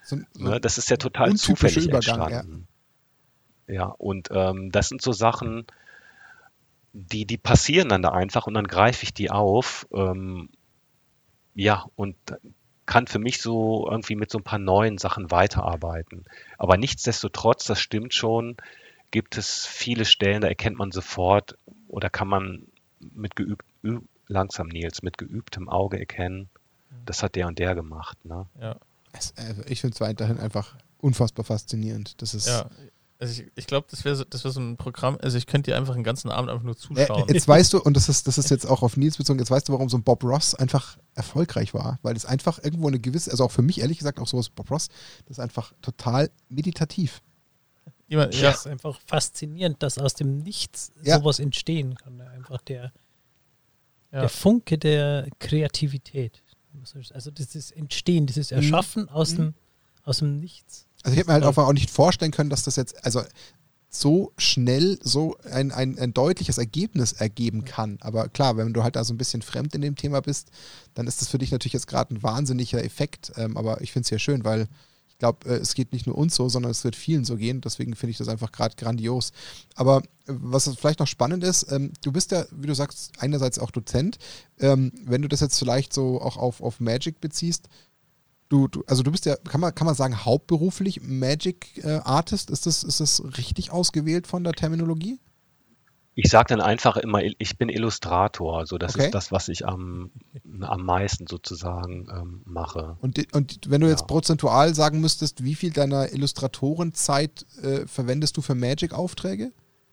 S1: So, so
S4: ne? Das ist ja total zufällig Übergang, entstanden. Ja, ja und ähm, das sind so Sachen, die, die passieren dann da einfach und dann greife ich die auf. Ähm, ja, und kann für mich so irgendwie mit so ein paar neuen Sachen weiterarbeiten. Aber nichtsdestotrotz, das stimmt schon, gibt es viele Stellen, da erkennt man sofort oder kann man mit geübt, üb, langsam Nils, mit geübtem Auge erkennen, das hat der und der gemacht. Ne?
S2: Ja.
S1: Es, äh, ich finde es weiterhin einfach unfassbar faszinierend. Das ist
S2: ja. Also ich, ich glaube, das wäre so, das wär so ein Programm, also ich könnte dir einfach den ganzen Abend einfach nur zuschauen.
S1: Äh, jetzt weißt du, und das ist, das ist jetzt auch auf Nils bezogen, jetzt weißt du, warum so ein Bob Ross einfach erfolgreich war, weil es einfach irgendwo eine gewisse, also auch für mich ehrlich gesagt, auch sowas Bob Ross, das ist einfach total meditativ.
S3: Jemand, ja, es ist einfach faszinierend, dass aus dem Nichts ja. sowas entstehen kann. Einfach der, ja. der Funke der Kreativität. Also das ist Entstehen, das ist Erschaffen mhm. aus, dem, aus dem Nichts.
S1: Also ich hätte mir halt auch nicht vorstellen können, dass das jetzt also so schnell so ein, ein, ein deutliches Ergebnis ergeben kann. Aber klar, wenn du halt da so ein bisschen fremd in dem Thema bist, dann ist das für dich natürlich jetzt gerade ein wahnsinniger Effekt. Ähm, aber ich finde es ja schön, weil ich glaube, äh, es geht nicht nur uns so, sondern es wird vielen so gehen. Deswegen finde ich das einfach gerade grandios. Aber äh, was vielleicht noch spannend ist, ähm, du bist ja, wie du sagst, einerseits auch Dozent. Ähm, wenn du das jetzt vielleicht so auch auf, auf Magic beziehst, Du, du, also du bist ja, kann man, kann man sagen, hauptberuflich Magic äh, Artist? Ist das, ist das richtig ausgewählt von der Terminologie?
S4: Ich sage dann einfach immer, ich bin Illustrator. Also das
S1: okay.
S4: ist das, was ich am, am meisten sozusagen ähm, mache.
S1: Und, und wenn du jetzt
S4: ja.
S1: prozentual sagen müsstest, wie viel deiner Illustratorenzeit äh, verwendest du für Magic-Aufträge?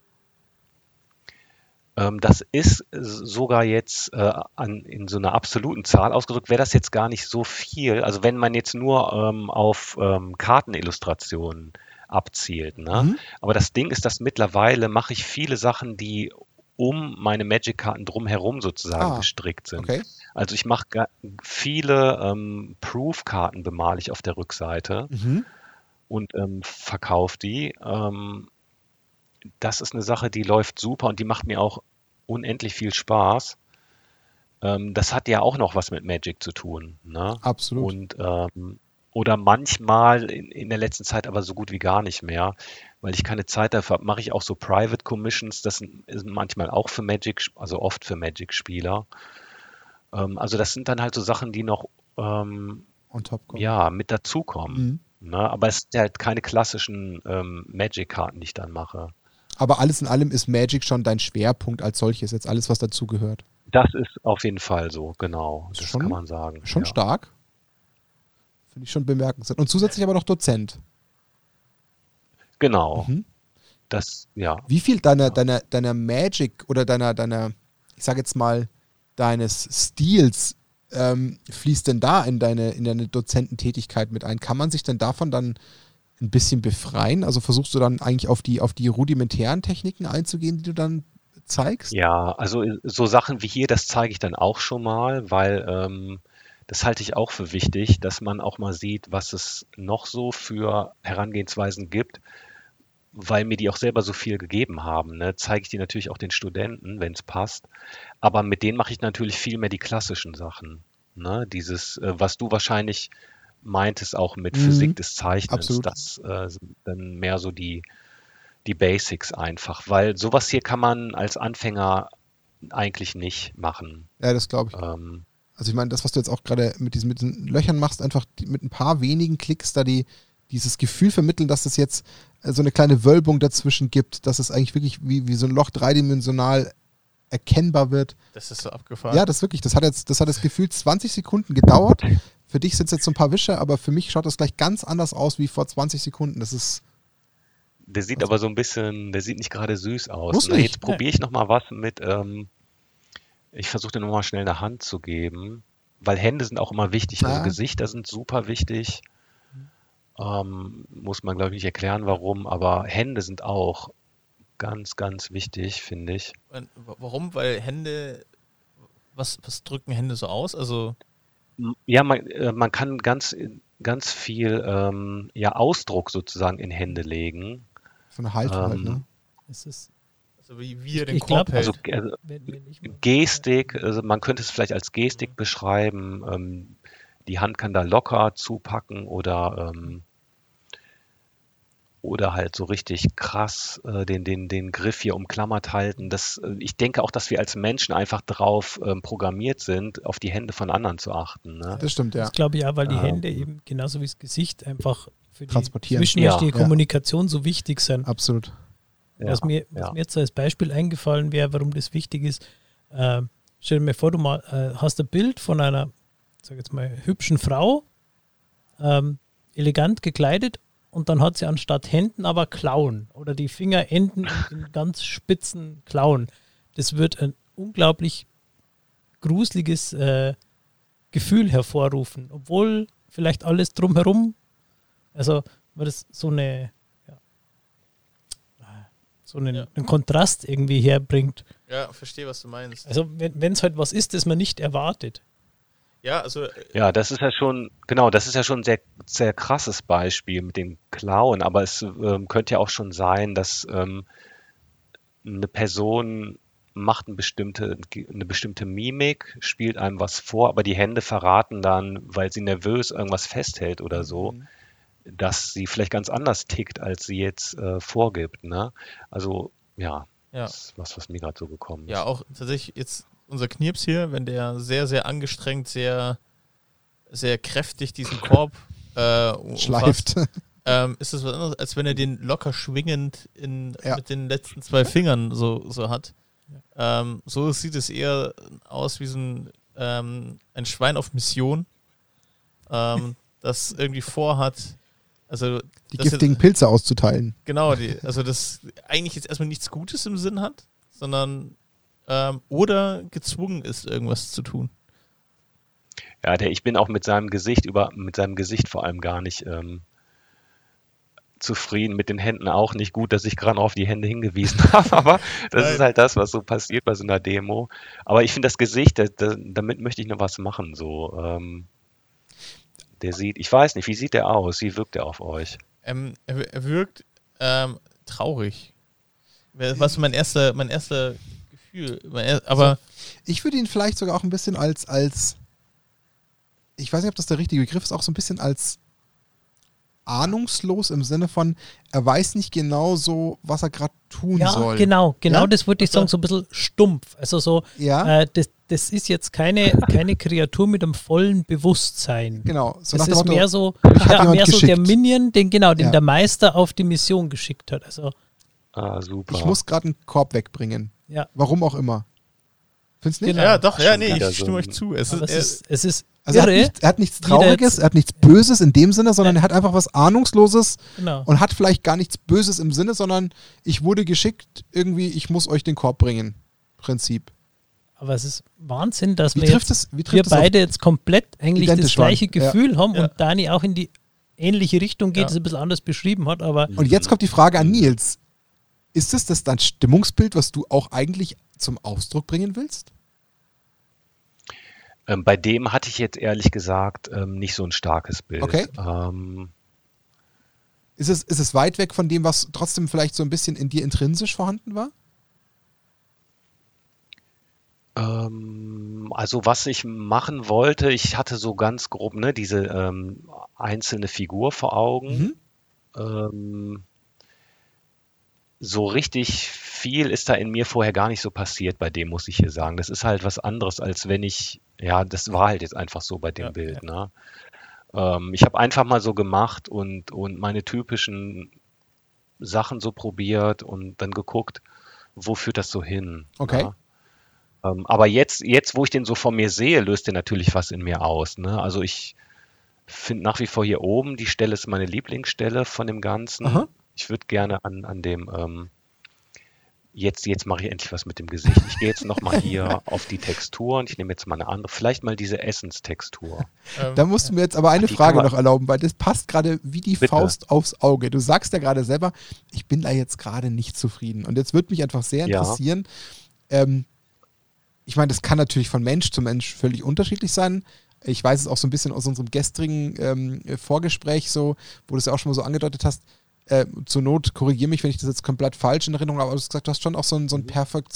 S4: Das ist sogar jetzt äh, an, in so einer absoluten Zahl ausgedrückt, wäre das jetzt gar nicht so viel. Also wenn man jetzt nur ähm, auf ähm, Kartenillustrationen abzielt. Ne? Mhm. Aber das Ding ist, dass mittlerweile mache ich viele Sachen, die um meine Magic-Karten drumherum sozusagen ah, gestrickt sind.
S1: Okay.
S4: Also ich mache viele ähm, Proof-Karten bemale ich auf der Rückseite
S1: mhm.
S4: und ähm, verkaufe die. Ähm, Das ist eine Sache, die läuft super und die macht mir auch unendlich viel Spaß. Ähm, das hat ja auch noch was mit Magic zu tun. Ne?
S1: Absolut.
S4: Und, ähm, oder manchmal in, in der letzten Zeit aber so gut wie gar nicht mehr, weil ich keine Zeit dafür habe, mache ich auch so Private Commissions. Das sind, sind manchmal auch für Magic, also oft für Magic-Spieler. Ähm, also das sind dann halt so Sachen, die noch ähm,
S1: On top kommen.
S4: Ja, mit dazukommen.
S1: Mhm.
S4: Ne? Aber es sind halt keine klassischen ähm, Magic-Karten, die ich dann mache.
S1: Aber alles in allem ist Magic schon dein Schwerpunkt als solches, jetzt alles, was dazugehört.
S4: Das ist auf jeden Fall so, genau.
S1: Das,
S4: das
S1: schon,
S4: kann man sagen.
S1: Schon
S4: ja.
S1: stark. Finde ich schon bemerkenswert. Und zusätzlich aber noch Dozent.
S4: Genau.
S1: Mhm.
S4: Das, ja.
S1: Wie viel deiner,
S4: ja.
S1: deiner, deiner Magic oder deiner, deiner, ich sage jetzt mal, deines Stils ähm, fließt denn da in deine, in deine Dozententätigkeit mit ein? Kann man sich denn davon dann ein bisschen befreien? Also versuchst du dann eigentlich auf die, auf die rudimentären Techniken einzugehen, die du dann zeigst?
S4: Ja, also so Sachen wie hier, das zeige ich dann auch schon mal, weil ähm, das halte ich auch für wichtig, dass man auch mal sieht, was es noch so für Herangehensweisen gibt, weil mir die auch selber so viel gegeben haben. Ne? Zeige ich die natürlich auch den Studenten, wenn es passt. Aber mit denen mache ich natürlich viel mehr die klassischen Sachen. Ne? Dieses, äh, was du wahrscheinlich meintest, auch mit
S1: Mhm.
S4: Physik des Zeichnens,
S1: Absolut.
S4: das äh, sind dann mehr so die, die Basics einfach. Weil sowas hier kann man als Anfänger eigentlich nicht machen.
S1: Ja, das glaube ich.
S4: Ähm,
S1: Also ich meine, das, was du jetzt auch gerade mit diesen, mit diesen Löchern machst, einfach die, mit ein paar wenigen Klicks da die, dieses Gefühl vermitteln, dass es jetzt äh, so eine kleine Wölbung dazwischen gibt, dass es eigentlich wirklich wie, wie so ein Loch dreidimensional erkennbar wird.
S2: Das ist so abgefahren.
S1: Ja, das wirklich, das hat jetzt, das hat das Gefühl zwanzig Sekunden gedauert. Für dich sind es jetzt so ein paar Wische, aber für mich schaut das gleich ganz anders aus wie vor zwanzig Sekunden. Das ist.
S4: Der sieht
S1: Also-
S4: aber so ein bisschen, der sieht nicht gerade süß aus.
S1: Muss
S4: Ne?
S1: nicht.
S4: Jetzt probiere ich nochmal was mit, ähm, ich versuche dir nochmal schnell eine Hand zu geben, weil Hände sind auch immer wichtig. Also
S1: Ah.
S4: Gesichter sind super wichtig. Ähm, muss man, glaube ich, nicht erklären, warum, aber Hände sind auch ganz, ganz wichtig, finde ich.
S2: Und wa- Warum? Weil Hände, was, was drücken Hände so aus? Also,
S4: Ja, man, äh, man kann ganz, ganz viel ähm, ja, Ausdruck sozusagen in Hände legen.
S1: So eine Haltung
S4: Ähm,
S1: halt, ne?
S3: Es ist,
S2: also wie, wie er den
S3: Ich
S2: Korb
S3: glaub,
S2: hält.
S4: Also, also
S3: wenn, wenn ich mal-
S4: Gestik, also man könnte es vielleicht als Gestik beschreiben. Ähm, die Hand kann da locker zupacken oder ähm, oder halt so richtig krass äh, den, den, den Griff hier umklammert halten. Das, äh, ich denke auch, dass wir als Menschen einfach drauf ähm, programmiert sind, auf die Hände von anderen zu achten. Ne?
S1: Das stimmt, ja.
S3: Das glaube ich auch, weil die
S4: Ähm.
S3: Hände eben genauso wie das Gesicht einfach für die
S1: Transportieren.
S3: zwischenmenschliche
S1: Ja, ja.
S3: Kommunikation so wichtig sind.
S1: Absolut.
S3: Was,
S4: Ja,
S3: mir, was
S4: ja.
S3: mir jetzt als Beispiel eingefallen wäre, warum das wichtig ist, äh, stell dir mir vor, du mal, äh, hast ein Bild von einer, sag jetzt mal, hübschen Frau, ähm, elegant gekleidet und dann hat sie anstatt Händen aber Klauen oder die Finger enden in, in ganz spitzen Klauen. Das wird ein unglaublich gruseliges äh, Gefühl hervorrufen, obwohl vielleicht alles drumherum, also weil das so eine so einen,
S2: Ja.
S3: einen Kontrast irgendwie herbringt.
S2: Ja, verstehe, was du meinst.
S3: Also wenn es halt was ist, das man nicht erwartet.
S2: Ja, also äh,
S4: Ja, das ist ja schon, genau, das ist ja schon ein sehr, sehr krasses Beispiel mit den Klauen, aber es ähm, könnte ja auch schon sein, dass ähm, eine Person macht eine bestimmte, eine bestimmte Mimik, spielt einem was vor, aber die Hände verraten dann, weil sie nervös irgendwas festhält oder so,
S1: Mhm.
S4: dass sie vielleicht ganz anders tickt, als sie jetzt äh, vorgibt. Ne? Also ja,
S2: ja.
S4: das ist was, was mir gerade so gekommen ist.
S2: Ja, auch tatsächlich jetzt unser Knirps hier, wenn der sehr, sehr angestrengt, sehr, sehr kräftig diesen Korb äh, umfasst,
S1: Schleift.
S2: ähm, ist das was anderes, als wenn er den locker schwingend in,
S1: Ja.
S2: mit den letzten zwei Fingern so, so hat. Ähm, so sieht es eher aus wie so ein, ähm, ein Schwein auf Mission, ähm, das irgendwie vorhat, also
S1: Die
S2: das
S1: giftigen
S2: jetzt,
S1: Pilze auszuteilen.
S2: genau, die, also das eigentlich jetzt erstmal nichts Gutes im Sinn hat, sondern ähm, oder gezwungen ist, irgendwas zu tun.
S4: Ja, der, ich bin auch mit seinem Gesicht über, mit seinem Gesicht vor allem gar nicht ähm, zufrieden, mit den Händen auch nicht. Gut, dass ich gerade noch auf die Hände hingewiesen habe, aber das
S2: Nein.
S4: ist halt das, was so passiert bei so einer Demo. Aber ich finde das Gesicht, das, das, damit möchte ich noch was machen. So, ähm, der sieht, ich weiß nicht, wie sieht der aus? Wie wirkt er auf euch?
S2: Ähm, er, er wirkt ähm, traurig. Was mein erster, mein erster Gefühl. Mein er, aber
S1: Ich würde ihn vielleicht sogar auch ein bisschen als, als, ich weiß nicht, ob das der richtige Begriff ist, auch so ein bisschen als ahnungslos im Sinne von, er weiß nicht genau so, was er gerade tun
S3: Ja,
S1: soll.
S3: genau, genau
S1: Ja?
S3: das würde ich sagen, so ein bisschen stumpf. Also so,
S1: Ja,
S3: äh, das, das ist jetzt keine, keine Kreatur mit einem vollen Bewusstsein.
S1: genau. So
S3: Das
S1: nach dem
S3: ist
S1: Motto,
S3: mehr so,
S1: mich hat
S3: ja,
S1: jemand
S3: mehr so der
S1: geschickt.
S3: Minion, den genau, den
S1: Ja.
S3: der Meister auf die Mission geschickt hat. Also
S4: Ah, super.
S1: ich muss gerade einen Korb wegbringen.
S3: ja,
S1: Warum auch immer. Findest du nicht?
S3: Genau.
S2: ja, doch, ja,
S4: Schon
S2: nee,
S4: wieder
S2: ich
S4: so
S2: stimme
S4: ein-
S2: euch zu. Es
S3: aber
S2: ist,
S3: es ist, es ist
S1: Also er hat,
S3: irre.
S1: nicht, er hat nichts
S3: Wie der
S1: Trauriges,
S3: jetzt-
S1: er hat nichts Böses in dem Sinne, sondern er hat einfach was Ahnungsloses
S3: Genau.
S1: und hat vielleicht gar nichts Böses im Sinne, sondern ich wurde geschickt, irgendwie, ich muss euch den Korb bringen. Prinzip.
S3: Aber es ist Wahnsinn, dass
S1: Wie
S3: wir
S1: trifft
S3: jetzt,
S1: es, wie trifft
S3: wir
S1: es auf-
S3: beide jetzt komplett eigentlich das
S1: identisch waren.
S3: gleiche
S1: Ja.
S3: Gefühl haben
S2: Ja.
S3: und Dani auch in die ähnliche Richtung geht,
S2: Ja.
S3: das ein bisschen anders beschrieben hat, aber
S1: Und jetzt kommt die Frage an Nils. Ist es das dein Stimmungsbild, was du auch eigentlich zum Ausdruck bringen willst?
S4: Ähm, bei dem hatte ich jetzt ehrlich gesagt ähm, nicht so ein starkes Bild.
S1: Okay.
S4: Ähm,
S1: Ist es, ist es weit weg von dem, was trotzdem vielleicht so ein bisschen in dir intrinsisch vorhanden war?
S4: Ähm, also was ich machen wollte, ich hatte so ganz grob ne, diese ähm, einzelne Figur vor Augen.
S1: Mhm.
S4: Ähm, so richtig viel ist da in mir vorher gar nicht so passiert bei dem, muss ich hier sagen. Das ist halt was anderes, als wenn ich, ja, das war halt jetzt einfach so bei dem
S2: Ja,
S4: Bild. Ne? Ähm, ich habe einfach mal so gemacht und, und meine typischen Sachen so probiert und dann geguckt, wo führt das so hin.
S1: Okay.
S4: Ne? Ähm, aber jetzt, jetzt, wo ich den so vor mir sehe, löst der natürlich was in mir aus. Ne? Also ich finde nach wie vor hier oben, die Stelle ist meine Lieblingsstelle von dem Ganzen.
S1: Aha.
S4: Ich würde gerne an, an dem, ähm, jetzt, jetzt mache ich endlich was mit dem Gesicht. Ich gehe jetzt nochmal hier auf die Texturen. Ich nehme jetzt mal eine andere, vielleicht mal diese Essenstextur.
S2: ähm,
S1: Da musst du mir jetzt aber eine
S4: Die
S1: Frage
S4: kann man-
S1: noch erlauben, weil das passt gerade wie die
S4: Bitte.
S1: Faust aufs Auge. Du sagst ja gerade selber, ich bin da jetzt gerade nicht zufrieden. Und jetzt würde mich einfach sehr
S4: Ja.
S1: interessieren, ähm, ich meine, das kann natürlich von Mensch zu Mensch völlig unterschiedlich sein. Ich weiß es auch so ein bisschen aus unserem gestrigen ähm, Vorgespräch so, wo du es ja auch schon mal so angedeutet hast. Äh, zur Not korrigiere mich, wenn ich das jetzt komplett falsch in Erinnerung habe, aber du hast gesagt, du hast schon auch so einen, so einen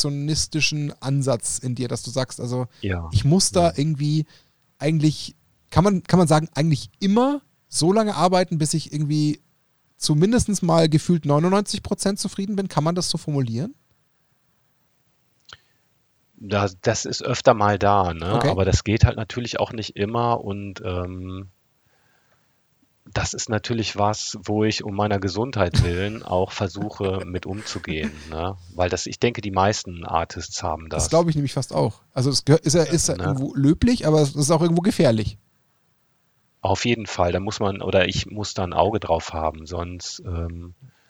S1: perfektionistischen Ansatz in dir, dass du sagst, also
S4: Ja.
S1: ich muss da irgendwie eigentlich, kann man, kann man sagen, eigentlich immer so lange arbeiten, bis ich irgendwie zumindest mal gefühlt neunundneunzig Prozent zufrieden bin? Kann man das so formulieren?
S4: Das, das ist öfter mal da, ne?
S1: Okay.
S4: Aber das geht halt natürlich auch nicht immer und ähm, das ist natürlich was, wo ich um meiner Gesundheit willen auch versuche, mit umzugehen, ne? Weil das, ich denke, die meisten Artists haben das.
S1: Das glaube ich nämlich fast auch. Also es gehört- ist ja, ist ja
S4: Ne?
S1: irgendwo löblich, aber es ist auch irgendwo gefährlich.
S4: Auf jeden Fall, da muss man, oder ich muss da ein Auge drauf haben, sonst, ähm,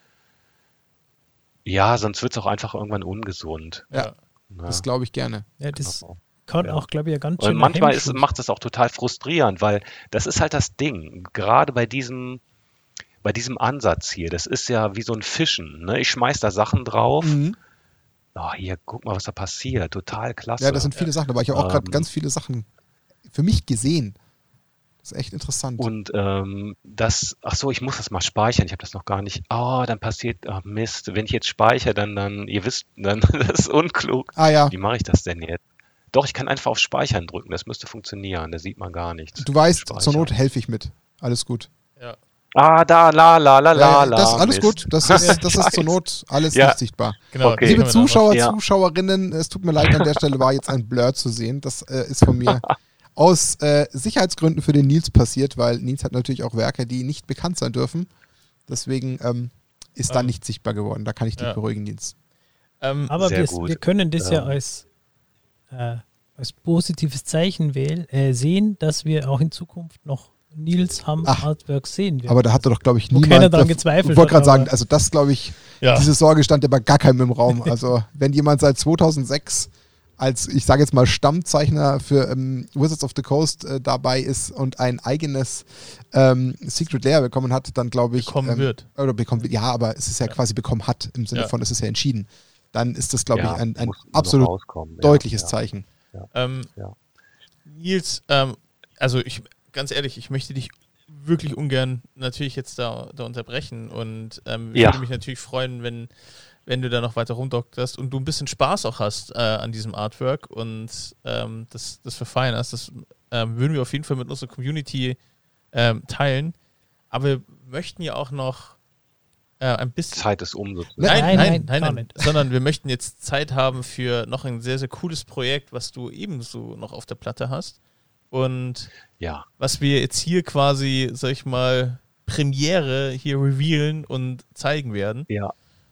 S4: ja, sonst wird es auch einfach irgendwann ungesund.
S1: Ja,
S2: Ja.
S4: Ne?
S1: das glaube ich gerne.
S3: Ja, das
S4: Genau.
S3: kann
S4: Ja.
S3: auch, glaube ich, ja ganz
S4: Und
S3: schön.
S4: manchmal ist, macht das auch total frustrierend, weil das ist halt das Ding, gerade bei diesem, bei diesem Ansatz hier, das ist ja wie so ein Fischen, ne? Ich schmeiß da Sachen drauf,
S1: Mhm.
S4: oh, hier, guck mal, was da passiert, total klasse.
S1: Ja, das sind viele Sachen, aber ich habe auch gerade
S4: Ähm,
S1: ganz viele Sachen für mich gesehen. Das ist echt interessant.
S4: Und ähm, das, ach so, ich muss das mal speichern. Ich habe das noch gar nicht. Oh, dann passiert, oh Mist. Wenn ich jetzt speichere, dann, dann, ihr wisst, dann, das ist unklug.
S1: ah ja,
S4: Wie mache ich das denn jetzt? Doch, ich kann einfach auf Speichern drücken. Das müsste funktionieren. Da sieht man gar nichts.
S1: du weißt,
S4: Speichern.
S1: zur Not helfe ich mit. Alles gut.
S2: Ja.
S4: Ah, da, la, la, la, la,
S1: Äh,
S4: la.
S1: das alles
S4: Mist.
S1: gut. Das ist, das ist zur Not alles
S4: Ja.
S1: nicht sichtbar.
S2: Genau,
S4: Okay.
S2: das
S1: Liebe
S2: können wir noch-
S1: Zuschauer,
S4: Ja.
S1: Zuschauerinnen, es tut mir leid, an der Stelle war jetzt ein Blur zu sehen. Das äh, ist von mir aus äh, Sicherheitsgründen für den Nils passiert, weil Nils hat natürlich auch Werke, die nicht bekannt sein dürfen. Deswegen ähm, ist da
S2: Ähm,
S1: nicht sichtbar geworden. Da kann ich dich
S2: ja.
S1: beruhigen, Nils.
S2: Ähm,
S3: Aber
S4: Sehr
S3: wir,
S4: gut.
S3: wir können das ja
S4: Ähm.
S3: als, äh, als positives Zeichen wählen, äh, sehen, dass wir auch in Zukunft noch Nils Hamm
S1: Ach,
S3: Artworks sehen werden.
S1: Aber da hatte doch, glaube ich,
S3: Wo
S1: niemand...
S3: keiner dran
S1: dav-
S3: gezweifelt
S1: Ich wollte
S3: hat,
S1: gerade sagen,
S3: aber-
S1: also das, glaube ich,
S2: ja.
S1: diese Sorge stand ja bei gar keinem im Raum. Also wenn jemand seit zweitausendsechs als, ich sage jetzt mal, Stammzeichner für ähm, Wizards of the Coast äh, dabei ist und ein eigenes ähm, Secret Lair bekommen hat, dann glaube ich...
S2: Bekommen
S1: ähm,
S2: wird.
S1: Oder bekommen wird, ja, aber es ist ja, quasi bekommen hat, im Sinne
S2: Ja.
S1: von, es ist ja entschieden. Dann ist das, glaube
S4: Ja,
S1: ich, ein, ein
S4: muss noch
S1: absolut
S4: rauskommen. Ja,
S1: deutliches
S4: ja.
S1: Zeichen.
S2: Ähm,
S4: Ja.
S2: Nils, ähm, also ich, ganz ehrlich, ich möchte dich wirklich ungern natürlich jetzt da, da unterbrechen und ähm, ich
S4: Ja.
S2: würde mich natürlich freuen, wenn, wenn du da noch weiter rumdokterst und du ein bisschen Spaß auch hast äh, an diesem Artwork und ähm, das, das verfeinerst. Das ähm, würden wir auf jeden Fall mit unserer Community ähm, teilen. Aber wir möchten ja auch noch äh, ein bisschen...
S4: Zeit ist um sozusagen.
S2: Nein,
S3: Nein,
S2: nein,
S3: nein,
S2: nein,
S3: gar
S2: nein,
S3: nicht.
S2: sondern wir möchten jetzt Zeit haben für noch ein sehr, sehr cooles Projekt, was du ebenso noch auf der Platte hast. Und
S4: Ja.
S2: was wir jetzt hier quasi, sag ich mal, Premiere hier revealen und zeigen werden.
S4: Ja.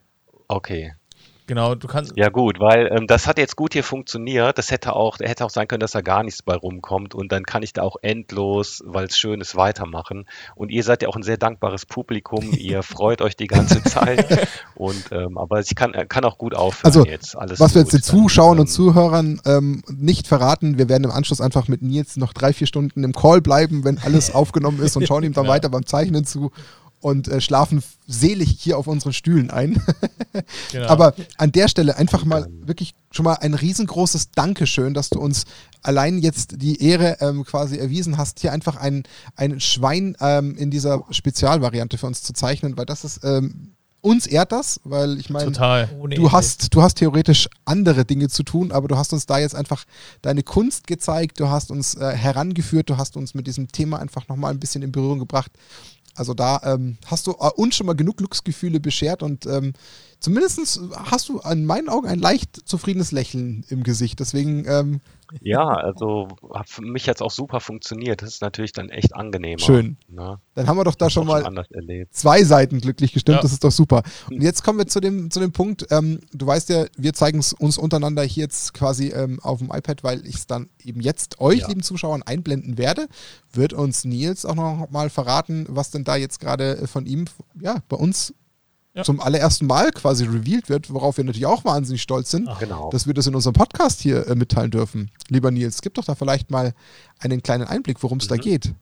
S4: Okay.
S2: Genau, du kannst.
S4: Ja gut, weil ähm, das hat jetzt gut hier funktioniert. Das hätte auch, hätte auch sein können, dass da gar nichts bei rumkommt und dann kann ich da auch endlos, weil es schön ist, weitermachen. Und ihr seid ja auch ein sehr dankbares Publikum. Ihr freut euch die ganze Zeit. Und ähm, aber ich kann, kann auch gut aufhören
S1: Also,
S4: jetzt. Alles
S1: Was wir jetzt
S4: gut.
S1: den Zuschauern
S4: Dann,
S1: und Zuhörern ähm, nicht verraten, wir werden im Anschluss einfach mit Nils noch drei, vier Stunden im Call bleiben, wenn alles aufgenommen ist und schauen ihm dann
S2: Ja.
S1: weiter beim Zeichnen zu und äh, schlafen selig hier auf unseren Stühlen ein.
S2: Genau.
S1: Aber an der Stelle einfach mal wirklich schon mal ein riesengroßes Dankeschön, dass du uns allein jetzt die Ehre ähm, quasi erwiesen hast, hier einfach ein, ein Schwein ähm, in dieser Spezialvariante für uns zu zeichnen, weil das ist, ähm, uns ehrt das, weil ich meine,
S2: Total.
S3: Ohne
S1: du
S3: Ende.
S1: hast, du hast theoretisch andere Dinge zu tun, aber du hast uns da jetzt einfach deine Kunst gezeigt, du hast uns äh, herangeführt, du hast uns mit diesem Thema einfach nochmal ein bisschen in Berührung gebracht. Also da ähm, hast du äh, uns schon mal genug Glücksgefühle beschert und ähm, zumindest hast du in meinen Augen ein leicht zufriedenes Lächeln im Gesicht. Deswegen ähm,
S4: ja, also hat für mich jetzt auch super funktioniert. Das ist natürlich dann echt angenehmer.
S1: Schön.
S4: Ne?
S1: dann haben wir doch da schon
S4: Auch
S1: mal
S4: anders erlebt.
S1: zwei Seiten glücklich gestimmt,
S2: Ja.
S1: das ist doch super. Und jetzt kommen wir zu dem, zu dem Punkt, ähm, du weißt ja, wir zeigen es uns untereinander hier jetzt quasi ähm, auf dem iPad, weil ich es dann eben jetzt euch,
S4: Ja.
S1: lieben Zuschauern, einblenden werde. Wird uns Nils auch noch mal verraten, was denn da jetzt gerade äh, von ihm, ja, bei uns
S2: Ja.
S1: zum allerersten Mal quasi revealed wird, worauf wir natürlich auch wahnsinnig stolz sind,
S3: Ach,
S4: Genau.
S1: dass wir das in unserem Podcast hier äh, mitteilen dürfen. Lieber Nils, gib doch da vielleicht mal einen kleinen Einblick, worum es da
S4: Mhm.
S1: geht.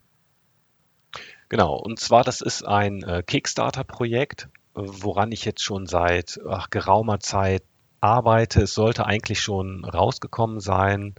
S4: Genau, und zwar, das ist ein äh, Kickstarter-Projekt, äh, woran ich jetzt schon seit ach, geraumer Zeit arbeite. Es sollte eigentlich schon rausgekommen sein,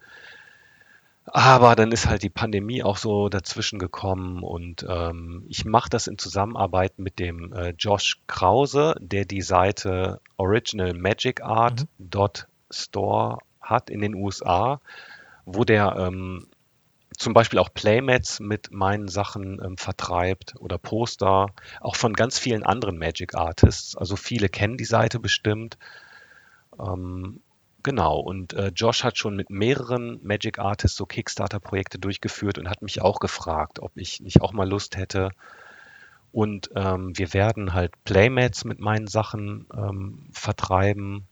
S4: aber dann ist halt die Pandemie auch so dazwischen gekommen und ähm, ich mache das in Zusammenarbeit mit dem äh, Josh Krause, der die Seite original magic art dot store hat in den U S A, wo der ähm, zum Beispiel auch Playmats mit meinen Sachen ähm, vertreibt oder Poster, auch von ganz vielen anderen Magic Artists. Also viele kennen die Seite bestimmt. Ähm, genau, und äh, Josh hat schon mit mehreren Magic Artists so Kickstarter-Projekte durchgeführt und hat mich auch gefragt, ob ich nicht auch mal Lust hätte. Und ähm, wir werden halt Playmats mit meinen Sachen ähm, vertreiben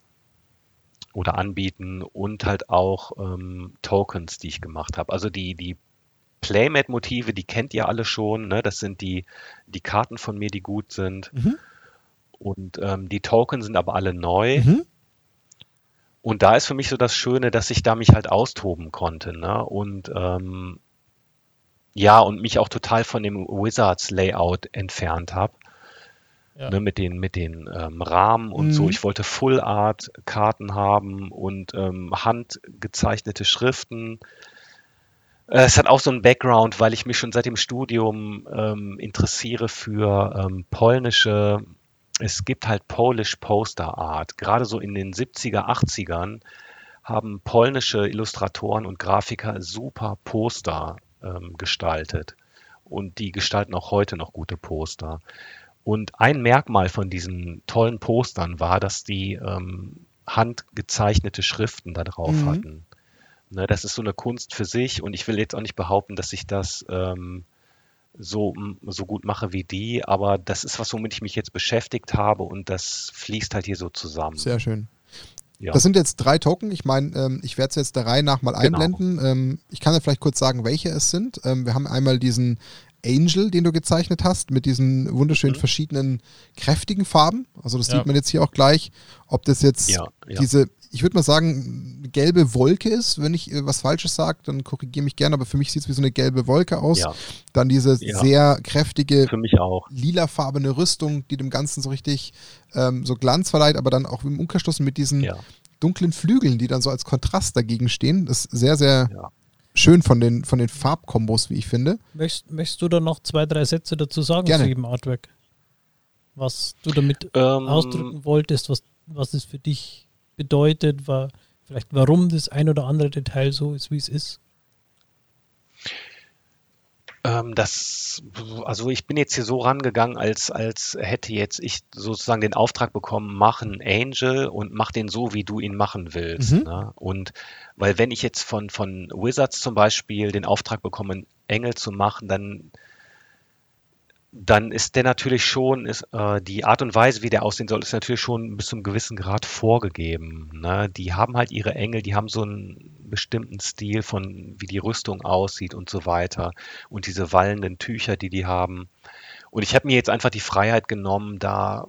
S4: oder anbieten und halt auch ähm, Tokens, die ich gemacht habe. Also die, die Playmat-Motive, die kennt ihr alle schon. Ne? Das sind die, die Karten von mir, die gut sind.
S1: Mhm.
S4: Und ähm, die Tokens sind aber alle neu.
S1: Mhm.
S4: Und da ist für mich so das Schöne, dass ich da mich halt austoben konnte. Ne? Und ähm, ja, und mich auch total von dem Wizards-Layout entfernt habe. Ja. Ne, mit den, mit den ähm, Rahmen und mhm. so. Ich wollte Full-Art-Karten haben und ähm, handgezeichnete Schriften. Äh, es hat auch so einen Background, weil ich mich schon seit dem Studium ähm, interessiere für ähm, polnische, es gibt halt Polish Poster Art. Gerade so in den siebziger, achtzigern haben polnische Illustratoren und Grafiker super Poster ähm, gestaltet. Und die gestalten auch heute noch gute Poster. Und ein Merkmal von diesen tollen Postern war, dass die ähm, handgezeichnete Schriften da drauf mhm. hatten. Ne, das ist so eine Kunst für sich und ich will jetzt auch nicht behaupten, dass ich das ähm, so, so gut mache wie die, aber das ist was, womit ich mich jetzt beschäftigt habe und das fließt halt hier so zusammen.
S1: Sehr schön.
S4: Ja.
S1: Das sind jetzt drei Token. Ich meine, ähm, ich werde es jetzt der Reihe nach mal einblenden. Genau. Ähm, ich kann ja vielleicht kurz sagen, welche es sind. Ähm, wir haben einmal diesen Angel, den du gezeichnet hast, mit diesen wunderschönen mhm. verschiedenen kräftigen Farben. Also das ja. sieht man jetzt hier auch gleich. Ob das jetzt
S4: ja, ja.
S1: diese, ich würde mal sagen, eine gelbe Wolke ist. Wenn ich was Falsches sage, dann korrigiere mich gerne, aber für mich sieht es wie so eine gelbe Wolke aus.
S4: Ja.
S1: Dann diese ja. sehr kräftige,
S4: für mich auch
S1: lilafarbene Rüstung, die dem Ganzen so richtig ähm, so Glanz verleiht, aber dann auch im Umkehrschluss mit diesen ja. dunklen Flügeln, die dann so als Kontrast dagegen stehen. Das ist sehr, sehr ja. schön von den, von den Farbkombos, wie ich finde.
S3: Möchtest, möchtest du da noch zwei, drei Sätze dazu sagen
S1: Gerne.
S3: zu jedem Artwork? Was du damit
S4: ähm,
S3: ausdrücken wolltest, was, was es für dich bedeutet, war vielleicht warum das ein oder andere Detail so ist, wie es ist?
S4: Ähm, das, also ich bin jetzt hier so rangegangen, als, als hätte jetzt ich sozusagen den Auftrag bekommen, mach einen Angel und mach den so, wie du ihn machen willst. Mhm. Ne? Und weil wenn ich jetzt von, von Wizards zum Beispiel den Auftrag bekomme, einen Engel zu machen, dann dann ist der natürlich schon, ist, äh, die Art und Weise, wie der aussehen soll, ist natürlich schon bis zu einem gewissen Grad vorgegeben. Ne? Die haben halt ihre Engel, die haben so einen bestimmten Stil von, wie die Rüstung aussieht und so weiter. Und diese wallenden Tücher, die die haben. Und ich habe mir jetzt einfach die Freiheit genommen, da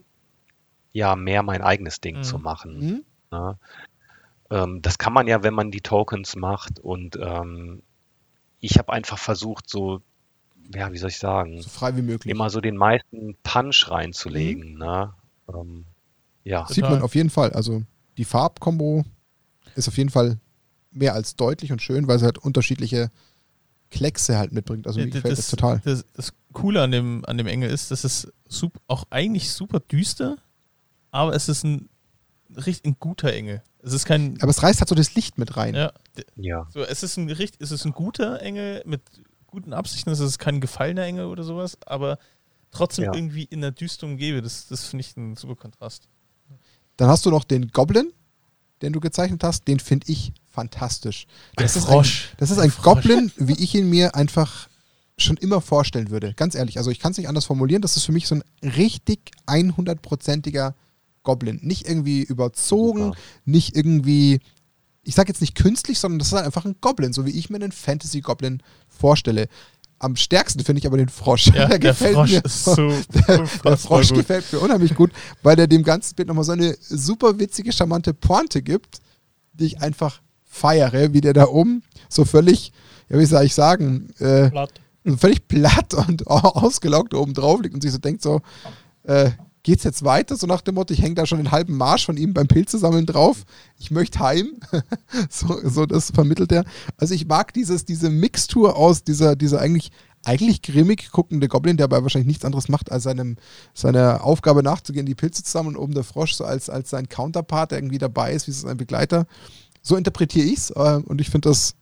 S4: ja mehr mein eigenes Ding mhm. zu machen. Mhm. Ne? Ähm, das kann man ja, wenn man die Tokens macht. Und ähm, ich habe einfach versucht, so ja, wie soll ich sagen?
S1: So frei wie möglich.
S4: Immer so den meisten Punch reinzulegen. Mhm. Ne? Ähm, ja.
S1: Sieht man auf jeden Fall. Also die Farbkombo ist auf jeden Fall mehr als deutlich und schön, weil sie halt unterschiedliche Kleckse halt mitbringt. Also mir
S2: das,
S1: gefällt das total.
S2: Das, das Coole an dem, an dem Engel ist, dass es super, auch eigentlich super düster, aber es ist ein richtig ein guter Engel. Es ist kein.
S1: Aber es reißt halt so das Licht mit rein.
S2: Ja.
S4: ja.
S2: So, es ist ein es ist ein guter Engel mit guten Absichten, es ist kein gefallener Engel oder sowas, aber trotzdem ja. irgendwie in der düsteren Umgebung. Das, das finde ich ein super Kontrast.
S1: Dann hast du noch den Goblin, den du gezeichnet hast. Den finde ich fantastisch. Das
S2: der
S1: ist
S2: Frosch.
S1: Ein, das ist ein
S2: Frosch.
S1: Goblin, wie ich ihn mir einfach schon immer vorstellen würde. Ganz ehrlich, also ich kann es nicht anders formulieren. Das ist für mich so ein richtig hundertprozentiger Goblin. Nicht irgendwie überzogen, super. Nicht irgendwie... Ich sage jetzt nicht künstlich, sondern das ist halt einfach ein Goblin, so wie ich mir einen Fantasy-Goblin vorstelle. Am stärksten finde ich aber den Frosch.
S2: Ja, der, der Frosch mir, ist so
S1: der, der Frosch gut. Gefällt mir unheimlich gut, weil der dem ganzen Bild nochmal so eine super witzige, charmante Pointe gibt, die ich einfach feiere, wie der da oben so völlig, ja wie soll ich sagen, äh,
S3: platt.
S1: völlig platt und ausgelaugt oben drauf liegt und sich so denkt so, äh, geht's jetzt weiter? So nach dem Motto, ich hänge da schon den halben Marsch von ihm beim Pilzesammeln drauf. Ich möchte heim. so, so das vermittelt er. Also ich mag dieses, diese Mixtur aus dieser, dieser eigentlich, eigentlich grimmig guckende Goblin, der aber wahrscheinlich nichts anderes macht, als seinem, seiner Aufgabe nachzugehen, die Pilze zu sammeln und oben der Frosch so als, als sein Counterpart, der irgendwie dabei ist, wie sein Begleiter. So interpretiere ich es äh, und ich finde das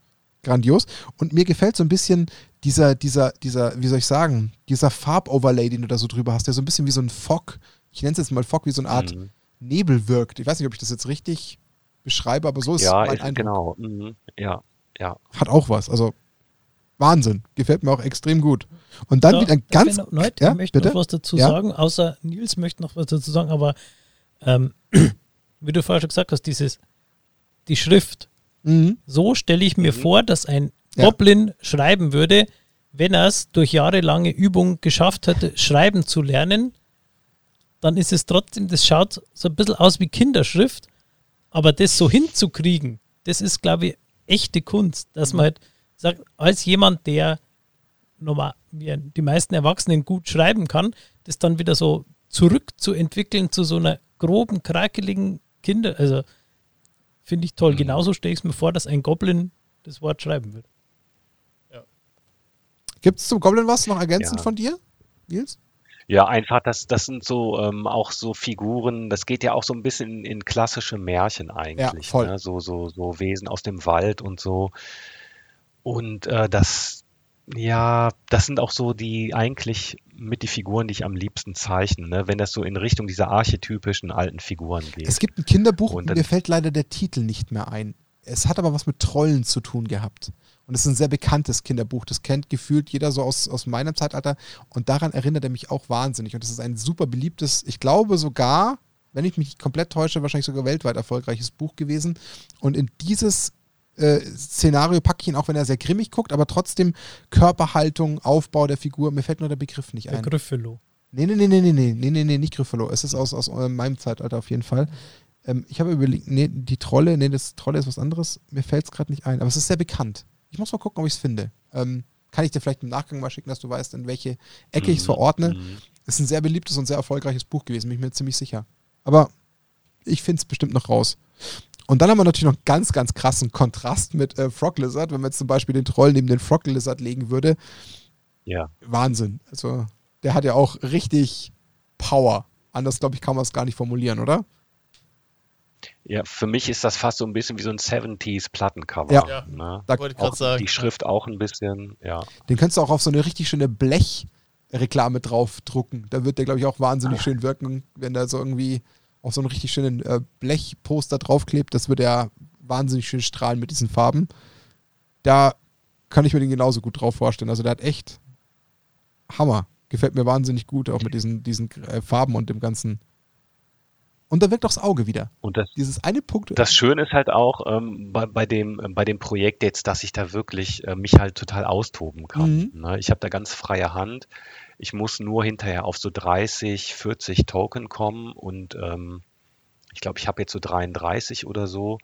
S1: grandios. Und mir gefällt so ein bisschen dieser, dieser, dieser, wie soll ich sagen, dieser Farboverlay, den du da so drüber hast, der so ein bisschen wie so ein Fog, ich nenne es jetzt mal Fog, wie so eine Art mhm. Nebel wirkt. Ich weiß nicht, ob ich das jetzt richtig beschreibe, aber so ist
S4: ja,
S1: mein
S4: ist,
S1: Eindruck.
S4: Genau, mhm. ja, ja.
S1: Hat auch was, also Wahnsinn, gefällt mir auch extrem gut. Und dann
S3: da,
S1: wieder ein ganz...
S3: Noch, Leute,
S1: ja,
S3: ich möchte
S1: bitte?
S3: noch was dazu
S1: ja?
S3: sagen, außer Nils möchte noch was dazu sagen, aber ähm, wie du vorher schon gesagt hast, dieses, die Schrift,
S1: Mhm.
S3: so stelle ich mir
S4: Mhm.
S3: vor, dass ein
S1: Ja.
S3: Goblin schreiben würde, wenn er es durch jahrelange Übung geschafft hätte, schreiben zu lernen, dann ist es trotzdem, das schaut so ein bisschen aus wie Kinderschrift, aber das so hinzukriegen, das ist, glaube ich, echte Kunst, dass man halt sagt, als jemand, der normal, wie die meisten Erwachsenen gut schreiben kann, das dann wieder so zurückzuentwickeln zu so einer groben, krakeligen Kinder, also finde ich toll.
S4: Mhm.
S3: Genauso stelle ich es mir vor, dass ein Goblin das Wort schreiben wird.
S1: Gibt es zum Goblin was noch ergänzend
S4: Ja.
S1: von dir, Nils?
S4: Ja, einfach, das, das sind so ähm, auch so Figuren, das geht ja auch so ein bisschen in, in klassische Märchen eigentlich,
S1: voll.
S4: ne? So, so, so Wesen aus dem Wald und so. Und äh, das, ja, das sind auch so die eigentlich mit die Figuren, die ich am liebsten zeichne, ne? Wenn das so in Richtung dieser archetypischen alten Figuren geht.
S1: Es gibt ein Kinderbuch,
S4: Und dann-
S1: mir fällt leider der Titel nicht mehr ein. Es hat aber was mit Trollen zu tun gehabt. Und es ist ein sehr bekanntes Kinderbuch. Das kennt gefühlt jeder so aus, aus meinem Zeitalter. Und daran erinnert er mich auch wahnsinnig. Und das ist ein super beliebtes, ich glaube sogar, wenn ich mich nicht komplett täusche, wahrscheinlich sogar weltweit erfolgreiches Buch gewesen. Und in dieses äh, Szenario packe ich ihn, auch wenn er sehr grimmig guckt, aber trotzdem Körperhaltung, Aufbau der Figur. Mir fällt nur der Begriff nicht
S3: Der
S1: ein.
S3: Gryffalo.
S1: Nee, nee, nee, nee, nee, nee, nee, nee, nee, nicht Gryffalo. Es ist aus, aus äh, meinem Zeitalter auf jeden Fall. Ähm, ich habe überlegt, nee, die Trolle, nee, das Trolle ist was anderes. Mir fällt es gerade nicht ein, aber es ist sehr bekannt. Ich muss mal gucken, ob ich es finde. Ähm, kann ich dir vielleicht im Nachgang mal schicken, dass du weißt, in welche Ecke ich es
S4: Mhm,
S1: verordne.
S4: mhm.
S1: Ist ein sehr beliebtes und sehr erfolgreiches Buch gewesen, bin ich mir ziemlich sicher. Aber ich finde es bestimmt noch raus. Und dann haben wir natürlich noch einen ganz, ganz krassen Kontrast mit äh, Frog Lizard, wenn man jetzt zum Beispiel den Troll neben den Frog Lizard legen würde.
S4: Ja.
S1: Wahnsinn. Also der hat ja auch richtig Power. Anders, glaube ich, kann man es gar nicht formulieren, oder?
S4: Ja, für mich ist das fast so ein bisschen wie so ein siebziger-Plattencover.
S1: Ja.
S2: Ja.
S4: Ne?
S1: Da,
S2: Wollte ich gerade
S4: Auch
S2: sagen.
S4: die Schrift auch ein bisschen, ja.
S1: den könntest du auch auf so eine richtig schöne Blechreklame drauf drucken. Da wird der, glaube ich, auch wahnsinnig schön wirken, wenn da so irgendwie auf so einen richtig schönen äh, Blechposter draufklebt. Das würde ja wahnsinnig schön strahlen mit diesen Farben. Da kann ich mir den genauso gut drauf vorstellen. Also der hat echt Hammer. Gefällt mir wahnsinnig gut, auch mit diesen, diesen äh, Farben und dem ganzen. Und da wirkt auch das Auge wieder.
S4: Und das,
S1: Dieses eine Punkt.
S4: das Schöne ist halt auch ähm, bei, bei, dem, äh, bei dem Projekt jetzt, dass ich da wirklich äh, mich halt total austoben kann.
S1: Mhm.
S4: Ne? Ich habe da ganz freie Hand. Ich muss nur hinterher auf so dreißig, vierzig Token kommen und ähm, ich glaube, ich habe jetzt so dreiunddreißig oder so.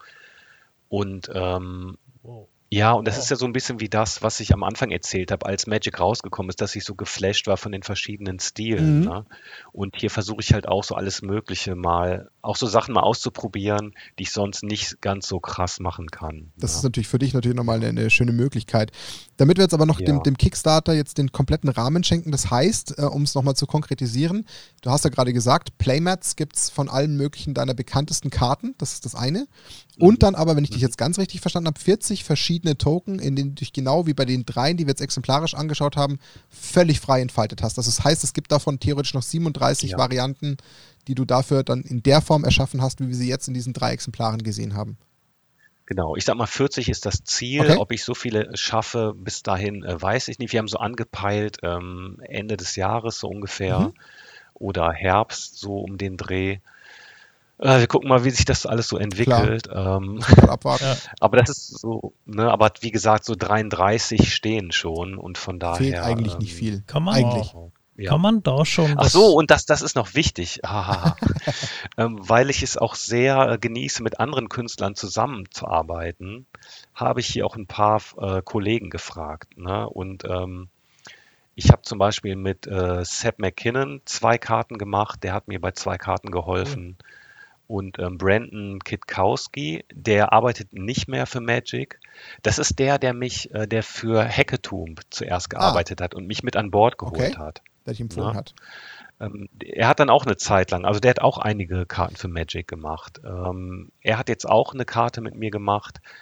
S4: Und ähm,
S3: Wow.
S4: ja, und das ist ja so ein bisschen wie das, was ich am Anfang erzählt habe, als Magic rausgekommen ist, dass ich so geflasht war von den verschiedenen Stilen.
S1: Mhm.
S4: Ne? Und hier versuche ich halt auch so alles Mögliche mal, auch so Sachen mal auszuprobieren, die ich sonst nicht ganz so krass machen kann.
S1: Das ist
S4: ne?
S1: natürlich für dich natürlich nochmal eine, eine schöne Möglichkeit. Damit wir jetzt aber noch
S4: Ja.
S1: dem, dem Kickstarter jetzt den kompletten Rahmen schenken, das heißt, äh, um es nochmal zu konkretisieren, du hast ja gerade gesagt, Playmats gibt es von allen möglichen deiner bekanntesten Karten, das ist das eine. Und dann aber, wenn ich dich jetzt ganz richtig verstanden habe, vierzig verschiedene Token, in denen du dich genau wie bei den dreien, die wir jetzt exemplarisch angeschaut haben, völlig frei entfaltet hast. Also das heißt, es gibt davon theoretisch noch siebenunddreißig
S4: Ja.
S1: Varianten, die du dafür dann in der Form erschaffen hast, wie wir sie jetzt in diesen drei Exemplaren gesehen haben.
S4: Genau, ich sag mal, vierzig ist das Ziel.
S1: Okay.
S4: Ob ich so viele schaffe, bis dahin äh, weiß ich nicht. Wir haben so angepeilt, ähm, Ende des Jahres so ungefähr
S1: Mhm.
S4: oder Herbst, so um den Dreh. Äh, wir gucken mal, wie sich das alles so entwickelt. Ähm,
S1: Muss man mal abwarten.
S2: Ja.
S4: aber das ist so, ne, aber wie gesagt, so dreiunddreißig stehen schon und von daher.
S1: Fehlt eigentlich
S4: ähm,
S1: nicht viel.
S3: Kann man,
S1: Eigentlich.
S4: Ja.
S3: kann man da schon
S4: Ach
S3: was-
S4: so, und das, das ist noch wichtig, Hahaha. ähm, weil ich es auch sehr äh, genieße, mit anderen Künstlern zusammenzuarbeiten, habe ich hier auch ein paar äh, Kollegen gefragt. Ne? Und ähm, ich habe zum Beispiel mit äh, Seb McKinnon zwei Karten gemacht, der hat mir bei zwei Karten geholfen. Und ähm, Brandon Kitkowski, der arbeitet nicht mehr für Magic. Das ist der, der mich, äh, der für Hackathon zuerst gearbeitet hat und mich mit an Bord geholt
S1: Okay.
S4: hat.
S1: Der dich empfohlen
S4: Ja.
S1: hat.
S4: Ähm, er hat dann auch eine Zeit lang, also der hat auch einige Karten für Magic gemacht. Ähm, er hat jetzt auch eine Karte mit mir gemacht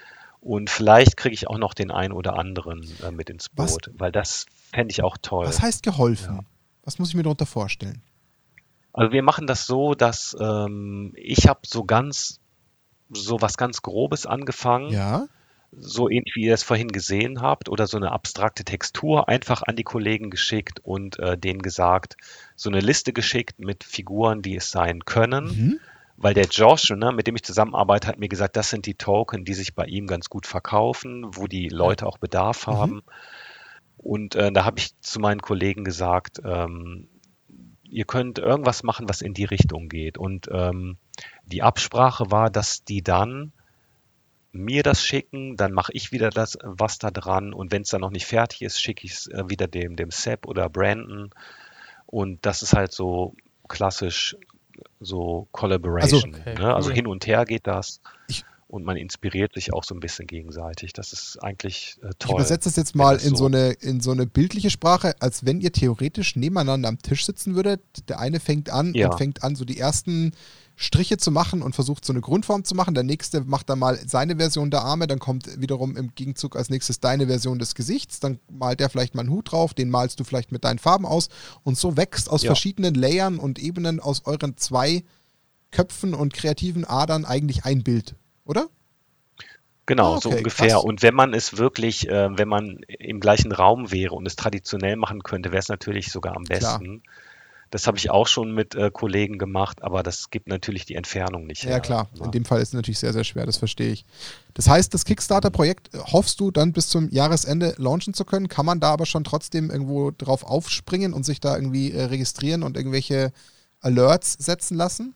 S4: Und vielleicht kriege ich auch noch den einen oder anderen äh, mit ins Boot,
S1: Was?
S4: weil das fände ich auch toll.
S1: Was heißt geholfen?
S4: Ja.
S1: Was muss ich mir darunter vorstellen?
S4: Also wir machen das so, dass ähm, ich habe so ganz, so was ganz Grobes angefangen,
S1: Ja?
S4: so ähnlich wie ihr es vorhin gesehen habt, oder so eine abstrakte Textur einfach an die Kollegen geschickt und äh, denen gesagt, so eine Liste geschickt mit Figuren, die es sein können.
S1: Mhm.
S4: Weil der Josh, ne, mit dem ich zusammenarbeite, hat mir gesagt, das sind die Token, die sich bei ihm ganz gut verkaufen, wo die Leute auch Bedarf haben.
S1: Mhm.
S4: Und äh, da habe ich zu meinen Kollegen gesagt, ähm, ihr könnt irgendwas machen, was in die Richtung geht. Und ähm, die Absprache war, dass die dann mir das schicken, dann mache ich wieder das, was da dran. Und wenn es dann noch nicht fertig ist, schicke ich es äh, wieder dem, dem Sepp oder Brandon. Und das ist halt so klassisch so Collaboration.
S1: Also,
S2: okay,
S4: ne? Also
S2: cool.
S4: hin und her geht das.
S1: Ich-
S4: Und man inspiriert sich auch so ein bisschen gegenseitig. Das ist eigentlich äh,
S1: Ich
S4: toll.
S1: übersetze das jetzt
S4: wenn
S1: mal
S4: das
S1: in
S4: so-
S1: so eine, in so eine bildliche Sprache, als wenn ihr theoretisch nebeneinander am Tisch sitzen würdet. Der eine fängt an
S4: Ja.
S1: und fängt an, so die ersten Striche zu machen und versucht so eine Grundform zu machen. Der nächste macht dann mal seine Version der Arme, dann kommt wiederum im Gegenzug als nächstes deine Version des Gesichts, dann malt der vielleicht mal einen Hut drauf, den malst du vielleicht mit deinen Farben aus und so wächst aus
S4: Ja.
S1: verschiedenen Layern und Ebenen aus euren zwei Köpfen und kreativen Adern eigentlich ein Bild, oder?
S4: Genau,
S1: Ah,
S4: so
S1: okay,
S4: ungefähr.
S1: krass.
S4: Und wenn man es wirklich, äh, wenn man im gleichen Raum wäre und es traditionell machen könnte, wäre es natürlich sogar am
S1: Klar.
S4: besten. Das habe ich auch schon mit äh, Kollegen gemacht, aber das gibt natürlich die Entfernung nicht
S1: Ja,
S4: her.
S1: klar.
S4: ne?
S1: In dem Fall ist es natürlich sehr, sehr schwer, das verstehe ich. Das heißt, das Kickstarter-Projekt äh, hoffst du dann bis zum Jahresende launchen zu können? Kann man da aber schon trotzdem irgendwo drauf aufspringen und sich da irgendwie äh, registrieren und irgendwelche Alerts setzen lassen?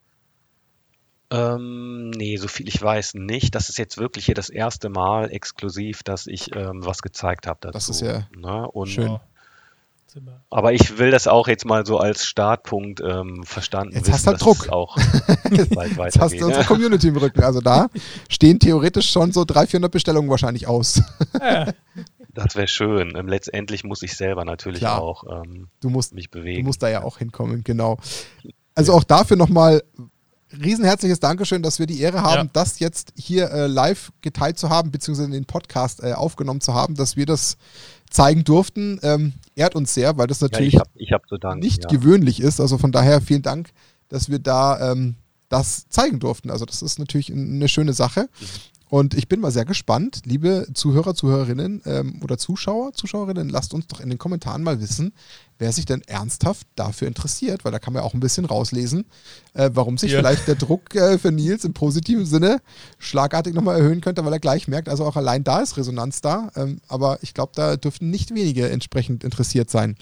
S4: Ähm, nee, so viel ich weiß nicht. Das ist jetzt wirklich hier das erste Mal exklusiv, dass ich ähm, was gezeigt habe dazu.
S1: Das ist ja
S4: ne? Und,
S1: schön.
S3: Sind wir-
S4: Aber ich will das auch jetzt mal so als Startpunkt ähm, verstanden
S1: Jetzt
S4: wissen,
S1: hast du halt
S4: dass
S1: Druck.
S4: es auch bald
S1: Jetzt hast
S4: weitergeht.
S1: du unsere Community im Rücken. Also da stehen theoretisch schon so dreihundert, vierhundert Bestellungen wahrscheinlich aus.
S3: Ja,
S4: Das wäre schön. Ähm, letztendlich muss ich selber natürlich
S1: Klar.
S4: auch ähm,
S1: Du musst,
S4: mich
S1: du
S4: bewegen.
S1: musst da ja auch hinkommen, genau. Also auch dafür nochmal riesenherzliches Dankeschön, dass wir die Ehre haben,
S2: Ja.
S1: das jetzt hier äh, live geteilt zu haben, beziehungsweise den Podcast äh, aufgenommen zu haben, dass wir das zeigen durften. Ähm, ehrt uns sehr, weil das
S4: ja,
S1: natürlich
S4: ich habe ich hab zu danken.
S1: nicht
S4: ja.
S1: gewöhnlich ist. Also von daher vielen Dank, dass wir da ähm, das zeigen durften. Also das ist natürlich eine schöne Sache. Und ich bin mal sehr gespannt, liebe Zuhörer, Zuhörerinnen ähm, oder Zuschauer, Zuschauerinnen, lasst uns doch in den Kommentaren mal wissen, wer sich denn ernsthaft dafür interessiert, weil da kann man ja auch ein bisschen rauslesen, äh, warum sich
S2: Ja.
S1: vielleicht der Druck äh, für Nils im positiven Sinne schlagartig nochmal erhöhen könnte, weil er gleich merkt, also auch allein da ist Resonanz da. Ähm, aber ich glaube, da dürften nicht wenige entsprechend interessiert sein.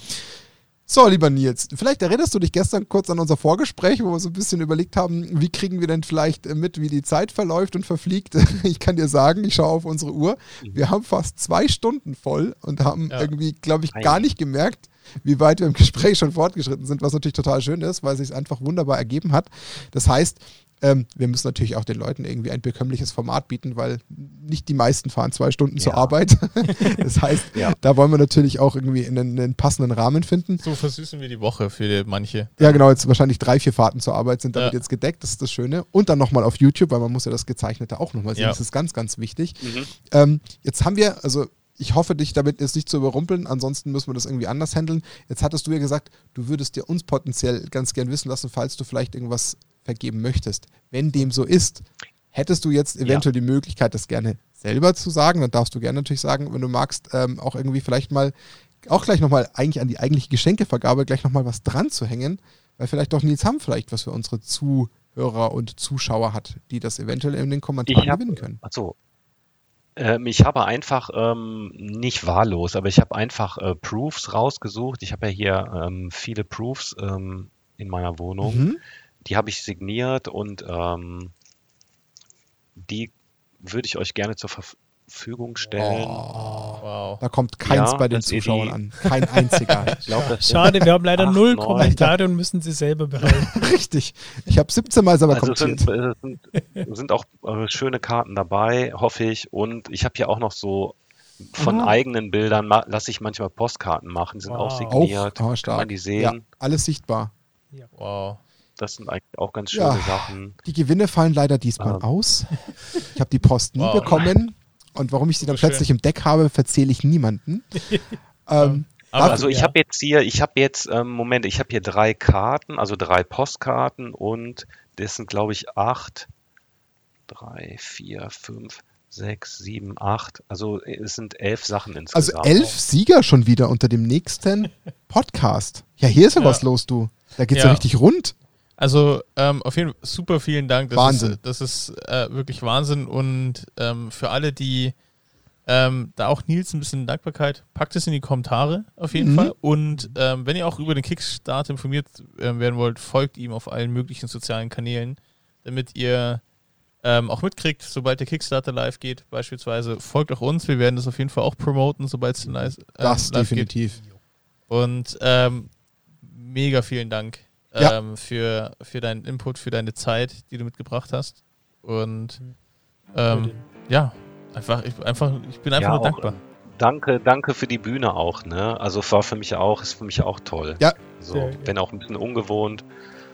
S1: So, lieber Nils, vielleicht erinnerst du dich gestern kurz an unser Vorgespräch, wo wir so ein bisschen überlegt haben, wie kriegen wir denn vielleicht mit, wie die Zeit verläuft und verfliegt. Ich kann dir sagen, ich schaue auf unsere Uhr, wir haben fast zwei Stunden voll und haben
S2: Ja.
S1: irgendwie, glaube ich,
S4: Ei.
S1: gar nicht gemerkt, wie weit wir im Gespräch schon fortgeschritten sind, was natürlich total schön ist, weil es sich einfach wunderbar ergeben hat. Das heißt, ähm, wir müssen natürlich auch den Leuten irgendwie ein bekömmliches Format bieten, weil nicht die meisten fahren zwei Stunden zur
S4: Ja.
S1: Arbeit. Das heißt,
S4: Ja.
S1: da wollen wir natürlich auch irgendwie einen, einen passenden Rahmen finden.
S2: So versüßen wir die Woche für manche.
S1: Ja, genau, jetzt wahrscheinlich drei, vier Fahrten zur Arbeit sind damit
S2: Ja.
S1: jetzt gedeckt, das ist das Schöne. Und dann nochmal auf YouTube, weil man muss ja das Gezeichnete auch nochmal sehen,
S2: Ja.
S1: das ist ganz, ganz wichtig.
S4: Mhm.
S1: Ähm, jetzt haben wir, also ich hoffe, dich damit jetzt nicht zu überrumpeln, ansonsten müssen wir das irgendwie anders handeln. Jetzt hattest du ja gesagt, du würdest dir uns potenziell ganz gern wissen lassen, falls du vielleicht irgendwas vergeben möchtest. Wenn dem so ist, hättest du jetzt eventuell die Möglichkeit, das gerne selber zu sagen, dann darfst du gerne natürlich sagen, wenn du magst, ähm, auch irgendwie vielleicht mal, auch gleich nochmal eigentlich an die eigentliche Geschenkevergabe gleich nochmal was dran zu hängen, weil vielleicht doch Nils Hamm vielleicht was für unsere Zuhörer und Zuschauer hat, die das eventuell in den Kommentaren
S4: Ich hab-
S1: gewinnen können.
S4: Achso. Ähm, ich habe einfach, ähm, nicht wahllos, aber ich habe einfach äh, Proofs rausgesucht. Ich habe ja hier ähm, viele Proofs ähm, in meiner Wohnung.
S1: Mhm.
S4: Die habe ich signiert und ähm, die würde ich euch gerne zur Verfügung stellen.
S1: Oh,
S2: Wow.
S1: da kommt keins
S4: Ja,
S1: bei den
S4: dass ihr
S1: Zuschauern
S4: die-
S1: an. Kein einziger.
S4: Ich glaube, das sind
S3: schade, wir haben leider
S4: acht,
S3: null
S4: neun.
S3: Kommentare und müssen sie selber behalten.
S1: Richtig. Ich habe siebzehn Mal selber
S4: Also es
S1: kommentiert.
S4: sind, es sind, sind auch äh, schöne Karten dabei, hoffe ich. Und ich habe hier auch noch so von
S1: Aha.
S4: eigenen Bildern, ma- lasse ich manchmal Postkarten machen, die sind auch
S3: Wow.
S4: signiert.
S1: Auch ah,
S4: Kann
S1: stark.
S4: man die sehen?
S1: Ja, alles sichtbar.
S2: Wow.
S4: Das sind eigentlich auch ganz schöne
S1: Ja.
S4: Sachen.
S1: Die Gewinne fallen leider diesmal
S4: Ähm.
S1: aus. Ich habe die Post nie
S2: Wow.
S1: bekommen. Und warum ich sie dann
S2: Schön.
S1: plötzlich im Deck habe, verzähle ich niemanden. ähm,
S2: Aber
S4: Also ich
S3: ja.
S4: habe jetzt hier, ich habe jetzt, ähm, Moment, ich habe hier drei Karten, also drei Postkarten und das sind, glaube ich, acht, drei, vier, fünf, sechs, sieben, acht. Also es sind elf Sachen
S1: also
S4: insgesamt.
S1: elf Sieger schon wieder unter dem nächsten Podcast. Ja, hier ist ja,
S2: Ja.
S1: was los, du. Da geht's
S2: Ja.
S1: ja richtig rund.
S2: Also ähm, auf jeden Fall super vielen Dank. Das
S1: Wahnsinn.
S2: Ist, das ist äh, wirklich Wahnsinn. Und ähm, für alle, die ähm, da auch Nils ein bisschen Dankbarkeit, packt es in die Kommentare auf jeden
S1: Mhm.
S2: Fall. Und ähm, wenn ihr auch über den Kickstarter informiert äh, werden wollt, folgt ihm auf allen möglichen sozialen Kanälen, damit ihr ähm, auch mitkriegt, sobald der Kickstarter live geht. Beispielsweise folgt auch uns. Wir werden das auf jeden Fall auch promoten, sobald es live, ähm,
S1: Das
S2: live geht.
S1: definitiv.
S2: Und ähm, mega vielen Dank
S1: Ja.
S2: ähm, für, für deinen Input, für deine Zeit, die du mitgebracht hast. Und ähm, ja, einfach, ich, einfach, ich bin einfach
S4: Ja,
S2: nur
S4: auch,
S2: dankbar.
S4: ähm, Danke, danke für die Bühne auch, ne? Also war für mich auch, ist für mich auch toll.
S1: Ja.
S4: So,
S3: Sehr, ja.
S4: wenn auch ein bisschen ungewohnt.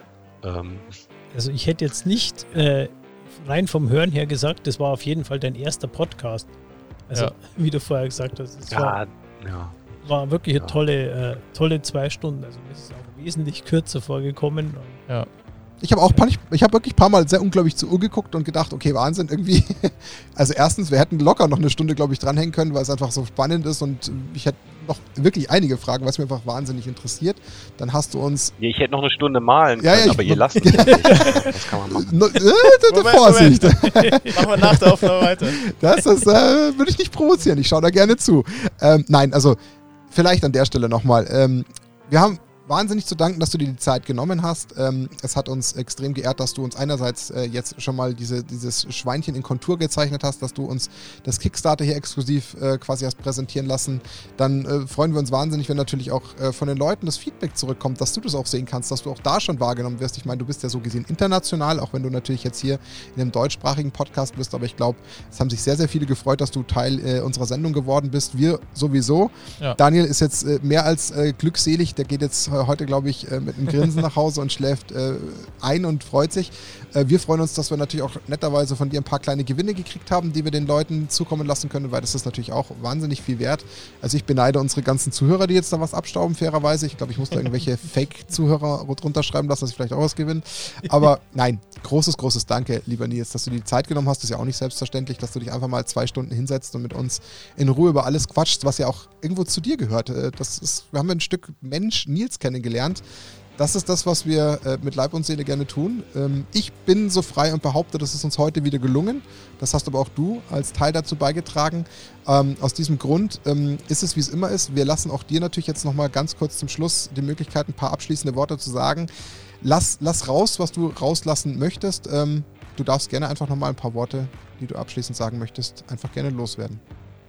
S4: Ähm,
S3: Also ich hätte jetzt nicht äh, rein vom Hören her gesagt, das war auf jeden Fall dein erster Podcast. Also
S2: Ja.
S3: wie du vorher gesagt hast, es war,
S4: ja, ja.
S3: war wirklich eine
S4: Ja.
S3: tolle, äh, tolle zwei Stunden. Also mir ist es auch wesentlich kürzer vorgekommen.
S2: Ja.
S1: Ich habe auch pan- ich, ich hab wirklich ein paar Mal sehr unglaublich zur Uhr geguckt und gedacht, okay, Wahnsinn, irgendwie. Also erstens, wir hätten locker noch eine Stunde, glaube ich, dranhängen können, weil es einfach so spannend ist und ich hätte noch wirklich einige Fragen, was mir einfach wahnsinnig interessiert. Dann hast du uns...
S4: Nee, ich hätte noch eine Stunde malen
S1: Ja,
S4: können,
S1: ja, ich-
S4: aber ihr lasst mich ja nicht. Das kann man machen.
S1: No, äh, d- d-
S2: Moment,
S1: Vorsicht!
S2: Machen wir nach der Aufnahme weiter.
S1: Das, das äh, würde ich nicht provozieren. Ich schaue da gerne zu. Ähm, nein, also vielleicht an der Stelle nochmal. Ähm, wir haben wahnsinnig zu danken, dass du dir die Zeit genommen hast. Ähm, es hat uns extrem geehrt, dass du uns einerseits äh, jetzt schon mal diese, dieses Schweinchen in Kontur gezeichnet hast, dass du uns das Kickstarter hier exklusiv äh, quasi hast präsentieren lassen. Dann äh, freuen wir uns wahnsinnig, wenn natürlich auch äh, von den Leuten das Feedback zurückkommt, dass du das auch sehen kannst, dass du auch da schon wahrgenommen wirst. Ich meine, du bist ja so gesehen international, auch wenn du natürlich jetzt hier in einem deutschsprachigen Podcast bist, aber ich glaube, es haben sich sehr, sehr viele gefreut, dass du Teil äh, unserer Sendung geworden bist. Wir sowieso.
S2: Ja.
S1: Daniel ist jetzt äh, mehr als äh, glückselig, der geht jetzt äh, heute, glaube ich, äh, mit einem Grinsen nach Hause und schläft äh, ein und freut sich. Äh, wir freuen uns, dass wir natürlich auch netterweise von dir ein paar kleine Gewinne gekriegt haben, die wir den Leuten zukommen lassen können, weil das ist natürlich auch wahnsinnig viel wert. Also ich beneide unsere ganzen Zuhörer, die jetzt da was abstauben, fairerweise. Ich glaube, ich muss da irgendwelche Fake-Zuhörer drunter schreiben lassen, dass ich vielleicht auch was gewinne. Aber nein, großes, großes Danke, lieber Nils, dass du die Zeit genommen hast. Das ist ja auch nicht selbstverständlich, dass du dich einfach mal zwei Stunden hinsetzt und mit uns in Ruhe über alles quatschst, was ja auch irgendwo zu dir gehört. Äh, Das ist, wir haben ein Stück Mensch Nils kennengelernt. Das ist das, was wir äh, mit Leib und Seele gerne tun. Ähm, ich bin so frei und behaupte, das ist uns heute wieder gelungen. Das hast aber auch du als Teil dazu beigetragen. Ähm, aus diesem Grund ähm, ist es, wie es immer ist. Wir lassen auch dir natürlich jetzt nochmal ganz kurz zum Schluss die Möglichkeit, ein paar abschließende Worte zu sagen. Lass, lass raus, was du rauslassen möchtest. Ähm, du darfst gerne einfach nochmal ein paar Worte, die du abschließend sagen möchtest, einfach gerne loswerden.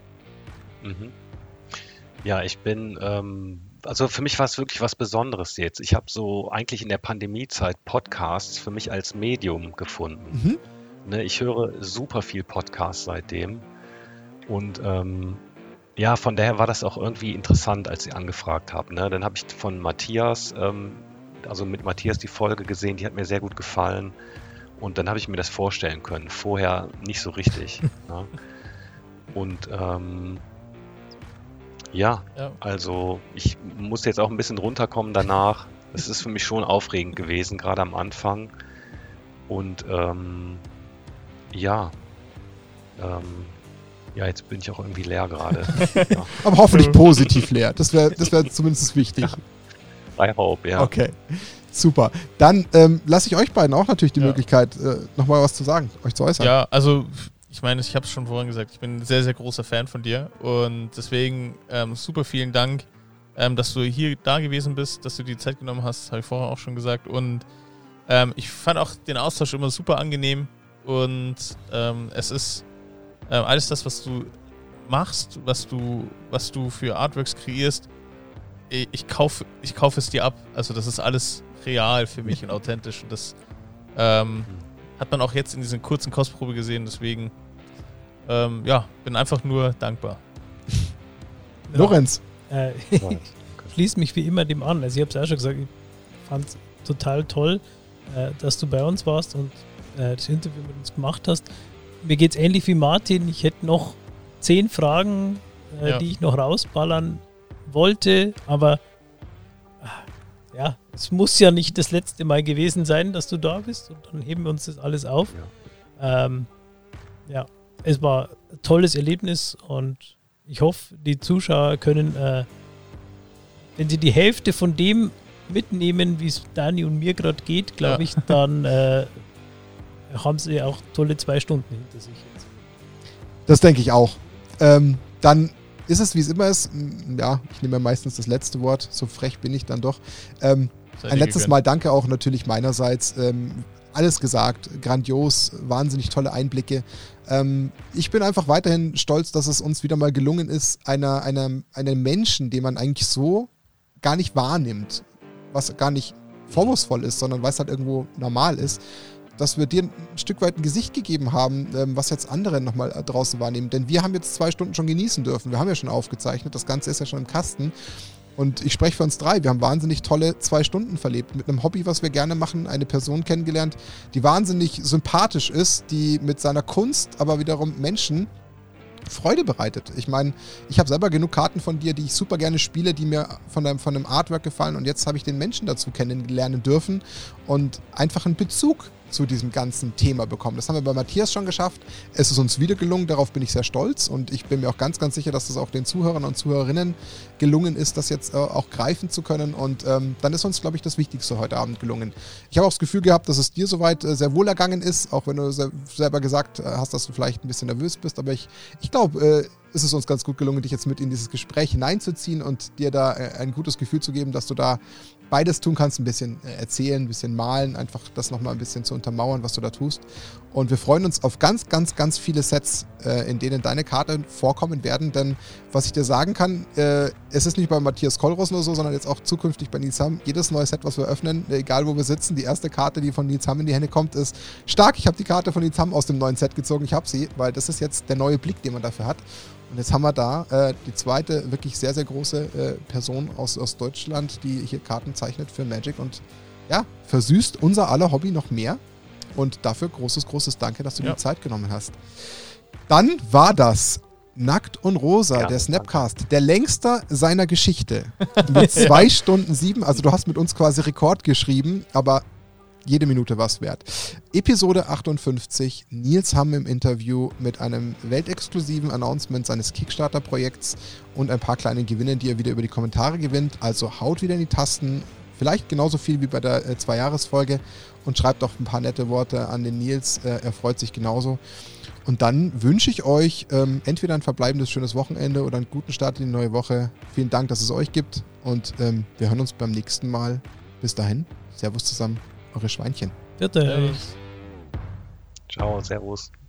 S4: Mhm. Ja, ich bin, ähm, also für mich war es wirklich was Besonderes jetzt. Ich habe so eigentlich in der Pandemiezeit Podcasts für mich als Medium gefunden.
S1: Mhm.
S4: Ne, ich höre super viel Podcasts seitdem und ähm, ja, von daher war das auch irgendwie interessant, als Sie angefragt haben. Ne? Dann habe ich von Matthias, ähm, also mit Matthias die Folge gesehen, die hat mir sehr gut gefallen und dann habe ich mir das vorstellen können. Vorher nicht so richtig. Ne? Und ähm, ja,
S2: Ja.
S4: also ich muss jetzt auch ein bisschen runterkommen danach. Es ist für mich schon aufregend gewesen, gerade am Anfang. Und ähm, ja, ähm, ja, jetzt bin ich auch irgendwie leer gerade. Ja,
S1: Aber hoffentlich positiv leer. Das wäre das wär zumindest wichtig.
S4: I hope, ja.
S1: Okay, super. Dann ähm, lasse ich euch beiden auch natürlich die
S2: Ja.
S1: Möglichkeit, äh, nochmal was zu sagen, euch zu äußern.
S2: Ja, also ich meine, ich habe es schon vorhin gesagt, ich bin ein sehr, sehr großer Fan von dir und deswegen ähm, super vielen Dank, ähm, dass du hier da gewesen bist, dass du die Zeit genommen hast, habe ich vorher auch schon gesagt und ähm, ich fand auch den Austausch immer super angenehm und ähm, es ist ähm, alles das, was du machst, was du, was du für Artworks kreierst, ich, ich kaufe ich kauf es dir ab, also das ist alles real für mich und authentisch und das ähm, hat man auch jetzt in dieser kurzen Kostprobe gesehen, deswegen ähm, ja, bin einfach nur dankbar.
S1: Lorenz.
S3: Äh, schließt mich wie immer dem an. Also ich habe es auch schon gesagt, ich fand es total toll, äh, dass du bei uns warst und äh, das Interview mit uns gemacht hast. Mir geht es ähnlich wie Martin. Ich hätte noch zehn Fragen, äh,
S2: Ja.
S3: die ich noch rausballern wollte, aber ja, es muss ja nicht das letzte Mal gewesen sein, dass du da bist, und dann heben wir uns das alles auf. Ja, ähm, ja es war ein tolles Erlebnis, und ich hoffe, die Zuschauer können, äh, wenn sie die Hälfte von dem mitnehmen, wie es Dani und mir gerade geht, glaube
S2: Ja.
S3: ich, dann äh, haben sie auch tolle zwei Stunden hinter sich jetzt.
S1: Das denke ich auch. Ähm, dann ist es, wie es immer ist. Ja, ich nehme ja meistens das letzte Wort. So frech bin ich dann doch. Ähm,
S2: Seid
S1: ein
S2: ihr
S1: letztes
S2: gegönnt.
S1: Mal danke auch natürlich meinerseits. Ähm, alles gesagt, grandios, wahnsinnig tolle Einblicke. Ähm, ich bin einfach weiterhin stolz, dass es uns wieder mal gelungen ist, einer, einer, einem Menschen, den man eigentlich so gar nicht wahrnimmt, was gar nicht vorwurfsvoll ist, sondern weil es halt irgendwo normal ist, dass wir dir ein Stück weit ein Gesicht gegeben haben, ähm, was jetzt andere nochmal draußen wahrnehmen. Denn wir haben jetzt zwei Stunden schon genießen dürfen. Wir haben ja schon aufgezeichnet, das Ganze ist ja schon im Kasten. Und ich spreche für uns drei. Wir haben wahnsinnig tolle zwei Stunden verlebt. Mit einem Hobby, was wir gerne machen, eine Person kennengelernt, die wahnsinnig sympathisch ist, die mit seiner Kunst aber wiederum Menschen Freude bereitet. Ich meine, ich habe selber genug Karten von dir, die ich super gerne spiele, die mir von dem, von dem Artwork gefallen, und jetzt habe ich den Menschen dazu kennenlernen dürfen und einfach einen Bezug zu diesem ganzen Thema bekommen. Das haben wir bei Matthias schon geschafft. Es ist uns wieder gelungen, darauf bin ich sehr stolz, und ich bin mir auch ganz, ganz sicher, dass das auch den Zuhörern und Zuhörerinnen gelungen ist, das jetzt äh, auch greifen zu können, und ähm, dann ist uns, glaube ich, das Wichtigste heute Abend gelungen. Ich habe auch das Gefühl gehabt, dass es dir soweit äh, sehr wohl ergangen ist, auch wenn du se- selber gesagt äh, hast, dass du vielleicht ein bisschen nervös bist, aber ich, ich glaube, äh, ist es uns ganz gut gelungen, dich jetzt mit in dieses Gespräch hineinzuziehen und dir da äh, ein gutes Gefühl zu geben, dass du da beides tun kannst, ein bisschen äh, erzählen, ein bisschen malen, einfach das nochmal ein bisschen zu untermauern, was du da tust. Und wir freuen uns auf ganz, ganz, ganz viele Sets, äh, in denen deine Karten vorkommen werden, denn was ich dir sagen kann, äh, es ist nicht bei Matthias Kollross nur so, sondern jetzt auch zukünftig bei Nils Hamm. Jedes neue Set, was wir öffnen, egal wo wir sitzen, die erste Karte, die von Nils Hamm in die Hände kommt, ist stark. Ich habe die Karte von Nils Hamm aus dem neuen Set gezogen, ich habe sie, weil das ist jetzt der neue Blick, den man dafür hat. Und jetzt haben wir da äh, die zweite wirklich sehr, sehr große äh, Person aus, aus Deutschland, die hier Karten zeichnet für Magic, und ja, versüßt unser aller Hobby noch mehr. Und dafür großes, großes Danke, dass du
S2: Ja.
S1: dir die Zeit genommen hast. Dann war das Nackt und Rosa,
S4: Gerne,
S1: der Snapcast, der längste seiner Geschichte. Mit zwei Stunden sieben, also du hast mit uns quasi Rekord geschrieben, aber jede Minute war es wert. Episode achtundfünfzig, Nils Hamm im Interview mit einem weltexklusiven Announcement seines Kickstarter-Projekts und ein paar kleinen Gewinnen, die er wieder über die Kommentare gewinnt. Also haut wieder in die Tasten, vielleicht genauso viel wie bei der äh, Zwei-Jahres-Folge, und schreibt auch ein paar nette Worte an den Nils. Äh, er freut sich genauso. Und dann wünsche ich euch ähm, entweder ein verbleibendes schönes Wochenende oder einen guten Start in die neue Woche. Vielen Dank, dass es euch gibt, und ähm, wir hören uns beim nächsten Mal. Bis dahin, Servus zusammen, eure Schweinchen.
S3: Bitte.
S2: Servus.
S4: Ciao, servus.